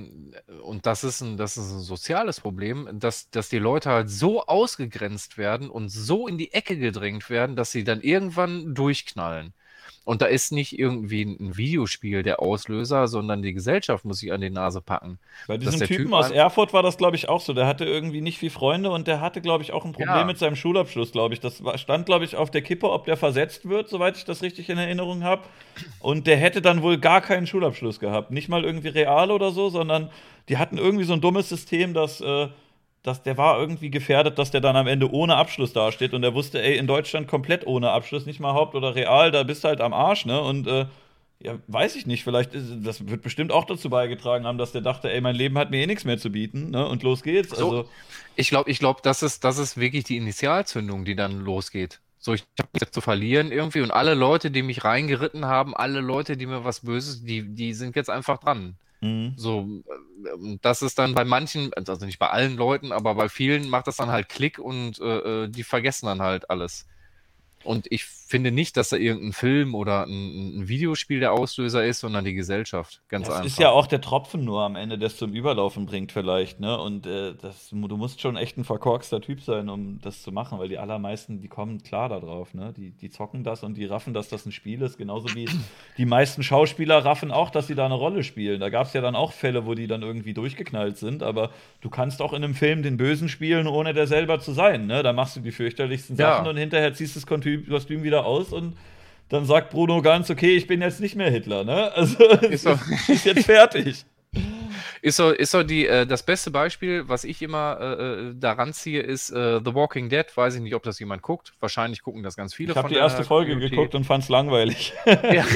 und das ist ein soziales Problem, dass die Leute halt so ausgegrenzt werden und so in die Ecke gedrängt werden, dass sie dann irgendwann durchknallen. Und da ist nicht irgendwie ein Videospiel der Auslöser, sondern die Gesellschaft muss sich an die Nase packen. Bei Dass diesem der Typen Typ aus einfach, Erfurt war das, glaube ich, auch so. Der hatte irgendwie nicht viel Freunde und der hatte, glaube ich, auch ein Problem ja, mit seinem Schulabschluss, glaube ich. Stand, glaube ich, auf der Kippe, ob der versetzt wird, soweit ich das richtig in Erinnerung habe. Und der hätte dann wohl gar keinen Schulabschluss gehabt. Nicht mal irgendwie real oder so, sondern die hatten irgendwie so ein dummes System, dass der war irgendwie gefährdet, dass der dann am Ende ohne Abschluss dasteht. Und er wusste, ey, in Deutschland komplett ohne Abschluss, nicht mal Haupt- oder Real, da bist du halt am Arsch, ne? Und ja, weiß ich nicht. Das wird bestimmt auch dazu beigetragen haben, dass der dachte, ey, mein Leben hat mir eh nichts mehr zu bieten, ne? Und los geht's. so, Also, ich glaube, das ist wirklich die Initialzündung, die dann losgeht. So, ich habe nichts zu verlieren irgendwie, und alle Leute, die mich reingeritten haben, alle Leute, die mir was Böses, die sind jetzt einfach dran. mhm. So, das ist dann bei manchen, also nicht bei allen Leuten, aber bei vielen macht das dann halt Klick, und die vergessen dann halt alles. Und ich finde nicht, dass da irgendein Film oder ein Videospiel der Auslöser ist, sondern die Gesellschaft. Ganz Das ist ja einfach. auch der Tropfen nur am Ende, der es zum Überlaufen bringt, vielleicht, ne? Und du musst schon echt ein verkorkster Typ sein, um das zu machen, weil die allermeisten, die kommen klar da drauf, ne? Die zocken das und die raffen, dass das ein Spiel ist, genauso wie die meisten Schauspieler raffen auch, dass sie da eine Rolle spielen. Da gab es ja dann auch Fälle, wo die dann irgendwie durchgeknallt sind, aber du kannst auch in einem Film den Bösen spielen, ohne der selber zu sein, ne? Da machst du die fürchterlichsten Sachen Ja, und hinterher ziehst du das Kostüm wieder aus und dann sagt Bruno ganz, okay, ich bin jetzt nicht mehr Hitler, ne? Also, es ist so. ist jetzt fertig. Ist so das beste Beispiel, was ich immer daran ziehe, ist The Walking Dead. Weiß ich nicht, ob das jemand guckt. Wahrscheinlich gucken das ganz viele Ich habe von die erste der Folge Community. geguckt und fand's langweilig. Ja.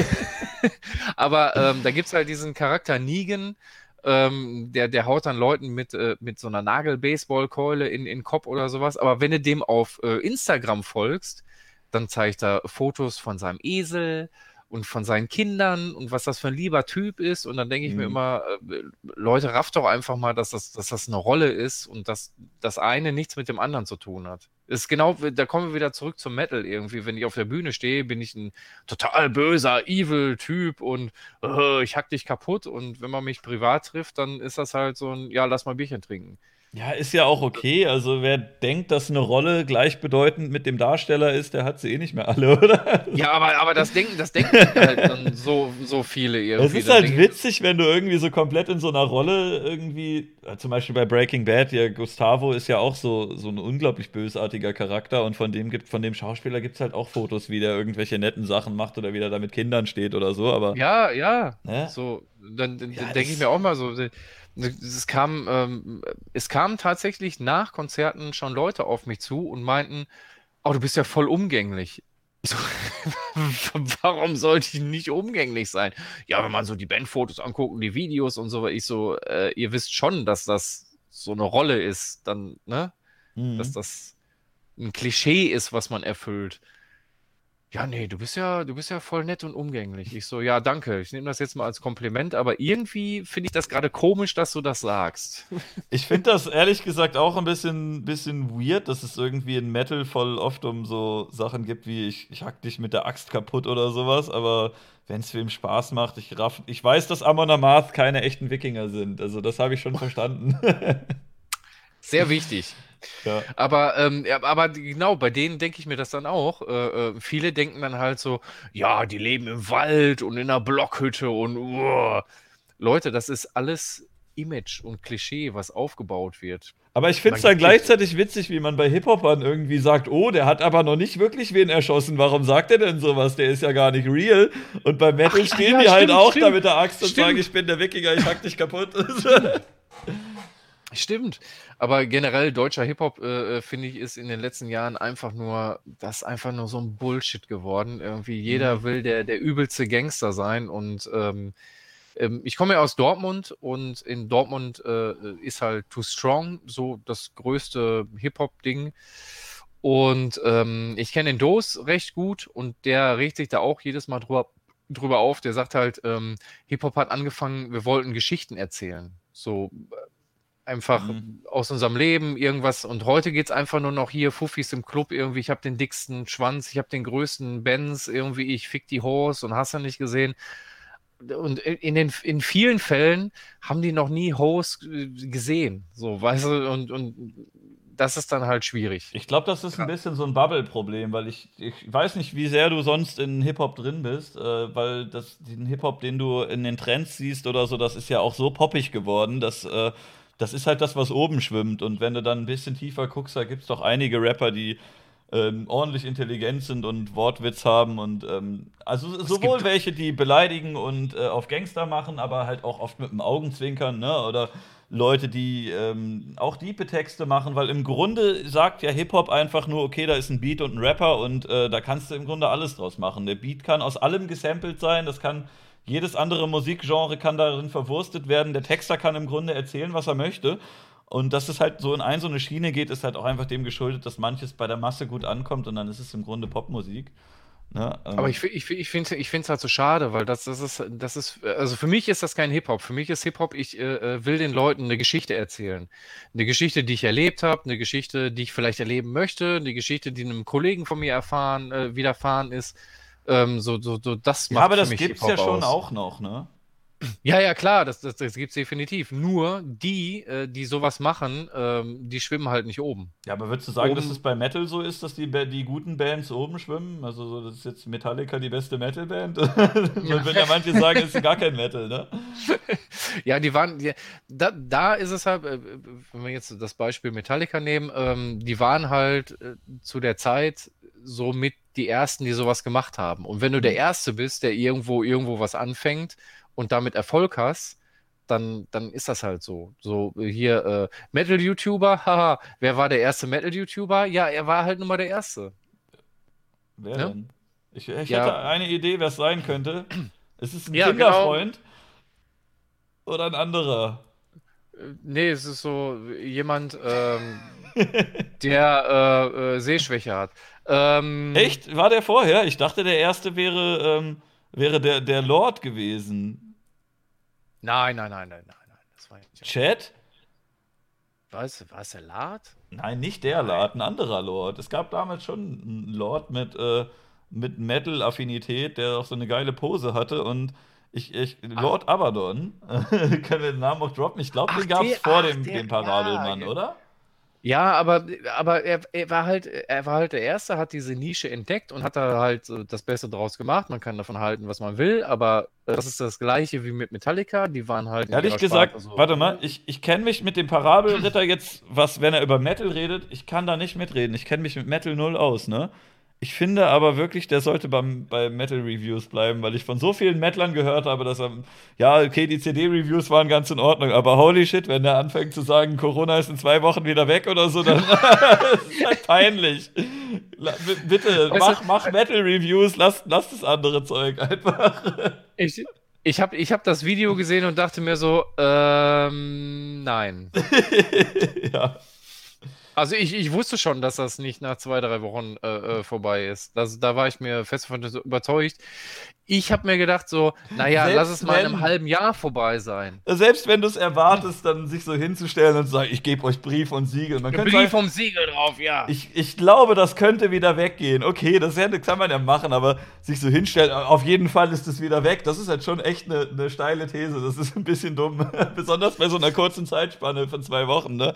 Aber da gibt es halt diesen Charakter Negan, der haut dann Leuten mit so einer Nagel-Baseballkeule in den Kopf oder sowas. Aber wenn du dem auf Instagram folgst, dann zeigt er Fotos von seinem Esel und von seinen Kindern und was das für ein lieber Typ ist. Und dann denke ich mir Mhm. immer, Leute, rafft doch einfach mal, dass das eine Rolle ist und dass das eine nichts mit dem anderen zu tun hat. Ist genau, da kommen wir wieder zurück zum Metal irgendwie. Wenn ich auf der Bühne stehe, bin ich ein total böser, evil Typ und ich hack dich kaputt. Und wenn man mich privat trifft, dann ist das halt so ein, ja, lass mal Bierchen trinken. Ja, ist ja auch okay. Also wer denkt, dass eine Rolle gleichbedeutend mit dem Darsteller ist, der hat sie eh nicht mehr alle, oder? Ja, aber das denken halt dann so viele Es irgendwie. ist Dann halt denke ich, witzig, wenn du irgendwie so komplett in so einer Rolle irgendwie, zum Beispiel bei Breaking Bad, ja, Gustavo ist ja auch so ein unglaublich bösartiger Charakter und von dem Schauspieler gibt es halt auch Fotos, wie der irgendwelche netten Sachen macht oder wie der da mit Kindern steht oder so, aber, ja, ja, ne? so, dann Ja, denke ich mir auch mal so, es kamen tatsächlich nach Konzerten schon Leute auf mich zu und meinten, oh, du bist ja voll umgänglich. So, warum sollte ich nicht umgänglich sein? Ja, wenn man so die Bandfotos anguckt und die Videos und so, ich so, ihr wisst schon, dass das so eine Rolle ist, dann, ne? Dass mhm. das ein Klischee ist, was man erfüllt. Ja, nee, du bist ja voll nett und umgänglich. Ich so, ja, danke. Ich nehme das jetzt mal als Kompliment, aber irgendwie finde ich das gerade komisch, dass du das sagst. Ich finde das ehrlich gesagt auch ein bisschen weird, dass es irgendwie in Metal voll oft um so Sachen gibt wie ich hack dich mit der Axt kaputt oder sowas, aber wenn es wem Spaß macht, ich weiß, dass Amon Amarth keine echten Wikinger sind, also das habe ich schon verstanden. Sehr wichtig. Ja. Aber genau, bei denen denke ich mir das dann auch. Viele denken dann halt so, ja, die leben im Wald und in einer Blockhütte und Leute, das ist alles Image und Klischee, was aufgebaut wird. Aber ich finde es Man dann gibt sich, gleichzeitig witzig, wie man bei Hip-Hopern irgendwie sagt, oh, der hat aber noch nicht wirklich wen erschossen. Warum sagt er denn sowas? Der ist ja gar nicht real. Und beim ach Metal ja, stehen ja, die halt stimmt, auch da stimmt, mit der Axt und sagen, ich stimmt, bin der Wikinger, ich hack dich kaputt. stimmt. Stimmt, aber generell deutscher Hip-Hop, finde ich, ist in den letzten Jahren das ist einfach nur so ein Bullshit geworden. Irgendwie jeder Mhm. will der übelste Gangster sein und ich komme ja aus Dortmund und in Dortmund ist halt Too Strong so das größte Hip-Hop-Ding. Und ich kenne den Dos recht gut und der regt sich da auch jedes Mal drüber auf. Der sagt halt, Hip-Hop hat angefangen, wir wollten Geschichten erzählen. So einfach Mhm. aus unserem Leben irgendwas. Und heute geht es einfach nur noch hier, Fuffis im Club irgendwie. Ich habe den dicksten Schwanz, ich habe den größten Benz, irgendwie, ich fick die Hose und hast du nicht gesehen. Und in vielen Fällen haben die noch nie Hose gesehen. So, weißt du, und das ist dann halt schwierig. Ich glaube, das ist ein bisschen so ein Bubble-Problem, weil ich weiß nicht, wie sehr du sonst in Hip-Hop drin bist, weil diesen Hip-Hop, den du in den Trends siehst oder so, das ist ja auch so poppig geworden, das ist halt das, was oben schwimmt. Und wenn du dann ein bisschen tiefer guckst, da gibt es doch einige Rapper, die ordentlich intelligent sind und Wortwitz haben und also Es sowohl gibt, welche, die beleidigen und auf Gangster machen, aber halt auch oft mit dem Augenzwinkern, ne? Oder Leute, die auch diepe Texte machen, weil im Grunde sagt ja Hip-Hop einfach nur, okay, da ist ein Beat und ein Rapper und da kannst du im Grunde alles draus machen. Der Beat kann aus allem gesampelt sein, das kann jedes andere Musikgenre kann darin verwurstet werden. Der Texter kann im Grunde erzählen, was er möchte. Und dass es halt so in so eine Schiene geht, ist halt auch einfach dem geschuldet, dass manches bei der Masse gut ankommt und dann ist es im Grunde Popmusik. Ne? aber ich finde es halt so schade, weil also für mich ist das kein Hip-Hop. Für mich ist Hip-Hop, ich will den Leuten eine Geschichte erzählen. Eine Geschichte, die ich erlebt habe, eine Geschichte, die ich vielleicht erleben möchte, eine Geschichte, die einem Kollegen von mir widerfahren ist. Das Ja, macht aber für das mich gibt's ja Hip-Hop schon aus. auch noch, ne? Ja, ja, klar, das gibt es definitiv. Nur die sowas machen, die schwimmen halt nicht oben. Ja, aber würdest du sagen, dass es Oben, bei Metal so ist, dass die guten Bands oben schwimmen? Also, so, das ist jetzt Metallica die beste Metal-Band? ja. Wenn ja manche sagen, ist gar kein Metal, ne? Ja, da ist es halt, wenn wir jetzt das Beispiel Metallica nehmen, die waren halt zu der Zeit so mit die Ersten, die sowas gemacht haben. Und wenn du der Mhm. Erste bist, der irgendwo was anfängt und damit Erfolg hast, dann ist das halt so. So hier Metal-YouTuber, haha, wer war der erste Metal-YouTuber? Ja, er war halt nun mal der Erste. Wer Ne? denn? Ich hätte Ja, eine Idee, wer es sein könnte. Ist es ein ja, genau. Kinderfreund oder ein anderer? Nee, es ist so jemand, der Sehschwäche hat. Echt? War der vorher? Ich dachte, der erste wäre wäre der Lord gewesen. Nein. Das war nicht. Chat? War es der Lard? Nein, nicht der Lord, ein anderer Lord. Es gab damals schon einen Lord mit Metal-Affinität, der auch so eine geile Pose hatte. Und Lord Abaddon, können wir den Namen auch droppen? Ich glaube, den gab es vor dem Parabelmann, oder? Ja, aber er war halt der Erste, hat diese Nische entdeckt und hat da halt so das Beste draus gemacht. Man kann davon halten, was man will, aber das ist das Gleiche wie mit Metallica. Die waren halt in Ehrlich ihrer gesagt, Sparte so. warte mal, ich kenne mich mit dem Parabelritter jetzt, wenn er über Metal redet, ich kann da nicht mitreden. Ich kenne mich mit Metal null aus, ne? Ich finde aber wirklich, der sollte bei Metal-Reviews bleiben, weil ich von so vielen Metlern gehört habe, dass er, ja, okay, die CD-Reviews waren ganz in Ordnung, aber holy shit, wenn der anfängt zu sagen, Corona ist in 2 Wochen wieder weg oder so, dann das ist halt peinlich. Bitte, mach Metal-Reviews, lass das andere Zeug einfach. Ich hab das Video gesehen und dachte mir so, nein. Ja. Also ich wusste schon, dass das nicht nach 2, 3 Wochen vorbei ist. Da war ich mir fest davon überzeugt. Ich habe mir gedacht so, naja, lass es mal in einem halben Jahr vorbei sein. Selbst wenn du es erwartest, dann sich so hinzustellen und zu sagen, ich gebe euch Brief und Siegel. Brief vom Siegel drauf, ja. Ich glaube, das könnte wieder weggehen. Okay, das kann man ja machen, aber sich so hinstellen, auf jeden Fall ist es wieder weg, das ist halt schon echt eine steile These. Das ist ein bisschen dumm. Besonders bei so einer kurzen Zeitspanne von 2 Wochen, ne?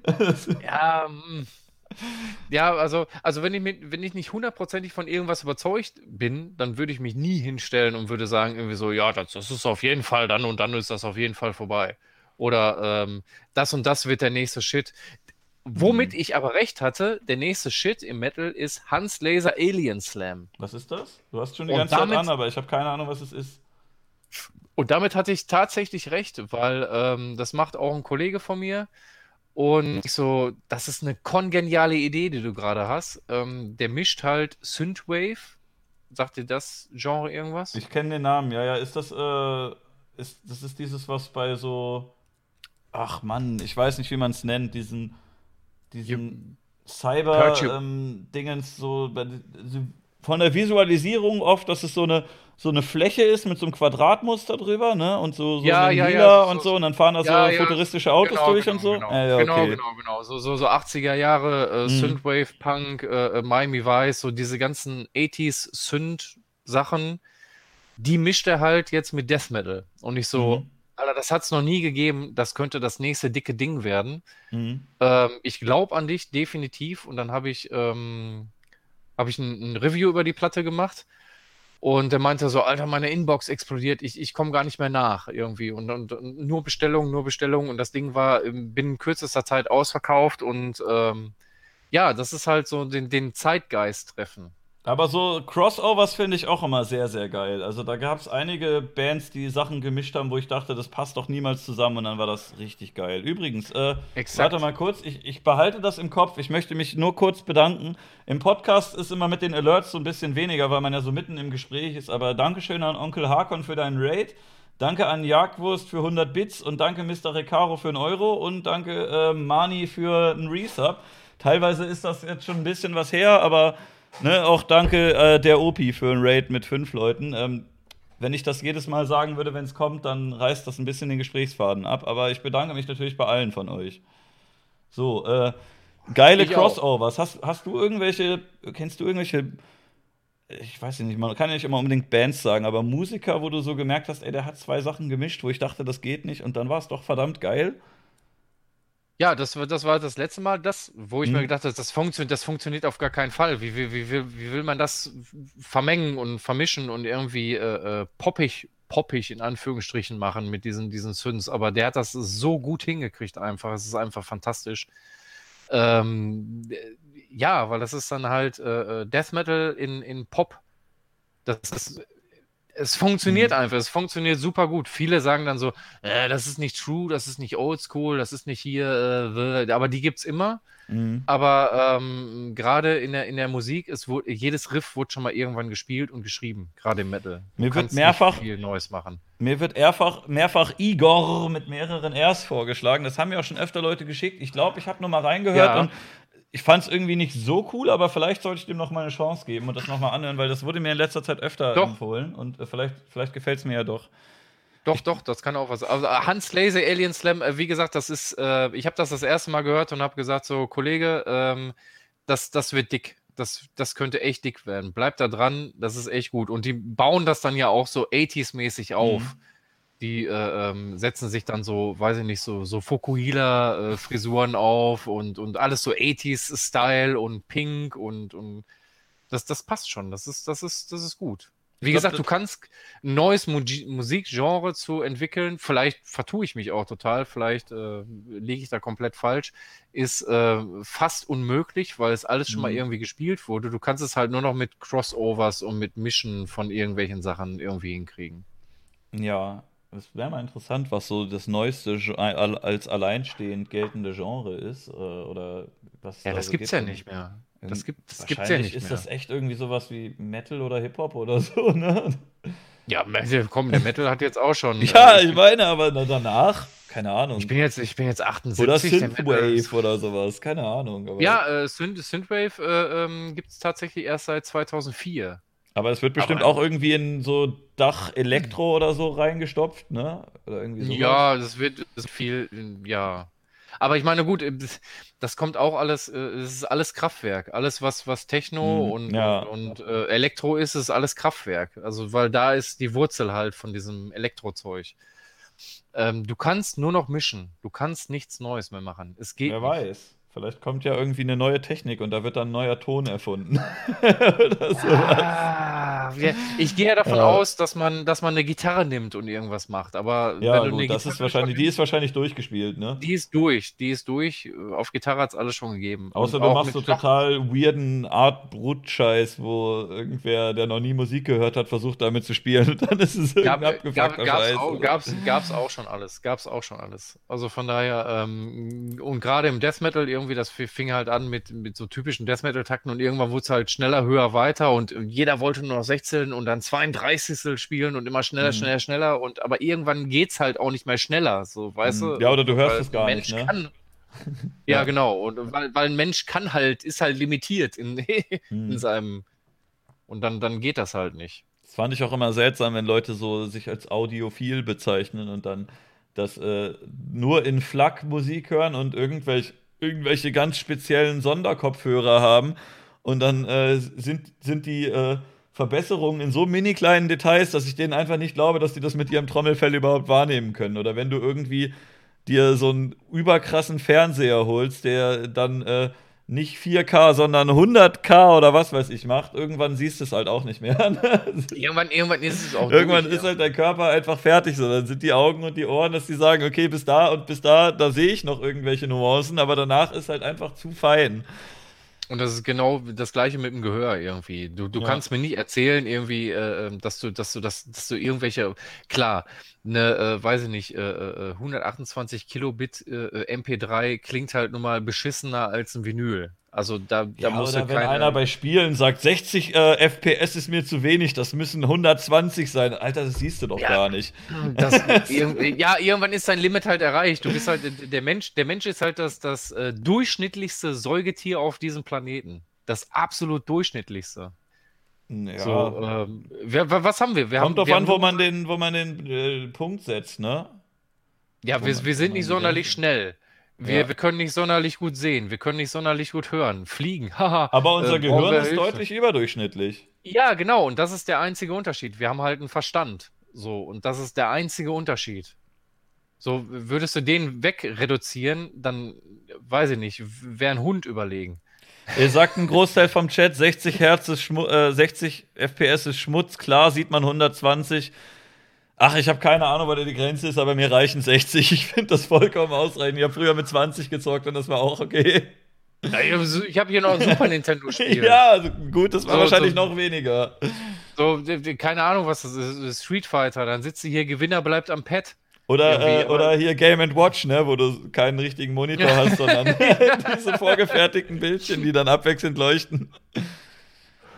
Ja, also wenn ich nicht hundertprozentig von irgendwas überzeugt bin, dann würde ich mich nie hinstellen und würde sagen irgendwie so, ja, das ist auf jeden Fall dann und dann ist das auf jeden Fall vorbei. Oder das und das wird der nächste Shit. Womit ich aber recht hatte, der nächste Shit im Metal ist Hans Laser Alien Slam. Was ist das? Du hast schon die ganze Zeit an, aber ich habe keine Ahnung, was es ist. Und damit hatte ich tatsächlich recht, weil das macht auch ein Kollege von mir. Und ich so, das ist eine kongeniale Idee, die du gerade hast. Der mischt halt Synthwave. Sagt dir das Genre irgendwas? Ich kenne den Namen, ja. Ist das, das ist dieses, was bei so, ach Mann, ich weiß nicht, wie man es nennt, diesen Cyber-Dingens, von der Visualisierung oft, dass es so eine Fläche ist mit so einem Quadratmuster drüber, ne? Und so lila und so, und dann fahren da so futuristische Autos durch und so. Genau. So 80er Jahre Synthwave, Punk, Miami Vice, so diese ganzen 80s Synth-Sachen, die mischt er halt jetzt mit Death Metal. Und ich so, Alter, das hat's noch nie gegeben, das könnte das nächste dicke Ding werden. Ich glaube an dich, definitiv. Und dann habe ich ein Review über die Platte gemacht und der meinte so, Alter, meine Inbox explodiert, ich komme gar nicht mehr nach irgendwie und nur Bestellungen und das Ding war binnen kürzester Zeit ausverkauft und ja, das ist halt so den Zeitgeist treffen. Aber so Crossovers finde ich auch immer sehr, sehr geil. Also da gab es einige Bands, die Sachen gemischt haben, wo ich dachte, das passt doch niemals zusammen und dann war das richtig geil. Übrigens, warte mal kurz, ich behalte das im Kopf. Ich möchte mich nur kurz bedanken. Im Podcast ist immer mit den Alerts so ein bisschen weniger, weil man ja so mitten im Gespräch ist. Aber Dankeschön an Onkel Hakon für deinen Raid. Danke an Jagdwurst für 100 Bits und danke Mr. Recaro für 1 Euro und danke Mani für einen Resub. Teilweise ist das jetzt schon ein bisschen was her, aber ne, auch danke der Opi für einen Raid mit 5 Leuten. Wenn ich das jedes Mal sagen würde, wenn es kommt, dann reißt das ein bisschen den Gesprächsfaden ab. Aber ich bedanke mich natürlich bei allen von euch. So, geile Crossovers. Kennst du irgendwelche, ich weiß nicht, man kann ja nicht immer unbedingt Bands sagen, aber Musiker, wo du so gemerkt hast, ey, der hat 2 Sachen gemischt, wo ich dachte, das geht nicht und dann war es doch verdammt geil? Ja, das war das letzte Mal, wo ich mir gedacht habe, das funktioniert auf gar keinen Fall. Wie will man das vermengen und vermischen und irgendwie poppig in Anführungsstrichen machen mit diesen Synths? Aber der hat das so gut hingekriegt einfach. Es ist einfach fantastisch. Ja, weil das ist dann halt Death Metal in Pop. Es funktioniert einfach, es funktioniert super gut. Viele sagen dann so, das ist nicht true, das ist nicht oldschool, das ist nicht hier, aber die gibt's immer. Aber gerade in der Musik, jedes Riff wurde schon mal irgendwann gespielt und geschrieben, gerade im Metal. Mir wird mehrfach viel Neues machen. Mir wird mehrfach Igor mit mehreren Rs vorgeschlagen. Das haben mir auch schon öfter Leute geschickt. Ich glaube, ich habe nur mal reingehört und ich fand es irgendwie nicht so cool, aber vielleicht sollte ich dem noch mal eine Chance geben und das noch mal anhören, weil das wurde mir in letzter Zeit öfter empfohlen und vielleicht gefällt es mir ja doch. Doch, das kann auch was. Also Hans Laser Alien Slam, wie gesagt, das ist, ich habe das erste Mal gehört und habe gesagt, so Kollege, das wird dick. Das könnte echt dick werden. Bleibt da dran, das ist echt gut. Und die bauen das dann ja auch so 80s-mäßig auf. Die setzen sich dann so, weiß ich nicht, so Fukuhila-Frisuren auf und alles so 80s-Style und pink und das passt schon. Das ist gut. Wie gesagt, du kannst ein neues Musikgenre zu entwickeln, vielleicht vertue ich mich auch total, vielleicht liege ich da komplett falsch, ist fast unmöglich, weil es alles schon mal irgendwie gespielt wurde. Du kannst es halt nur noch mit Crossovers und mit Mischen von irgendwelchen Sachen irgendwie hinkriegen. Ja, es wäre mal interessant, was so das neueste als alleinstehend geltende Genre ist, oder was Ja, da das so gibt's gibt. ja nicht mehr. Das gibt's ja Wahrscheinlich nicht ist mehr. das echt irgendwie sowas wie Metal oder Hip-Hop oder so, ne? Ja, komm, der Metal hat jetzt auch schon. Ja, ich meine, aber danach, keine Ahnung. Ich bin jetzt 78. Oder der Metal Synthwave oder sowas, keine Ahnung. Aber Ja, Synthwave gibt es tatsächlich erst seit 2004. aber es wird bestimmt auch irgendwie in so Dach-Elektro oder so reingestopft, ne? Oder irgendwie sowas. Ja, das viel, ja. Aber ich meine, gut, das kommt auch alles, es ist alles Kraftwerk. Alles, was Techno und Elektro ist alles Kraftwerk. Also, weil da ist die Wurzel halt von diesem Elektrozeug. Du kannst nur noch mischen. Du kannst nichts Neues mehr machen. Es geht Wer nicht. weiß. Vielleicht kommt ja irgendwie eine neue Technik und da wird dann ein neuer Ton erfunden. Oder sowas. Ich gehe ja davon aus, dass man eine Gitarre nimmt und irgendwas macht. Aber Ja, wenn du eine gut, das ist Gitarre wahrscheinlich, die ist wahrscheinlich durchgespielt, ne? Die ist durch. Auf Gitarre hat es alles schon gegeben. Außer Und du auch machst so mit Schach- total weirden Art-Brut-Scheiß, wo irgendwer, der noch nie Musik gehört hat, versucht damit zu spielen und dann ist es irgendein abgefuckter Scheiß. Gab's auch schon alles. Also von daher, und gerade im Death Metal irgendwie, das fing halt an mit so typischen Death Metal-Takten und irgendwann wurde es halt schneller, höher, weiter und jeder wollte nur noch 16 und dann 32 spielen und immer schneller und aber irgendwann geht's halt auch nicht mehr schneller, so, weißt du? Ja, oder du hörst Weil es gar ein nicht, Mensch ne? kann, ja, genau. Und weil ein Mensch ist halt limitiert in seinem. Und dann geht das halt nicht. Das fand ich auch immer seltsam, wenn Leute so sich als audiophil bezeichnen und dann das nur in FLAC Musik hören und irgendwelche ganz speziellen Sonderkopfhörer haben und dann sind die Verbesserungen in so mini kleinen Details, dass ich denen einfach nicht glaube, dass die das mit ihrem Trommelfell überhaupt wahrnehmen können. Oder wenn du irgendwie dir so einen überkrassen Fernseher holst, der dann nicht 4K, sondern 100K oder was weiß ich macht, irgendwann siehst du es halt auch nicht mehr. Irgendwann ist es auch Irgendwann durch, ist halt dein Körper einfach fertig. So, dann sind die Augen und die Ohren, dass die sagen, okay, bis da und bis da sehe ich noch irgendwelche Nuancen, aber danach ist halt einfach zu fein. Und das ist genau das Gleiche mit dem Gehör irgendwie. Du kannst mir nicht erzählen irgendwie, dass du irgendwelche, klar, weiß ich nicht, 128 Kilobit MP3 klingt halt nun mal beschissener als ein Vinyl. Also da musst du oder wenn einer bei Spielen sagt, 60 FPS ist mir zu wenig, das müssen 120 sein. Alter, das siehst du doch gar nicht. Irgendwann ist dein Limit halt erreicht. Du bist halt, der Mensch ist halt das durchschnittlichste Säugetier auf diesem Planeten. Das absolut durchschnittlichste. Ja. So, was haben wir? Kommt drauf an, wo man den Punkt setzt, ne? Ja, wir sind nicht sonderlich schnell. Wir können nicht sonderlich gut sehen. Wir können nicht sonderlich gut hören. Fliegen, haha. Aber unser Gehirn ist deutlich überdurchschnittlich. Ja, genau. Und das ist der einzige Unterschied. Wir haben halt einen Verstand. So, und das ist der einzige Unterschied. So, würdest du den wegreduzieren, dann, weiß ich nicht, wäre ein Hund überlegen. Ihr sagt ein Großteil vom Chat, 60 FPS ist Schmutz. Klar sieht man 120. Ach, ich habe keine Ahnung, wo die Grenze ist, aber mir reichen 60. Ich finde das vollkommen ausreichend. Ich habe früher mit 20 gezockt und das war auch okay. Ja, ich habe hier noch ein Super Nintendo-Spiel. Ja, also gut, das war wahrscheinlich noch weniger. So, keine Ahnung, was das ist. Street Fighter, dann sitzt du hier, Gewinner bleibt am Pad. Oder hier Game & Watch, ne, wo du keinen richtigen Monitor hast, sondern diese vorgefertigten Bildchen, die dann abwechselnd leuchten.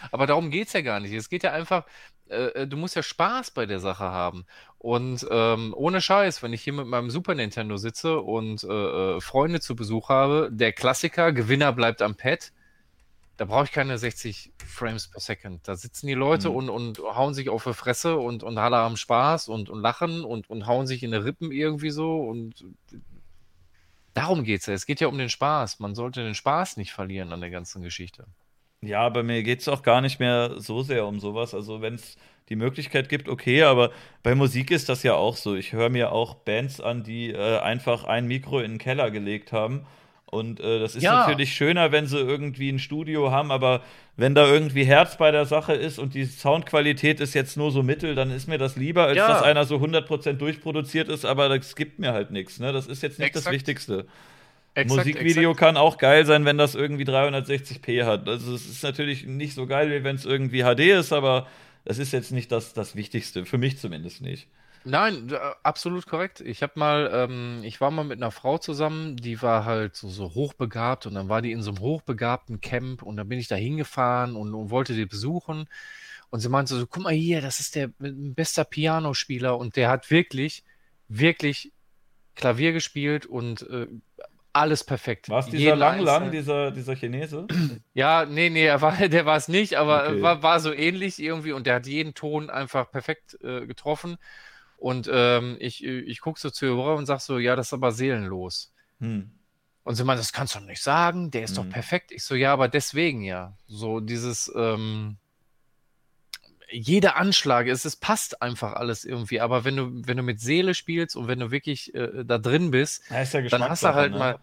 Aber darum geht es ja gar nicht. Es geht ja einfach, du musst ja Spaß bei der Sache haben. Und ohne Scheiß, wenn ich hier mit meinem Super Nintendo sitze und Freunde zu Besuch habe, der Klassiker, Gewinner bleibt am Pad, da brauche ich keine 60 Frames per Second. Da sitzen die Leute und hauen sich auf die Fresse und alle haben Spaß und lachen und hauen sich in die Rippen irgendwie so. Und darum geht es ja. Es geht ja um den Spaß. Man sollte den Spaß nicht verlieren an der ganzen Geschichte. Ja, bei mir geht es auch gar nicht mehr so sehr um sowas. Also, wenn es die Möglichkeit gibt, okay, aber bei Musik ist das ja auch so. Ich höre mir auch Bands an, die einfach ein Mikro in den Keller gelegt haben. Und das ist Ja, natürlich schöner, wenn sie irgendwie ein Studio haben, aber wenn da irgendwie Herz bei der Sache ist und die Soundqualität ist jetzt nur so mittel, dann ist mir das lieber, als dass ja, einer so 100% durchproduziert ist, aber das gibt mir halt nichts. Ne? Das ist jetzt nicht das exakt, Wichtigste. exakt, Musikvideo exakt. kann auch geil sein, wenn das irgendwie 360p hat. Also es ist natürlich nicht so geil, wie wenn es irgendwie HD ist, aber das ist jetzt nicht das Wichtigste. Für mich zumindest nicht. Nein, absolut korrekt. Ich war mal mit einer Frau zusammen, die war halt so hochbegabt und dann war die in so einem hochbegabten Camp und dann bin ich da hingefahren und wollte die besuchen und sie meinte so, guck mal hier, das ist der bester Pianospieler und der hat wirklich, wirklich Klavier gespielt und alles perfekt. War es dieser Jeden Lang Lang, einzelnen. dieser Chinese? Ja, nee, der war es nicht, aber Okay. war so ähnlich irgendwie und der hat jeden Ton einfach perfekt getroffen. Und ich gucke so zu ihr rüber und sag so, ja, das ist aber seelenlos. Hm. Und sie meint, das kannst du doch nicht sagen, der ist doch Hm. perfekt. Ich so, ja, aber deswegen ja. So dieses, jeder Anschlag, es passt einfach alles irgendwie. Aber wenn du mit Seele spielst und wenn du wirklich da drin bist, Ja, ist ja dann hast du Geschmackssache, halt ne? mal,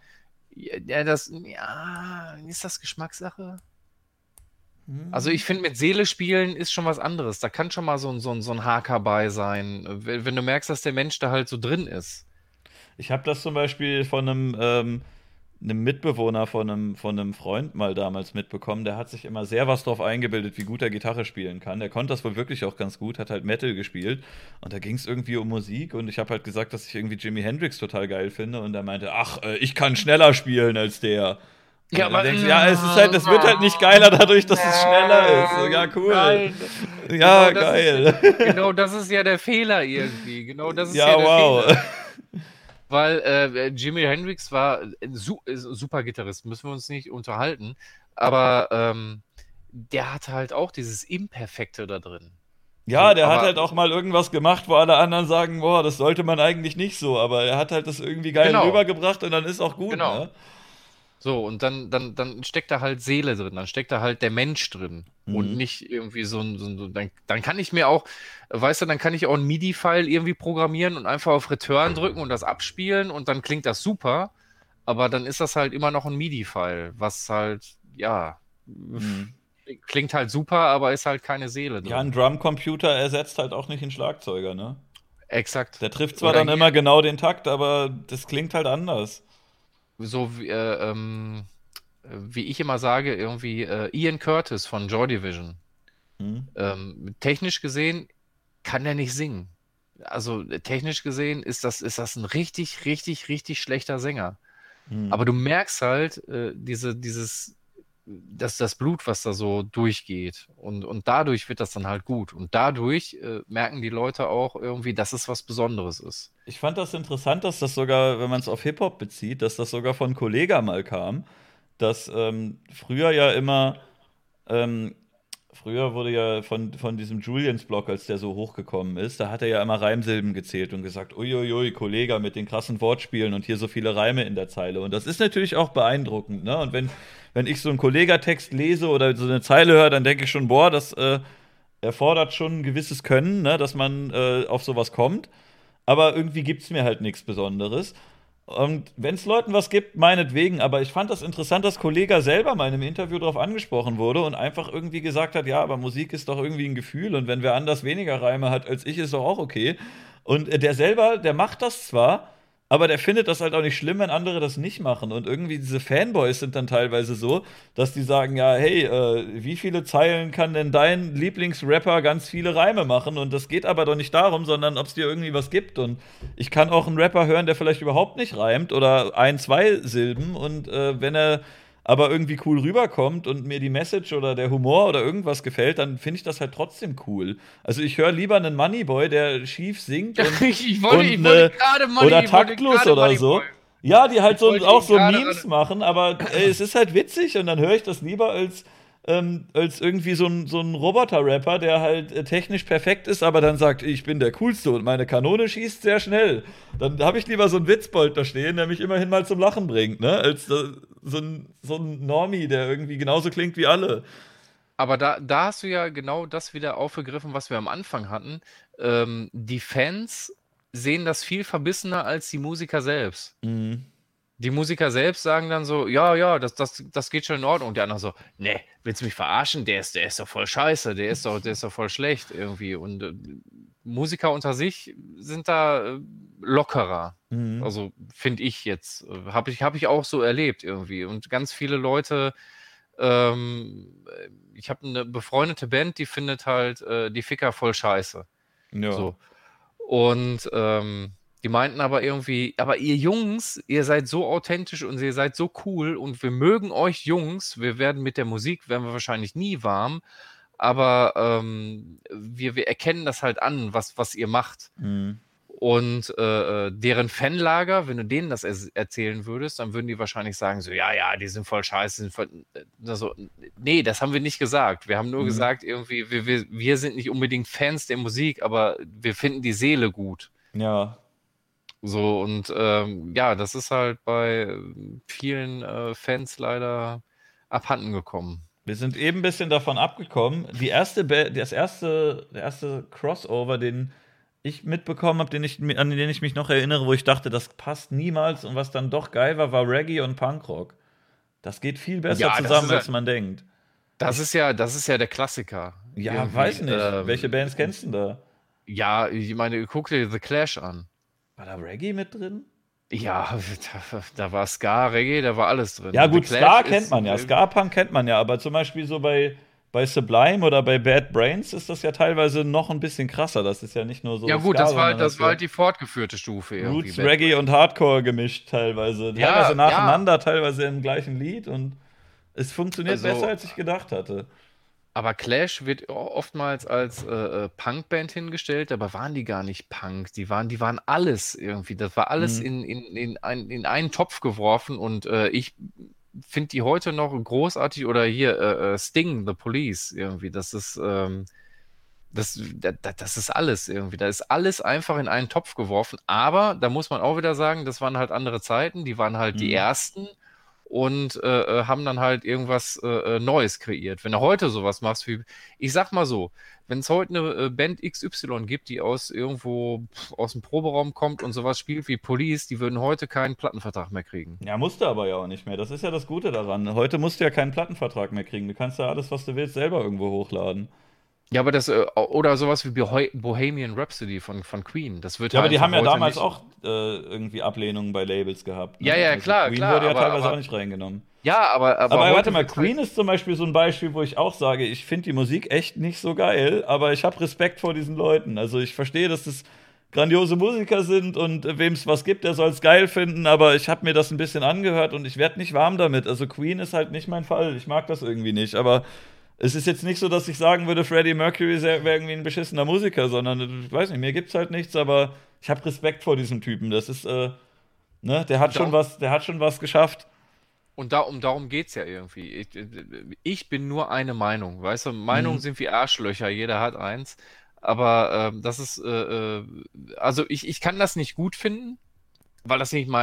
ja, ist das Geschmackssache? Also Hm. ich finde, mit Seele spielen ist schon was anderes. Da kann schon mal so ein Haker bei sein, wenn du merkst, dass der Mensch da halt so drin ist. Ich habe das zum Beispiel von einem Mitbewohner von einem Freund mal damals mitbekommen. Der hat sich immer sehr was drauf eingebildet, wie gut er Gitarre spielen kann. Der konnte das wohl wirklich auch ganz gut, hat halt Metal gespielt. Und da ging es irgendwie um Musik. Und ich habe halt gesagt, dass ich irgendwie Jimi Hendrix total geil finde. Und er meinte, ach, ich kann schneller spielen als der. Und Ja, dann aber denkst du, ja, es ist halt, es wird halt nicht geiler dadurch, dass es schneller ist. So, ja, cool. nein. Ja, geil. Genau das ist ja der Fehler irgendwie. Genau das ist Ja, ja der wow. Fehler. Weil Jimi Hendrix war ein super Gitarrist, müssen wir uns nicht unterhalten. Aber der hatte halt auch dieses Imperfekte da drin. Ja, So, der hat aber halt auch mal irgendwas gemacht, wo alle anderen sagen, boah, das sollte man eigentlich nicht so, aber er hat halt das irgendwie geil genau, rübergebracht und dann ist auch gut, genau. ne? So, und dann steckt da halt Seele drin, dann steckt da halt der Mensch drin und Mhm. nicht irgendwie dann kann ich mir auch, weißt du, dann kann ich auch ein MIDI-File irgendwie programmieren und einfach auf Return drücken und das abspielen und dann klingt das super, aber dann ist das halt immer noch ein MIDI-File, was halt, ja, Mhm. klingt halt super, aber ist halt keine Seele Ja, ein drin. Drumcomputer ersetzt halt auch nicht einen Schlagzeuger, ne? Exakt. Der trifft zwar Oder dann immer hier, genau den Takt, aber das klingt halt anders. wie ich immer sage, irgendwie Ian Curtis von Joy Division. Mhm. Technisch gesehen kann er nicht singen. Also technisch gesehen ist das ein richtig, richtig, richtig schlechter Sänger. Mhm. Aber du merkst halt, das Blut, was da so durchgeht. Und dadurch wird das dann halt gut. Und dadurch merken die Leute auch irgendwie, dass es was Besonderes ist. Ich fand das interessant, dass das sogar, wenn man es auf Hip-Hop bezieht, dass das sogar von Kollega mal kam, dass früher ja immer ähm, früher wurde ja von diesem Julians-Block, als der so hochgekommen ist, da hat er ja immer Reimsilben gezählt und gesagt, uiuiui, Kollege mit den krassen Wortspielen und hier so viele Reime in der Zeile. Und das ist natürlich auch beeindruckend, ne? Und wenn ich so einen Kollega-Text lese oder so eine Zeile höre, dann denke ich schon, boah, das erfordert schon ein gewisses Können, ne? Dass man auf sowas kommt. Aber irgendwie gibt es mir halt nichts Besonderes. Und wenn es Leuten was gibt, meinetwegen. Aber ich fand das interessant, dass Kollega selber mal in einem Interview darauf angesprochen wurde und einfach irgendwie gesagt hat, ja, aber Musik ist doch irgendwie ein Gefühl und wenn wer anders weniger Reime hat als ich, ist doch auch okay. Und der selber, der macht das zwar, aber der findet das halt auch nicht schlimm, wenn andere das nicht machen. Und irgendwie diese Fanboys sind dann teilweise so, dass die sagen, ja, hey, wie viele Zeilen kann denn dein Lieblingsrapper ganz viele Reime machen? Und das geht aber doch nicht darum, sondern ob es dir irgendwie was gibt. Und ich kann auch einen Rapper hören, der vielleicht überhaupt nicht reimt oder ein, zwei Silben. Und wenn er aber irgendwie cool rüberkommt und mir die Message oder der Humor oder irgendwas gefällt, dann finde ich das halt trotzdem cool. Also ich höre lieber einen Moneyboy, der schief singt Ich wollte gerade oder taktlos oder so. Ja, die halt auch so Memes gerade machen, aber es ist halt witzig und dann höre ich das lieber als irgendwie so ein Roboter-Rapper, der halt technisch perfekt ist, aber dann sagt, ich bin der Coolste und meine Kanone schießt sehr schnell. Dann habe ich lieber so einen Witzbold da stehen, der mich immerhin mal zum Lachen bringt, ne? Als so ein Normie, der irgendwie genauso klingt wie alle. Aber da hast du ja genau das wieder aufgegriffen, was wir am Anfang hatten. Die Fans sehen das viel verbissener als die Musiker selbst. Mhm. Die Musiker selbst sagen dann so, ja, das geht schon in Ordnung. Und die anderen so, ne, willst du mich verarschen? Der ist doch voll scheiße, der ist doch voll schlecht irgendwie. Und Musiker unter sich sind da lockerer. Mhm. Also finde ich jetzt. Hab ich auch so erlebt irgendwie. Und ganz viele Leute, ich habe eine befreundete Band, die findet halt die Ficker voll scheiße. Ja. So. Und die meinten aber irgendwie, aber ihr Jungs, ihr seid so authentisch und ihr seid so cool und wir mögen euch Jungs. Wir werden mit der Musik, werden wir wahrscheinlich nie warm, aber wir erkennen das halt an, was ihr macht. Mhm. Und deren Fanlager, wenn du denen das erzählen würdest, dann würden die wahrscheinlich sagen so, ja, die sind voll scheiße. Sind voll, so, nee, das haben wir nicht gesagt. Wir haben nur Mhm. gesagt, irgendwie, wir sind nicht unbedingt Fans der Musik, aber wir finden die Seele gut. Ja. So, und ja, das ist halt bei vielen Fans leider abhanden gekommen. Wir sind eben ein bisschen davon abgekommen. Der erste Crossover, den ich mitbekommen habe, an den ich mich noch erinnere, wo ich dachte, das passt niemals und was dann doch geil war, war Reggae und Punkrock. Das geht viel besser Ja, zusammen, als man denkt. das ist ja der Klassiker. Ja, Irgendwie. weiß nicht. Welche Bands kennst du da? Ja, ich meine, guck dir The Clash an. War da Reggae mit drin? Ja, da war Ska, Reggae, da war alles drin. Ja, The gut, Clash Ska kennt man ja. Ska-Punk kennt man ja, aber zum Beispiel so bei Sublime oder bei Bad Brains ist das ja teilweise noch ein bisschen krasser. Das ist ja nicht nur so Ja gut, Ska, das war sondern das das war ja halt die fortgeführte Stufe irgendwie. Roots, Reggae und Hardcore gemischt teilweise. Ja, Teilweise nacheinander, teilweise im gleichen Lied und es funktioniert besser, also, als ich gedacht hatte. aber Clash wird oftmals als Punkband hingestellt, aber waren die gar nicht Punk. Die waren alles irgendwie. Das war alles Mhm. in einen Topf geworfen und ich finde die heute noch großartig. Oder hier Sting, The Police irgendwie. Das ist alles irgendwie. Da ist alles einfach in einen Topf geworfen. Aber da muss man auch wieder sagen, das waren halt andere Zeiten. Die waren halt die Mhm. ersten und haben dann halt irgendwas Neues kreiert. Wenn du heute sowas machst wie, ich sag mal so, wenn es heute eine Band XY gibt, die aus irgendwo aus dem Proberaum kommt und sowas spielt wie Police, die würden heute keinen Plattenvertrag mehr kriegen. Ja, musst du aber ja auch nicht mehr. Das ist ja das Gute daran. Heute musst du ja keinen Plattenvertrag mehr kriegen. Du kannst ja alles, was du willst, selber irgendwo hochladen. Ja, aber das, oder sowas wie Bohemian Rhapsody von Queen, das wird Ja, aber halt die einfach haben ja heute damals nicht. auch irgendwie Ablehnungen bei Labels gehabt, Ja, ne? ja, Also klar, Queen klar, wurde ja aber, teilweise auch aber, nicht reingenommen. ja, aber Aber warte heute mal, wird halt. Queen ist zum Beispiel so ein Beispiel, wo ich auch sage, ich finde die Musik echt nicht so geil, aber ich habe Respekt vor diesen Leuten. Also ich verstehe, dass das grandiose Musiker sind und wem es was gibt, der soll es geil finden, aber ich habe mir das ein bisschen angehört und ich werde nicht warm damit. Also Queen ist halt nicht mein Fall. Ich mag das irgendwie nicht, aber es ist jetzt nicht so, dass ich sagen würde, Freddie Mercury wäre irgendwie ein beschissener Musiker, sondern ich weiß nicht, mir gibt's halt nichts, aber ich habe Respekt vor diesem Typen. Das ist, ne, Und darum, der hat schon was geschafft. darum geht es ja irgendwie. Ich bin nur eine Meinung, weißt du? Meinungen Mhm. sind wie Arschlöcher, jeder hat eins. Aber das ist, also ich kann das nicht gut finden, weil das nicht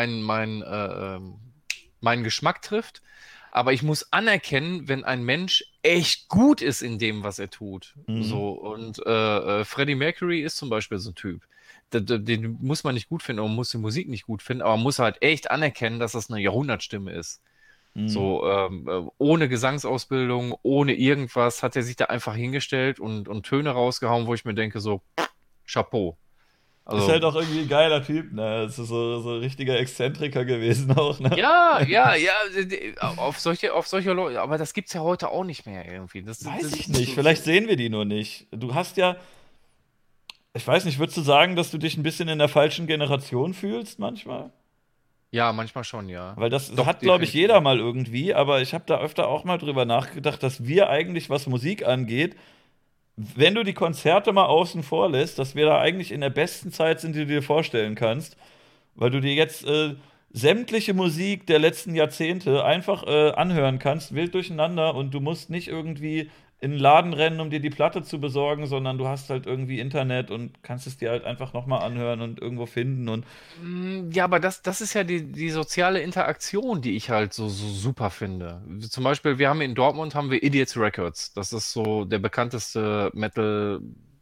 meinen Geschmack trifft. Aber ich muss anerkennen, wenn ein Mensch echt gut ist in dem, was er tut. Mhm. So, und Freddie Mercury ist zum Beispiel so ein Typ. Den muss man nicht gut finden, man muss die Musik nicht gut finden, aber man muss halt echt anerkennen, dass das eine Jahrhundertstimme ist. Mhm. So, ohne Gesangsausbildung, ohne irgendwas, hat er sich da einfach hingestellt und Töne rausgehauen, wo ich mir denke, so, Chapeau. Ist Also, halt auch irgendwie ein geiler Typ, ne? Es ist so ein richtiger Exzentriker gewesen auch, ne? ja, ja, ja, auf solche Leute, aber das gibt's ja heute auch nicht mehr irgendwie. Weiß ich nicht, vielleicht sehen wir die nur nicht. Du hast ja, ich weiß nicht, würdest du sagen, dass du dich ein bisschen in der falschen Generation fühlst manchmal? Ja, manchmal schon, ja. Weil das Doch, hat, glaube ich, definitiv. jeder mal irgendwie, aber ich habe da öfter auch mal drüber nachgedacht, dass wir eigentlich, was Musik angeht, wenn du die Konzerte mal außen vor lässt, dass wir da eigentlich in der besten Zeit sind, die du dir vorstellen kannst, weil du dir jetzt sämtliche Musik der letzten Jahrzehnte einfach anhören kannst, wild durcheinander und du musst nicht irgendwie in den Laden rennen, um dir die Platte zu besorgen, sondern du hast halt irgendwie Internet und kannst es dir halt einfach nochmal anhören und irgendwo finden und Ja, aber das ist ja die soziale Interaktion, die ich halt so super finde. Zum Beispiel, wir haben in Dortmund haben wir Idiots Records. Das ist so der bekannteste Metal,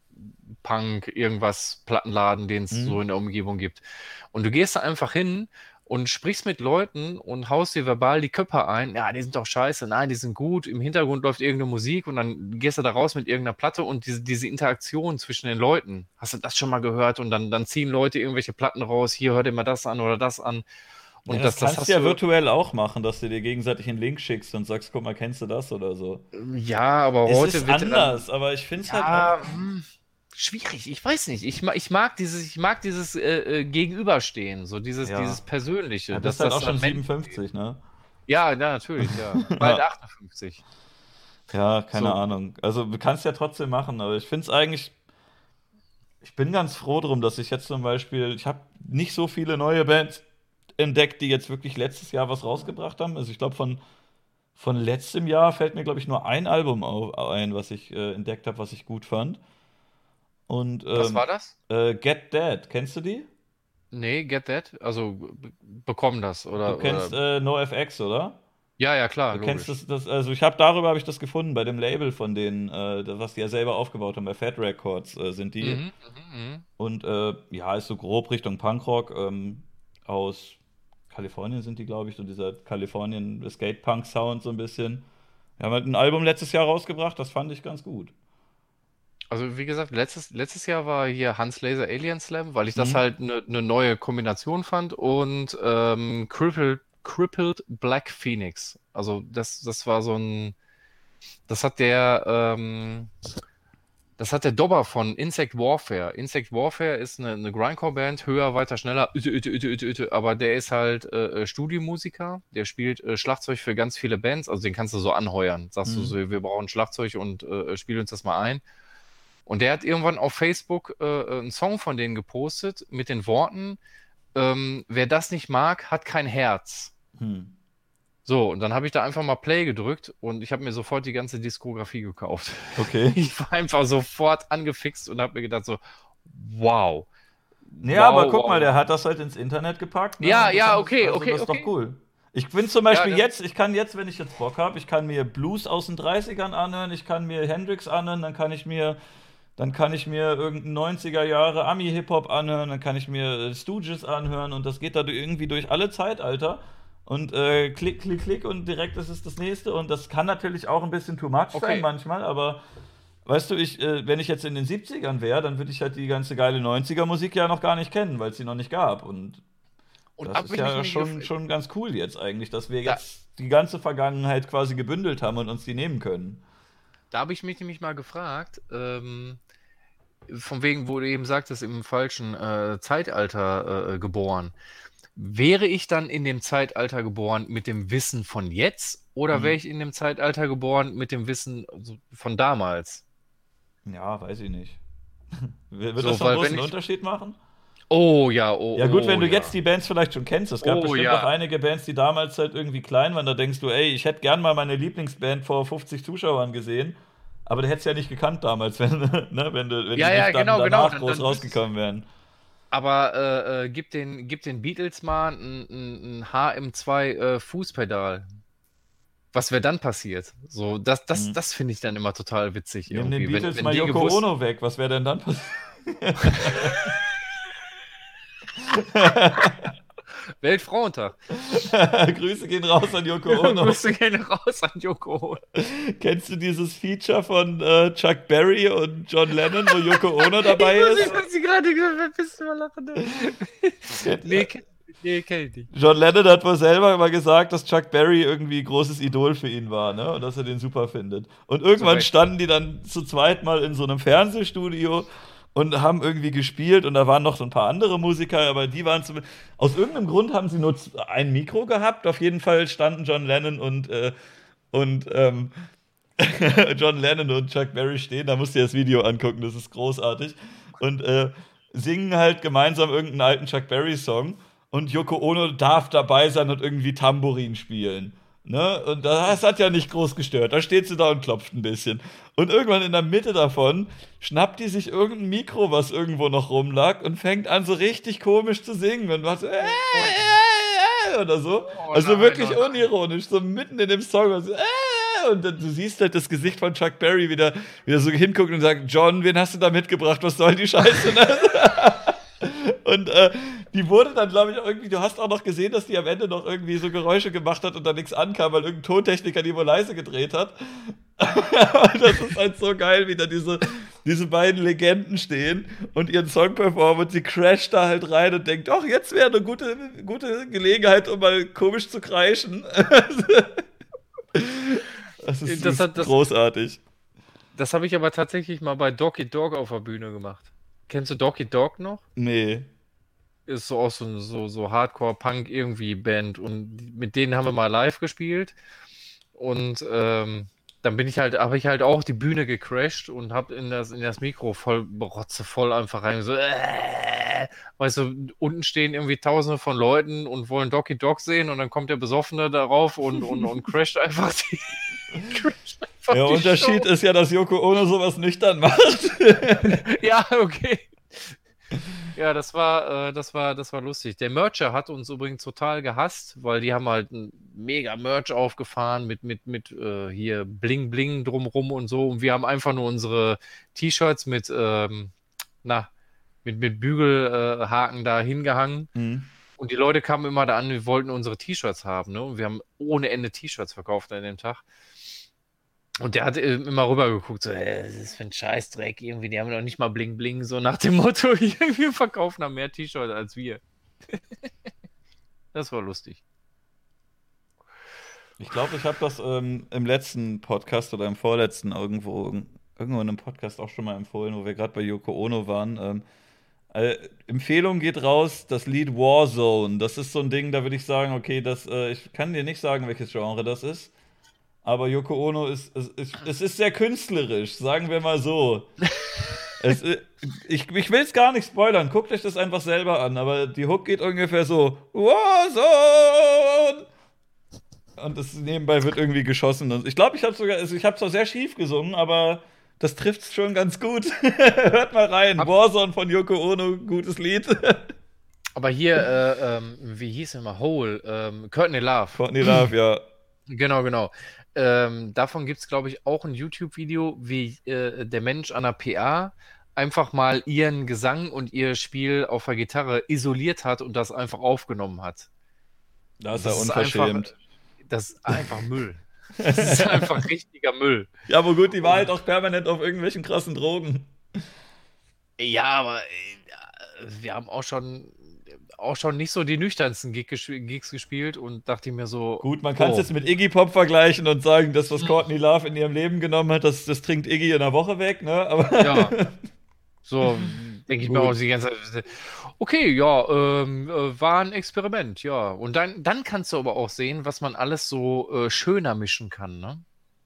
Punk, irgendwas Plattenladen, den es hm, so in der Umgebung gibt. Und du gehst da einfach hin und sprichst mit Leuten und haust dir verbal die Köpfe ein. Ja, die sind doch scheiße. Nein, die sind gut. Im Hintergrund läuft irgendeine Musik und dann gehst du da raus mit irgendeiner Platte und diese Interaktion zwischen den Leuten. Hast du das schon mal gehört? Und dann ziehen Leute irgendwelche Platten raus. Hier, hör dir mal das an oder das an. ja, Und das das kannst du hast ja du. virtuell auch machen, dass du dir gegenseitig einen Link schickst und sagst, guck mal, kennst du das oder so. Ja, aber Es heute ist wird dann. anders, aber ich finde es halt auch. Ja, schwierig. Ich weiß nicht. Ich mag dieses Gegenüberstehen, so dieses Ja, Persönliche, du bist dass halt das auch schon dann Menschen. 57, ne? Ja, natürlich, ja. Bald Ja, 58. ja, keine So. Ahnung. Also, du kannst ja trotzdem machen, aber ich finde es eigentlich. Ich bin ganz froh drum, dass ich jetzt zum Beispiel. Ich habe nicht so viele neue Bands entdeckt, die jetzt wirklich letztes Jahr was rausgebracht haben. Also, ich glaube, von letztem Jahr fällt mir, glaube ich, nur ein Album ein, was ich entdeckt habe, was ich gut fand. Und Was war das? Get Dead, kennst du die? Nee, Get That? Also bekommen das Du oder. kennst NoFX, oder? Ja, ja, klar, Du kennst logisch. also darüber habe ich das gefunden, bei dem Label von denen, was die ja selber aufgebaut haben, bei Fat Records sind die. Mhm, mhm, Und ja, ist so grob Richtung Punkrock. Aus Kalifornien sind die, glaube ich, so dieser Kalifornien Skate-Punk-Sound so ein bisschen. Wir haben halt ein Album letztes Jahr rausgebracht, das fand ich ganz gut. Also wie gesagt, letztes Jahr war hier Hans Laser Alien Slam, weil ich das Hm? halt eine neue Kombination fand und Crippled Black Phoenix. Also das war so ein, das hat der, ähm, das hat der Dobber von Insect Warfare. Insect Warfare ist eine Grindcore-Band, höher, weiter, schneller, aber der ist halt Studiomusiker, der spielt Schlagzeug für ganz viele Bands, also den kannst du so anheuern. Sagst du Hm? so, wir brauchen Schlagzeug und spiel uns das mal ein. Und der hat irgendwann auf Facebook einen Song von denen gepostet mit den Worten, wer das nicht mag, hat kein Herz. Hm. So, und dann habe ich da einfach mal Play gedrückt und ich habe mir sofort die ganze Diskografie gekauft. Okay. Ich war einfach sofort angefixt und habe mir gedacht so, wow, Ja, aber wow, guck mal, wow, der wow. hat das halt ins Internet gepackt, ne? Ja, Und du ja, kannst, okay, also okay, das ist doch okay. cool. Ich bin zum Ja, Beispiel jetzt, ich kann jetzt, wenn ich jetzt Bock habe, ich kann mir Blues aus den Dreißigern anhören, ich kann mir Hendrix anhören, dann kann ich mir irgendeinen 90er Jahre Ami-Hip-Hop anhören, dann kann ich mir Stooges anhören und das geht da irgendwie durch alle Zeitalter. Und klick, klick, klick und direkt ist es das nächste. Und das kann natürlich auch ein bisschen too much sein okay. manchmal, aber weißt du, wenn ich jetzt in den 70ern wäre, dann würde ich halt die ganze geile 90er Musik ja noch gar nicht kennen, weil es sie noch nicht gab. Und Und das ab ist wenn ich ja mich schon ganz cool jetzt eigentlich, dass wir da, jetzt die ganze Vergangenheit quasi gebündelt haben und uns die nehmen können. da habe ich mich nämlich mal gefragt, von wegen, wo du eben sagtest, im falschen Zeitalter geboren. Wäre ich dann in dem Zeitalter geboren mit dem Wissen von jetzt oder wäre Hm. ich in dem Zeitalter geboren mit dem Wissen von damals? Ja, weiß ich nicht. Wird das So, noch einen weil wenn großen ich. Unterschied machen? Oh ja, oh, Ja gut, wenn oh du jetzt ja. die Bands vielleicht schon kennst, es gab Oh bestimmt auch ja. einige Bands, die damals halt irgendwie klein waren, da denkst du, ey, ich hätte gern mal meine Lieblingsband vor 50 Zuschauern gesehen, aber du hättest ja nicht gekannt damals, wenn, ne, wenn die Ja, ja, nicht dann genau. danach Dann, groß dann wüsstest rausgekommen wären. aber gib den Beatles mal ein HM2 Fußpedal. Was wäre dann passiert? So, Hm. das finde ich dann immer total witzig Nimm den irgendwie. Wenn, Beatles wenn mal die Yoko gewusst. Ono weg, was wäre denn dann passiert? Weltfrauentag. Grüße gehen raus an Yoko Ono. Grüße gehen raus an Yoko Ono. Kennst du dieses Feature von Chuck Berry und John Lennon, wo Yoko Ono dabei Ich ist? muss sie gerade gesagt, bist du mal lachen. Ne? Nee, kenn ich nicht. John Lennon hat wohl selber mal gesagt, dass Chuck Berry irgendwie ein großes Idol für ihn war, ne? Und dass er den super findet. Und Zu irgendwann Recht. standen die dann zu zweit mal in so einem Fernsehstudio und haben irgendwie gespielt und da waren noch so ein paar andere Musiker, aber die waren aus irgendeinem Grund haben sie nur ein Mikro gehabt. Auf jeden Fall standen John Lennon und John Lennon und Chuck Berry stehen, da musst du dir das Video angucken, das ist großartig. Und singen halt gemeinsam irgendeinen alten Chuck Berry-Song und Yoko Ono darf dabei sein und irgendwie Tambourin spielen. Ne? Und das hat ja nicht groß gestört. Da steht sie da und klopft ein bisschen. Und irgendwann in der Mitte davon schnappt die sich irgendein Mikro, was irgendwo noch rumlag, und fängt an, so richtig komisch zu singen. Und macht so, oder so. Also wirklich unironisch, so mitten in dem Song. So, und du siehst halt das Gesicht von Chuck Berry wieder so hinguckt und sagt, John, wen hast du da mitgebracht? Was soll die Scheiße? Und die wurde dann, glaube ich, irgendwie, du hast auch noch gesehen, dass die am Ende noch irgendwie so Geräusche gemacht hat und da nichts ankam, weil irgendein Tontechniker die wohl leise gedreht hat. Und das ist halt so geil, wie da diese beiden Legenden stehen und ihren Song performen und sie crasht da halt rein und denkt, ach, jetzt wäre eine gute Gelegenheit, um mal komisch zu kreischen. Das ist großartig. Das habe ich aber tatsächlich mal bei Doggy Dog auf der Bühne gemacht. Kennst du Doggy Dog noch? Nee. Ist so auch so Hardcore-Punk irgendwie Band und mit denen haben wir mal live gespielt und dann habe ich halt auch die Bühne gecrashed und habe in das Mikro voll rotzevoll einfach rein so weißt du, unten stehen irgendwie Tausende von Leuten und wollen Doggy Dog sehen und dann kommt der Besoffene darauf und crasht einfach die Der Unterschied ist ja, dass Yoko Ono sowas nüchtern macht. Ja, okay. Ja, das war lustig. Der Mercher hat uns übrigens total gehasst, weil die haben halt ein mega Merch aufgefahren mit hier Bling Bling drumrum und so. Und wir haben einfach nur unsere T-Shirts mit Bügelhaken da hingehangen. Mhm. Und die Leute kamen immer da an, wir wollten unsere T-Shirts haben, ne? Und wir haben ohne Ende T-Shirts verkauft an dem Tag. Und der hat immer rübergeguckt, so, das ist für ein Scheißdreck irgendwie, die haben noch nicht mal Bling Bling, so nach dem Motto, wir verkaufen da mehr T-Shirts als wir. Das war lustig. Ich glaube, ich habe das im letzten Podcast oder im vorletzten irgendwo in einem Podcast auch schon mal empfohlen, wo wir gerade bei Yoko Ono waren. Empfehlung geht raus, das Lied Warzone. Das ist so ein Ding, da würde ich sagen, okay, ich kann dir nicht sagen, welches Genre das ist. Aber Yoko Ono es ist sehr künstlerisch, sagen wir mal so. Ich will es gar nicht spoilern, guckt euch das einfach selber an, aber die Hook geht ungefähr so, Warzone! Und das nebenbei wird irgendwie geschossen. Und ich glaube, ich habe zwar sehr schief gesungen, aber das trifft es schon ganz gut. Hört mal rein, Warzone von Yoko Ono, gutes Lied. Aber hier, wie hieß er mal, Hole, Courtney Love. Courtney Love, ja. Genau. Davon gibt es, glaube ich, auch ein YouTube-Video, wie der Mensch an der PA einfach mal ihren Gesang und ihr Spiel auf der Gitarre isoliert hat und das einfach aufgenommen hat. Das ist ja unverschämt. Das ist einfach Müll. Das ist einfach richtiger Müll. Ja, aber gut, die war halt auch permanent auf irgendwelchen krassen Drogen. Ja, aber wir haben auch schon nicht so die nüchternsten Gigs gespielt und dachte mir so. Gut, man kann es jetzt mit Iggy Pop vergleichen und sagen, das, was Courtney Love in ihrem Leben genommen hat, das trinkt Iggy in einer Woche weg, ne? Aber ja. So denke ich mir auch die ganze Zeit. Okay, ja, war ein Experiment, ja. Und dann kannst du aber auch sehen, was man alles so schöner mischen kann, ne?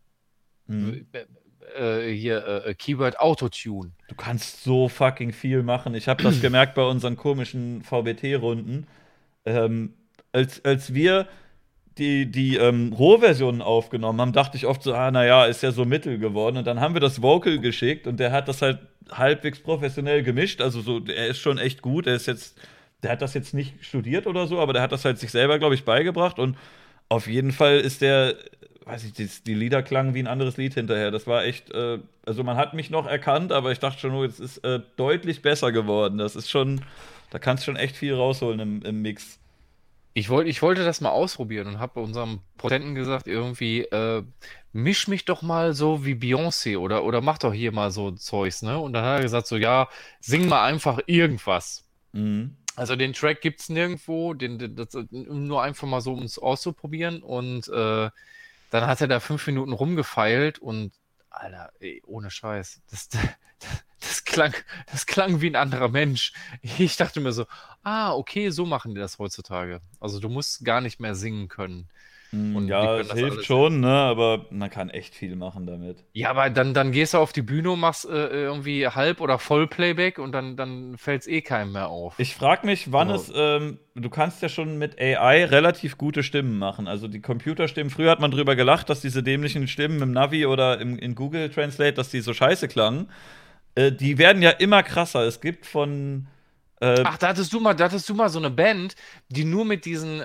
Hier, Keyword Autotune. Du kannst so fucking viel machen. Ich habe das gemerkt bei unseren komischen VBT-Runden. Als wir die Rohversionen aufgenommen haben, dachte ich oft so, naja, ist ja so mittel geworden. Und dann haben wir das Vocal geschickt und der hat das halt halbwegs professionell gemischt. Also so, er ist schon echt gut. Der hat das jetzt nicht studiert oder so, aber der hat das halt sich selber, glaube ich, beigebracht. Und auf jeden Fall ist der, weiß ich, die Lieder klangen wie ein anderes Lied hinterher. Das war echt, also man hat mich noch erkannt, aber ich dachte schon, es ist deutlich besser geworden. Das ist schon, da kannst du schon echt viel rausholen im Mix. Ich wollte das mal ausprobieren und habe unserem Produzenten gesagt, irgendwie, misch mich doch mal so wie Beyoncé oder mach doch hier mal so Zeugs, ne? Und dann hat er gesagt, so, ja, sing mal einfach irgendwas. Mhm. Also den Track gibt's nirgendwo, nur einfach mal so, um es auszuprobieren. Und dann hat er da 5 Minuten rumgefeilt und, Alter, ey, ohne Scheiß, das klang wie ein anderer Mensch. Ich dachte mir so, okay, so machen die das heutzutage. Also du musst gar nicht mehr singen können. Und die Ja, können es das hilft alles. schon, ne? Aber man kann echt viel machen damit. Ja, aber dann gehst du auf die Bühne und machst irgendwie Halb- oder Vollplayback und dann fällt es eh keinem mehr auf. Ich frage mich, wann Also, du kannst ja schon mit AI relativ gute Stimmen machen. Also die Computerstimmen, früher hat man drüber gelacht, dass diese dämlichen Stimmen im Navi oder in Google Translate, dass die so scheiße klangen. Die werden ja immer krasser. Es gibt von ach, da hattest du mal so eine Band, die nur mit diesen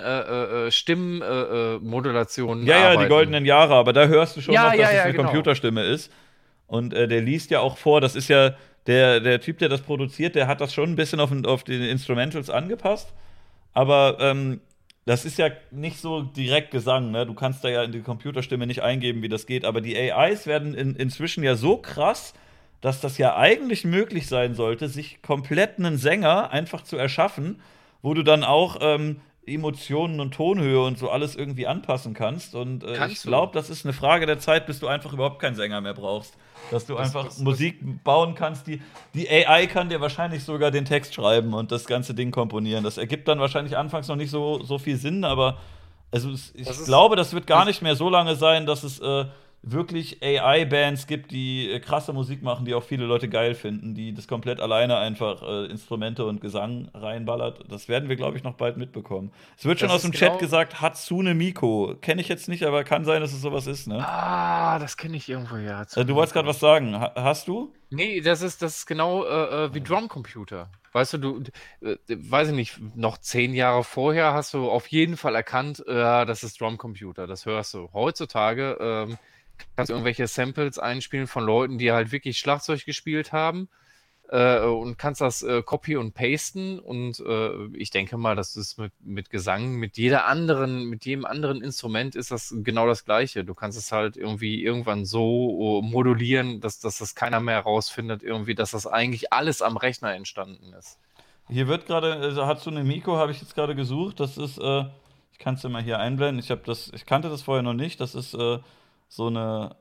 Stimmmodulationen ja, ja, die arbeiten. goldenen Jahre, aber da hörst du schon Ja, noch, dass ja, es ja, eine genau. Computerstimme ist. Und der liest ja auch vor, das ist ja der Typ, der das produziert, der hat das schon ein bisschen auf die Instrumentals angepasst. Aber das ist ja nicht so direkt Gesang, ne? Du kannst da ja in die Computerstimme nicht eingeben, wie das geht. Aber die AIs werden inzwischen ja so krass, dass das ja eigentlich möglich sein sollte, sich komplett einen Sänger einfach zu erschaffen, wo du dann auch Emotionen und Tonhöhe und so alles irgendwie anpassen kannst. Und ich Kannst du. glaube, das ist eine Frage der Zeit, bis du einfach überhaupt keinen Sänger mehr brauchst. Dass du Das, einfach das, das, Musik bauen kannst, die AI kann dir wahrscheinlich sogar den Text schreiben und das ganze Ding komponieren. Das ergibt dann wahrscheinlich anfangs noch nicht so viel Sinn, aber also das ich ist. glaube, das wird gar Das, nicht mehr so lange sein, dass es wirklich AI-Bands gibt, die krasse Musik machen, die auch viele Leute geil finden, die das komplett alleine einfach Instrumente und Gesang reinballert. Das werden wir, glaube ich, noch bald mitbekommen. Es wird schon das aus ist dem Chat genau. gesagt, Hatsune Miku. Kenne ich jetzt nicht, aber kann sein, dass es sowas ist, ne? Das kenne ich irgendwo, ja. Du wolltest gerade was sagen. Hast du? Nee, das ist genau wie Drumcomputer. Weißt du, weiß ich nicht, noch 10 Jahre vorher hast du auf jeden Fall erkannt, das ist Drumcomputer, das hörst du. Heutzutage kannst du irgendwelche Samples einspielen von Leuten, die halt wirklich Schlagzeug gespielt haben und kannst das copy und pasten und ich denke mal, das ist mit Gesang, mit jedem anderen Instrument ist das genau das Gleiche. Du kannst es halt irgendwie irgendwann so modulieren, dass das keiner mehr herausfindet, irgendwie, dass das eigentlich alles am Rechner entstanden ist. Hier wird gerade, also Hatsune Miku habe ich jetzt gerade gesucht. Das ist, ich kann es dir mal hier einblenden. Ich kannte das vorher noch nicht. Das ist so eine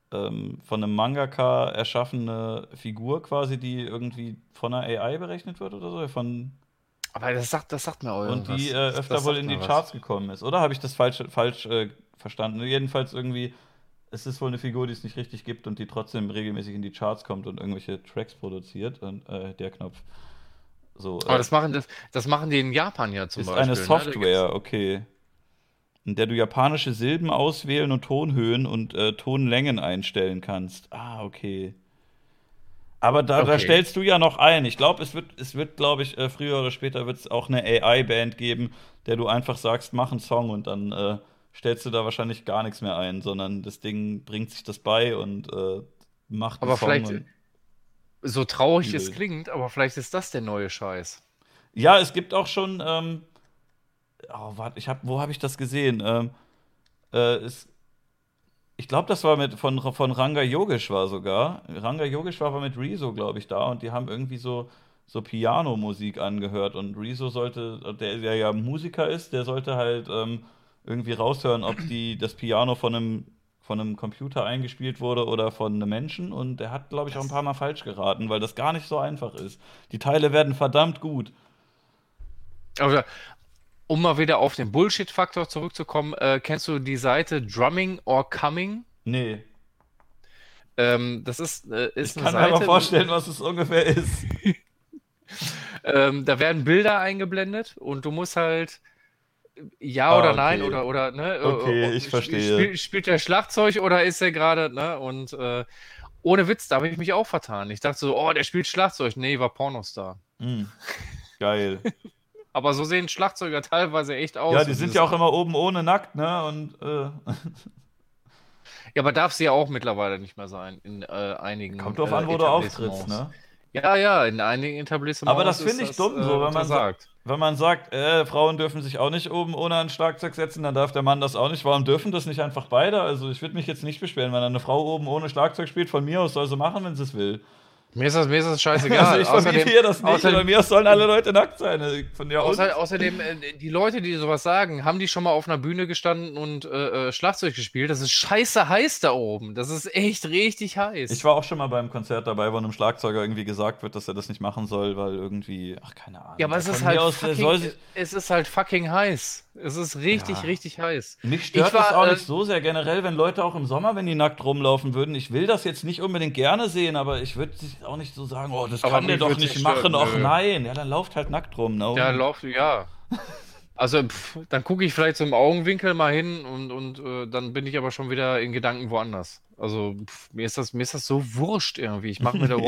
von einem Mangaka erschaffene Figur quasi, die irgendwie von einer AI berechnet wird oder so. Aber das sagt mir auch Und die irgendwas. öfter Das wohl sagt in die mir was. Charts gekommen ist. Oder habe ich das falsch verstanden? Jedenfalls irgendwie, es ist wohl eine Figur, die es nicht richtig gibt und die trotzdem regelmäßig in die Charts kommt und irgendwelche Tracks produziert. Und der Knopf. So, Aber das machen die in Japan ja zum ist eine Beispiel, ne? Da gibt's. Software, okay. In der du japanische Silben auswählen und Tonhöhen und Tonlängen einstellen kannst. Ah, okay. Aber da Okay. stellst du ja noch ein. Ich glaube, es wird, glaube ich, früher oder später wird es auch eine AI-Band geben, der du einfach sagst, mach einen Song und dann stellst du da wahrscheinlich gar nichts mehr ein, sondern das Ding bringt sich das bei und macht einen Aber Song vielleicht, und so traurig es übel. klingt, aber vielleicht ist das der neue Scheiß. Ja, es gibt auch schon, oh, warte, wo habe ich das gesehen? Es Ich glaube, das war von Ranga Yogeshwar sogar. Ranga Yogeshwar war mit Rezo, glaube ich, da und die haben irgendwie so Piano-Musik angehört. Und Rezo sollte, der ja Musiker ist, der sollte halt irgendwie raushören, ob das Piano von einem Computer eingespielt wurde oder von einem Menschen. Und der hat, glaube ich, auch ein Das, paar Mal falsch geraten, weil das gar nicht so einfach ist. Die Teile werden verdammt gut. aber um mal wieder auf den Bullshit-Faktor zurückzukommen, kennst du die Seite Drumming or Coming? Nee. Das ist, Ich ist eine kann mir aber Seite, vorstellen, was es ungefähr ist. da werden Bilder eingeblendet und du musst halt ja Ah, oder nein okay. oder ne, Okay, ich verstehe. spielt der Schlagzeug oder ist er gerade, ne? Und ohne Witz, da habe ich mich auch vertan. Ich dachte so, oh, der spielt Schlagzeug. Nee, war Pornostar. Hm, geil. Aber so sehen Schlagzeuger teilweise echt Ja, aus. die Und sind ja auch immer oben ohne nackt, ne? Und ja, aber darf sie ja auch mittlerweile nicht mehr sein in einigen kommt drauf an, wo du auftrittst, Etablissements. ne? Ja, ja, in einigen Aber Etablissements das ist finde ich das dumm, so, untersagt. wenn man sagt, Frauen dürfen sich auch nicht oben ohne ein Schlagzeug setzen, dann darf der Mann das auch nicht. Warum dürfen das nicht einfach beide? Also ich würde mich jetzt nicht beschweren, wenn eine Frau oben ohne Schlagzeug spielt, von mir aus soll sie machen, wenn sie es will. Mir ist das scheißegal. Also ich verbiete das nicht, bei mir sollen alle Leute nackt sein. Außerdem, die Leute, die sowas sagen, haben die schon mal auf einer Bühne gestanden und Schlagzeug gespielt? Das ist scheiße heiß da oben. Das ist echt richtig heiß. Ich war auch schon mal beim Konzert dabei, wo einem Schlagzeuger irgendwie gesagt wird, dass er das nicht machen soll, weil irgendwie, keine Ahnung. Ja, aber es ist halt fucking heiß. Es ist richtig heiß. Mich stört das auch nicht so sehr generell, wenn Leute auch im Sommer, wenn die nackt rumlaufen würden. Ich will das jetzt nicht unbedingt gerne sehen, aber ich würde auch nicht so sagen, oh, das kann der doch nicht machen. Ach nein, ja, dann lauft halt nackt rum. No. Ja. Also, dann gucke ich vielleicht so im Augenwinkel mal hin und dann bin ich aber schon wieder in Gedanken woanders. Also, mir ist das so wurscht irgendwie. Ich mache mir da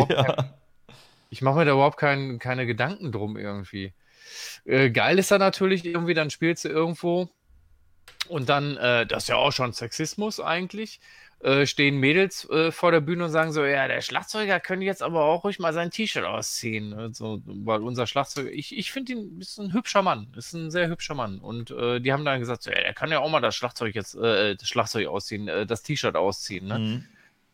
überhaupt keine Gedanken drum irgendwie. Geil ist da natürlich irgendwie, dann spielst du irgendwo und dann, das ist ja auch schon Sexismus eigentlich, stehen Mädels vor der Bühne und sagen so, ja, der Schlagzeuger könnte jetzt aber auch ruhig mal sein T-Shirt ausziehen. Also, weil unser Schlagzeuger, ich finde ihn, ist ein hübscher Mann, ist ein sehr hübscher Mann. Und die haben dann gesagt, so, ja, der kann ja auch mal das Schlagzeug ausziehen, das T-Shirt ausziehen, ne? Mhm.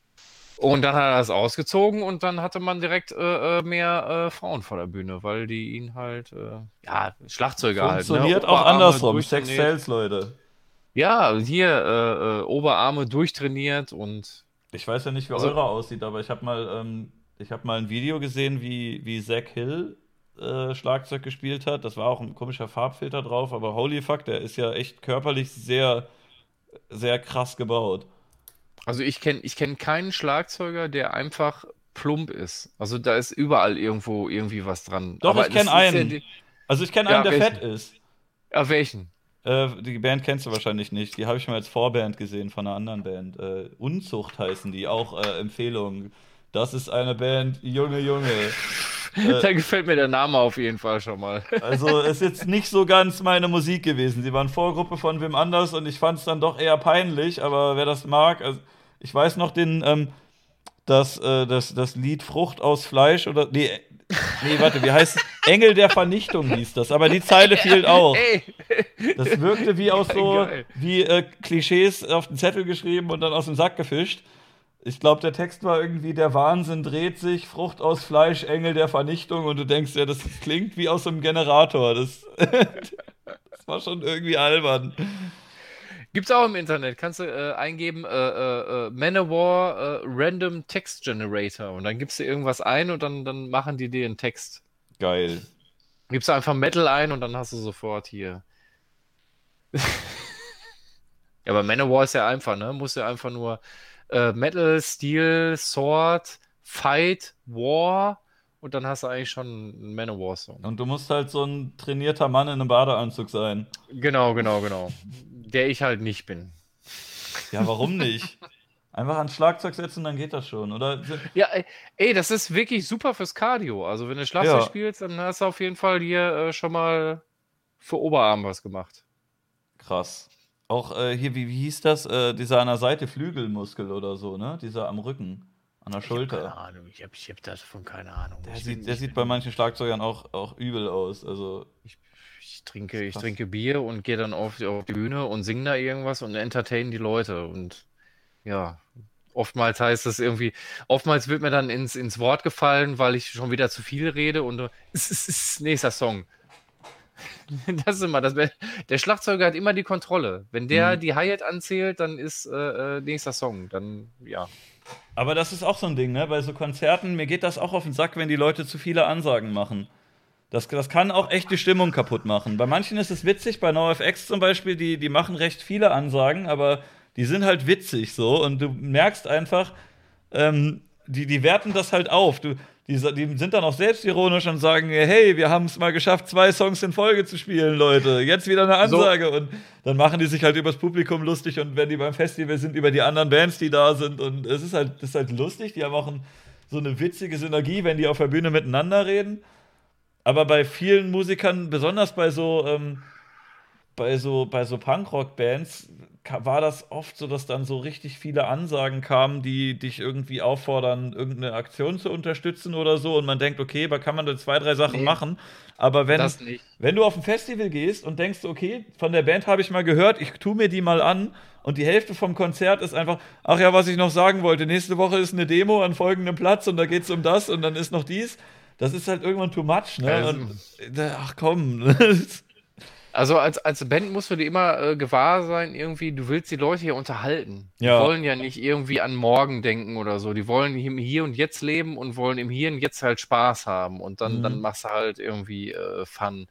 Und dann hat er das ausgezogen und dann hatte man direkt mehr Frauen vor der Bühne, weil die ihn halt, Schlagzeuger halt. Funktioniert auch andersrum, Sex Sales, Leute. Ja, hier Oberarme durchtrainiert und. Ich weiß ja nicht, wie eure aussieht, aber ich habe mal ein Video gesehen, wie Zach Hill Schlagzeug gespielt hat. Das war auch ein komischer Farbfilter drauf, aber holy fuck, der ist ja echt körperlich sehr, sehr krass gebaut. Also ich kenn keinen Schlagzeuger, der einfach plump ist. Also da ist überall irgendwie was dran. Doch, aber ich kenne einen. Ich kenne einen, der fett ist. Ja, welchen? Die Band kennst du wahrscheinlich nicht. Die habe ich mal als Vorband gesehen von einer anderen Band. Unzucht heißen die, auch Empfehlung. Das ist eine Band, Junge. Da gefällt mir der Name auf jeden Fall schon mal. Also ist jetzt nicht so ganz meine Musik gewesen. Sie waren Vorgruppe von wem anders und ich fand es dann doch eher peinlich, aber wer das mag, also ich weiß noch das Lied Frucht aus Fleisch oder nee, warte, wie heißt es? Engel der Vernichtung hieß das, aber die Zeile fehlt auch. Das wirkte wie aus so Klischees auf den Zettel geschrieben und dann aus dem Sack gefischt. Ich glaube, der Text war irgendwie, der Wahnsinn dreht sich, Frucht aus Fleisch, Engel der Vernichtung und du denkst ja, das klingt wie aus einem Generator. Das war schon irgendwie albern. Gibt's auch im Internet, kannst du eingeben, Manowar Random Text Generator und dann gibst du irgendwas ein und dann machen die dir einen Text. Geil. Gibst du einfach Metal ein und dann hast du sofort hier. Ja, aber Manowar ist ja einfach, ne? Musst du einfach nur Metal, Steel, Sword, Fight, War und dann hast du eigentlich schon einen Manowar-Song. Und du musst halt so ein trainierter Mann in einem Badeanzug sein. Genau. Der ich halt nicht bin. Ja, warum nicht? Einfach ans Schlagzeug setzen, dann geht das schon, oder? Ja, ey, das ist wirklich super fürs Cardio. Also wenn du Schlagzeug spielst, dann hast du auf jeden Fall hier schon mal für Oberarm was gemacht. Krass. Auch hier, wie hieß das? Dieser an der Seite Flügelmuskel oder so, ne? Dieser am Rücken, an der Schulter. Keine Ahnung, ich hab davon keine Ahnung. Der sieht bei manchen Schlagzeugern auch übel aus. Also ich trinke Bier und gehe dann auf die Bühne und singe da irgendwas und entertain die Leute. Und ja, oftmals heißt das irgendwie, oftmals wird mir dann ins Wort gefallen, weil ich schon wieder zu viel rede und nächster Song. Das ist immer der Schlagzeuger hat immer die Kontrolle. Wenn der die Hi-Hat anzählt, dann ist nächster Song. Dann, ja. Aber das ist auch so ein Ding, ne? Bei so Konzerten, mir geht das auch auf den Sack, wenn die Leute zu viele Ansagen machen. Das kann auch echt die Stimmung kaputt machen. Bei manchen ist es witzig, bei NoFX zum Beispiel, die machen recht viele Ansagen, aber die sind halt witzig so und du merkst einfach, die werten das halt auf. Die sind dann auch selbstironisch und sagen, hey, wir haben es mal geschafft, 2 Songs in Folge zu spielen, Leute. Jetzt wieder eine Ansage. So. Und dann machen die sich halt übers Publikum lustig und wenn die beim Festival sind, über die anderen Bands, die da sind. Und das ist halt lustig. Die haben auch so eine witzige Synergie, wenn die auf der Bühne miteinander reden. Aber bei vielen Musikern, besonders bei so bei so Punkrock-Bands war das oft so, dass dann so richtig viele Ansagen kamen, die dich irgendwie auffordern, irgendeine Aktion zu unterstützen oder so. Und man denkt, okay, da kann man da 2, 3 Sachen Nee, machen. Aber das nicht. wenn du auf ein Festival gehst und denkst, okay, von der Band habe ich mal gehört, ich tu mir die mal an und die Hälfte vom Konzert ist einfach, ach ja, was ich noch sagen wollte, nächste Woche ist eine Demo an folgendem Platz und da geht's um das und dann ist noch dies. Das ist halt irgendwann too much, ne? Also, Und, ach komm. Also als Band musst du dir immer gewahr sein, irgendwie, du willst die Leute hier unterhalten. Die Ja. wollen ja nicht irgendwie an morgen denken oder so. Die wollen im Hier und Jetzt leben und wollen im Hier und Jetzt halt Spaß haben. Und dann Mhm. machst du halt irgendwie Fun.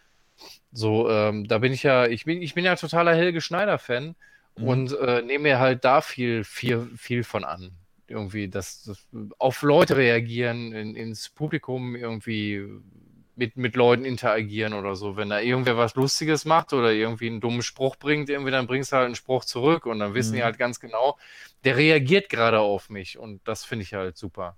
So, da bin ich bin ja totaler Helge Schneider-Fan Mhm. und nehme mir halt da viel von an. Irgendwie, das auf Leute reagieren, ins Publikum irgendwie mit Leuten interagieren oder so. Wenn da irgendwer was Lustiges macht oder irgendwie einen dummen Spruch bringt, irgendwie, dann bringst du halt einen Spruch zurück und dann wissen die Mhm. halt ganz genau, der reagiert gerade auf mich und das finde ich halt super.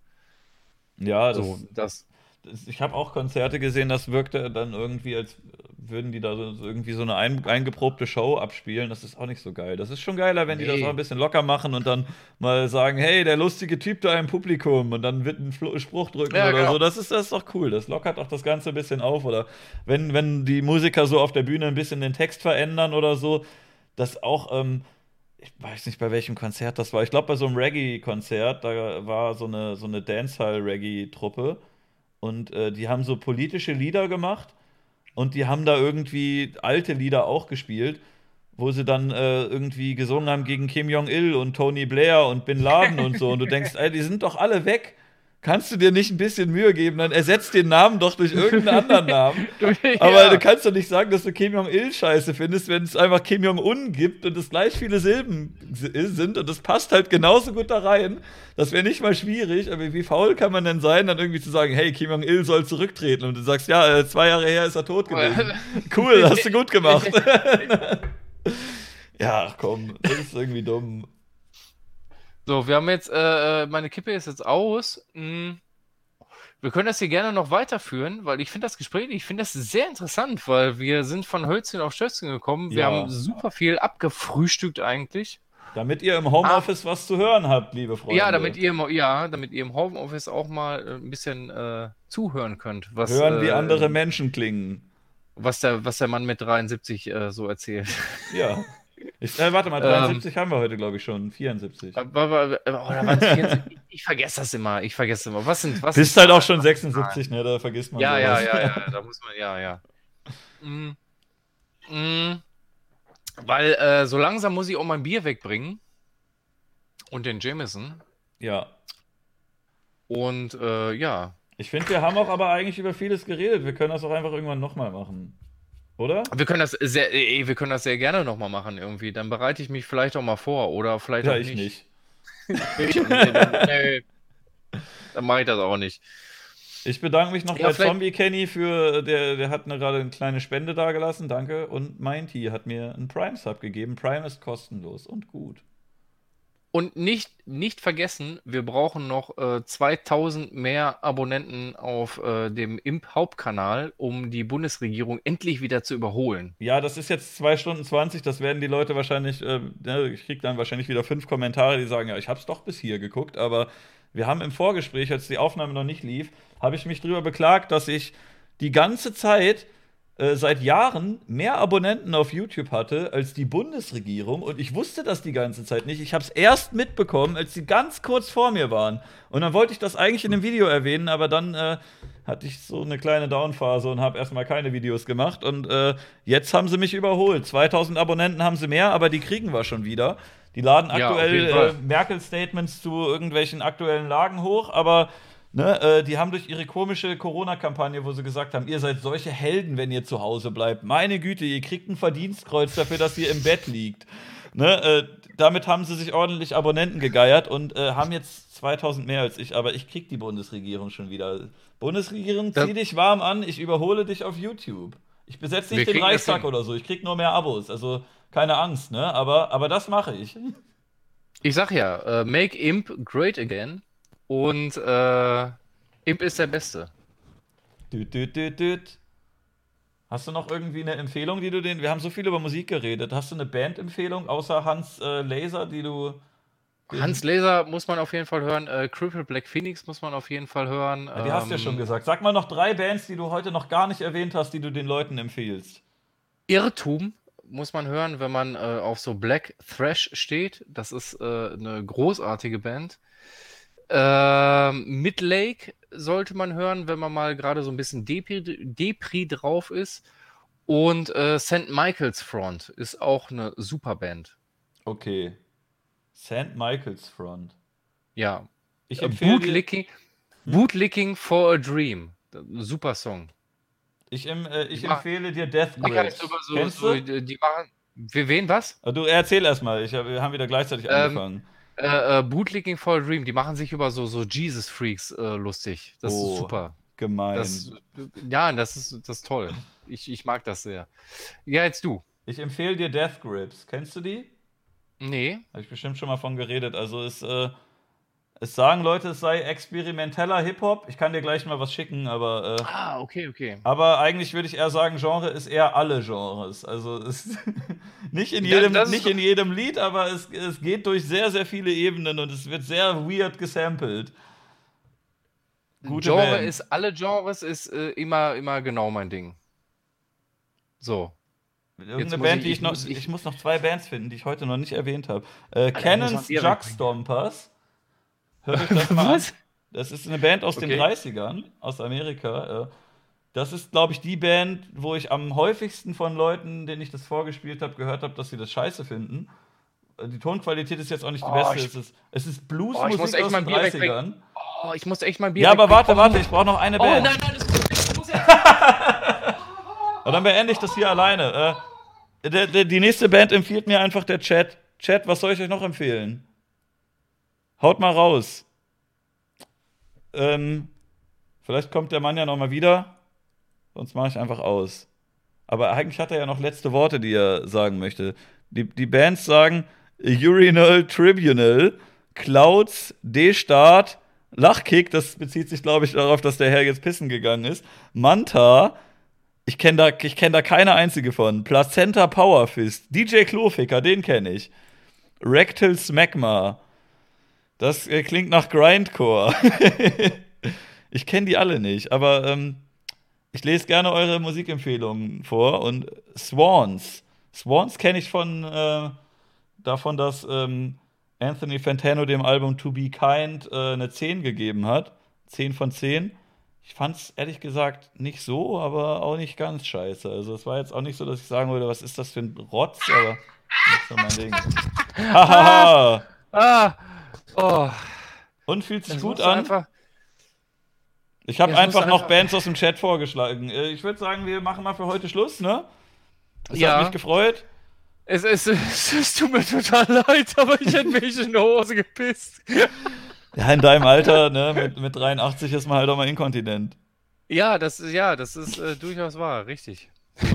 Ja, So, ich habe auch Konzerte gesehen, das wirkte dann irgendwie, als würden die da so irgendwie so eine eingeprobte Show abspielen. Das ist auch nicht so geil. Das ist schon geiler, wenn die das auch ein nee. bisschen locker machen und dann mal sagen, hey, der lustige Typ da im Publikum und dann wird ein Spruch drücken Ja, oder genau. so. Das ist doch cool. Das lockert auch das Ganze ein bisschen auf. Oder wenn die Musiker so auf der Bühne ein bisschen den Text verändern oder so, das auch, ich weiß nicht, bei welchem Konzert das war. Ich glaube, bei so einem Reggae-Konzert, da war so eine Dancehall-Reggae-Truppe. Und die haben so politische Lieder gemacht und die haben da irgendwie alte Lieder auch gespielt, wo sie dann irgendwie gesungen haben gegen Kim Jong-il und Tony Blair und Bin Laden und so. Und du denkst, ey, die sind doch alle weg. Kannst du dir nicht ein bisschen Mühe geben? Dann ersetzt den Namen doch durch irgendeinen anderen Namen. Aber du Ja. kannst doch nicht sagen, dass du Kim Jong-il scheiße findest, wenn es einfach Kim Jong-un gibt und es gleich viele Silben sind und das passt halt genauso gut da rein. Das wäre nicht mal schwierig, aber wie faul kann man denn sein, dann irgendwie zu sagen, hey, Kim Jong-il soll zurücktreten und du sagst, ja, 2 Jahre her ist er tot gewesen. Cool, hast du gut gemacht. Ja, ach komm, das ist irgendwie dumm. So, wir haben jetzt, meine Kippe ist jetzt aus. Wir können das hier gerne noch weiterführen, weil ich finde das Gespräch, ich finde das sehr interessant, weil wir sind von Hölzchen auf Stößchen gekommen. Wir haben Ja, super viel abgefrühstückt eigentlich. damit ihr im Ah, Homeoffice was zu hören habt, liebe ja, Freunde. damit ihr im Homeoffice auch mal ein bisschen zuhören könnt, Hören, wie andere Menschen klingen. was der Mann mit 73 so erzählt. Ja. Warte mal, Ähm, 73 haben wir heute, glaube ich, schon. 74. oder waren es 74? Ich vergesse das immer. Ich vergesse immer. Was sind Bist halt auch Zahlen? schon Was sind Zahlen? 76, ne? Da vergisst man Ja, ja, sowas. ja, ja. Da muss man, ja, ja. Mm, mm, weil so langsam muss ich auch mein Bier wegbringen und den Jameson. Ja. Und ja. Ich finde, wir haben auch aber eigentlich über vieles geredet. Wir können das auch einfach irgendwann nochmal machen. Oder? Wir können das sehr gerne nochmal machen irgendwie. Dann bereite ich mich vielleicht auch mal vor oder vielleicht Ja, auch ich nicht. nicht. Nee, dann mache ich das auch nicht. Ich bedanke mich noch Ja, bei vielleicht. Zombie Kenny für, der hat mir gerade eine kleine Spende dagelassen, danke. Und Minty hat mir einen Prime-Sub gegeben. Prime ist kostenlos und gut. Und nicht vergessen, wir brauchen noch 2000 mehr Abonnenten auf dem Imp-Hauptkanal, um die Bundesregierung endlich wieder zu überholen. Ja, das ist jetzt 2 Stunden 20, das werden die Leute wahrscheinlich, ne, ich krieg dann wahrscheinlich wieder 5 Kommentare, die sagen, ja, ich hab's doch bis hier geguckt, aber wir haben im Vorgespräch, als die Aufnahme noch nicht lief, habe ich mich drüber beklagt, dass ich die ganze Zeit seit Jahren mehr Abonnenten auf YouTube hatte als die Bundesregierung und ich wusste das die ganze Zeit nicht. Ich habe es erst mitbekommen, als sie ganz kurz vor mir waren. Und dann wollte ich das eigentlich in dem Video erwähnen, aber dann hatte ich so eine kleine Downphase und habe erstmal keine Videos gemacht. Und jetzt haben sie mich überholt. 2000 Abonnenten haben sie mehr, aber die kriegen wir schon wieder. Die laden Ja, auf aktuell jeden Fall. Merkel-Statements zu irgendwelchen aktuellen Lagen hoch, aber ne, die haben durch ihre komische Corona-Kampagne, wo sie gesagt haben, ihr seid solche Helden, wenn ihr zu Hause bleibt. Meine Güte, ihr kriegt ein Verdienstkreuz dafür, dass ihr im Bett liegt. Ne, damit haben sie sich ordentlich Abonnenten gegeiert und haben jetzt 2000 mehr als ich, aber ich krieg die Bundesregierung schon wieder. Bundesregierung, Das, zieh dich warm an, ich überhole dich auf YouTube. Ich besetze wir nicht den kriegen das Reichstag hin. oder so, ich krieg nur mehr Abos, also keine Angst, ne? Aber das mache ich. Ich sag ja, make Imp great again. Und Imp ist der Beste. Düt, düt, düt, düt. Hast du noch irgendwie eine Empfehlung, die du den. Wir haben so viel über Musik geredet. Hast du eine Bandempfehlung außer Hans Laser, die du. Hans Laser muss man auf jeden Fall hören. Cripple Black Phoenix muss man auf jeden Fall hören. Ja, die hast du ja schon gesagt. Sag mal noch 3 Bands, die du heute noch gar nicht erwähnt hast, die du den Leuten empfiehlst. Irrtum muss man hören, wenn man auf so Black Thrash steht. Das ist eine großartige Band. Midlake sollte man hören, wenn man mal gerade so ein bisschen Depri drauf ist. Und St. Michael's Front ist auch eine super Band. Okay. St. Michael's Front. Ja. Ich empfehle Bootlicking for a Dream. Super Song. Ich empfehle dir Death Grips. Kennst du? Die machen. Wen was? Du erzähl erstmal. Wir haben wieder gleichzeitig angefangen. Bootlicking for a Dream. Die machen sich über so Jesus Freaks lustig. Das ist super. Gemein. Das ist toll. Ich mag das sehr. Ja, jetzt du. Ich empfehle dir Death Grips. Kennst du die? Nee. Habe ich bestimmt schon mal von geredet. Also es sagen Leute, es sei experimenteller Hip-Hop. Ich kann dir gleich mal was schicken, aber. Okay. Aber eigentlich würde ich eher sagen, Genre ist eher alle Genres. Also es nicht in jedem Lied, aber es geht durch sehr, sehr viele Ebenen und es wird sehr weird gesampelt. Alle Genres ist immer genau mein Ding. So. Irgendeine Band, ich muss noch 2 Bands finden, die ich heute noch nicht erwähnt habe. Cannons Jugstompers. Hört euch das mal an. Das ist eine Band aus den 30ern, aus Amerika. Das ist, glaube ich, die Band, wo ich am häufigsten von Leuten, denen ich das vorgespielt habe, gehört habe, dass sie das scheiße finden. Die Tonqualität ist jetzt auch nicht die beste. Es ist Bluesmusik aus den 30ern. Ich muss echt mal ein Bier Ja, aber warte, ich brauche noch eine Band. Nein, das muss Und dann beende ich das hier alleine. Die nächste Band empfiehlt mir einfach der Chat. Chat, was soll ich euch noch empfehlen? Haut mal raus. Vielleicht kommt der Mann ja noch mal wieder. Sonst mache ich einfach aus. Aber eigentlich hat er ja noch letzte Worte, die er sagen möchte. Die Bands sagen Urinal Tribunal, Clouds, D-Start, Lachkick, das bezieht sich, glaube ich, darauf, dass der Herr jetzt pissen gegangen ist. Manta, ich kenn da keine einzige von. Plazenta Powerfist, DJ Kloficker, den kenne ich. Rectal Smegma, das klingt nach Grindcore. Ich kenne die alle nicht, aber ich lese gerne eure Musikempfehlungen vor. Und Swans kenne ich davon, dass Anthony Fantano dem Album To Be Kind eine 10 gegeben hat. 10 von 10. Ich fand's ehrlich gesagt nicht so, aber auch nicht ganz scheiße. Also es war jetzt auch nicht so, dass ich sagen würde, was ist das für ein Rotz, aber nicht so mein Ding. Hahaha. Und fühlt sich gut an? Ich habe einfach noch Bands aus dem Chat vorgeschlagen. Ich würde sagen, wir machen mal für heute Schluss, ne? Es hat mich gefreut. Es tut mir total leid, aber ich hätte mich in die Hose gepisst. Ja, in deinem Alter, ne, mit 83 ist man halt auch mal inkontinent. Ja, das ist durchaus wahr, richtig.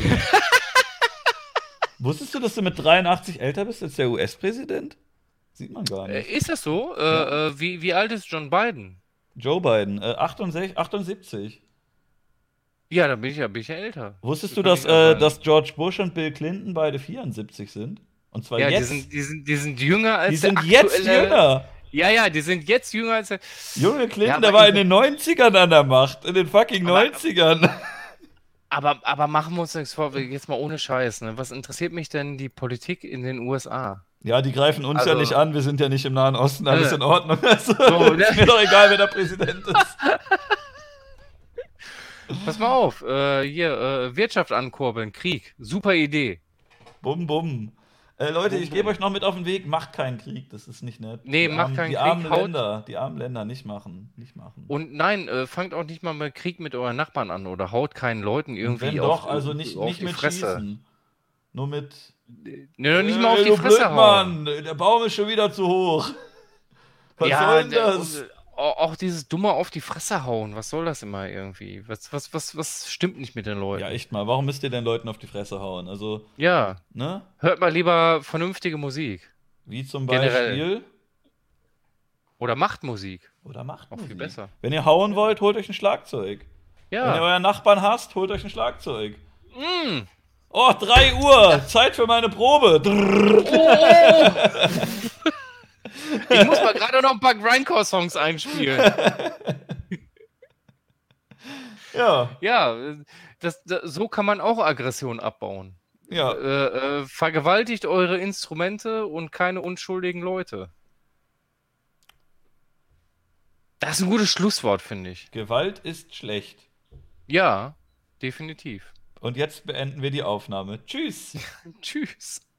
Wusstest du, dass du mit 83 älter bist als der US-Präsident? Sieht man gar nicht. Ist das so? Ja. Wie alt ist John Biden? Joe Biden, 78. Ja, dann bin ich ja älter. Wusstest du, dass George Bush und Bill Clinton beide 74 sind? Und zwar jetzt. Die sind jünger als die sind jetzt jünger. Ja, die sind jetzt jünger als der. Junge Clinton, der war in den 90ern an der Macht. In den fucking 90ern. Aber machen wir uns nichts vor, jetzt mal ohne Scheiß. Ne? Was interessiert mich denn die Politik in den USA? Ja, die greifen uns ja nicht an, wir sind ja nicht im Nahen Osten, alles in Ordnung. Also, ist mir doch egal, wer der Präsident ist. Pass mal auf, Wirtschaft ankurbeln, Krieg, super Idee. Bum, bum. Leute, ich gebe euch noch mit auf den Weg, macht keinen Krieg, das ist nicht nett. Nee, macht keinen Krieg. Die armen Länder nicht machen. Und nein, fangt auch nicht mal mit Krieg mit euren Nachbarn an oder haut keinen Leuten irgendwie auf nicht mit Fresse. Schießen. Nur mit... nicht mal auf die Fresse hauen. Mann, der Baum ist schon wieder zu hoch. Was soll denn das? Auch dieses dumme auf die Fresse hauen, was soll das immer irgendwie? Was stimmt nicht mit den Leuten? Ja, echt mal, warum müsst ihr den Leuten auf die Fresse hauen? Also, ja, ne? Hört mal lieber vernünftige Musik. Wie zum Beispiel? Oder macht Musik. Auch viel besser. Wenn ihr hauen wollt, holt euch ein Schlagzeug. Ja. Wenn ihr euren Nachbarn hasst, holt euch ein Schlagzeug. Oh, 3 Uhr, Zeit für meine Probe. Ich muss mal gerade noch ein paar Grindcore-Songs einspielen. Ja. Ja, so kann man auch Aggression abbauen. Ja. Vergewaltigt eure Instrumente und keine unschuldigen Leute. Das ist ein gutes Schlusswort, finde ich. Gewalt ist schlecht. Ja, definitiv. Und jetzt beenden wir die Aufnahme. Tschüss. Tschüss.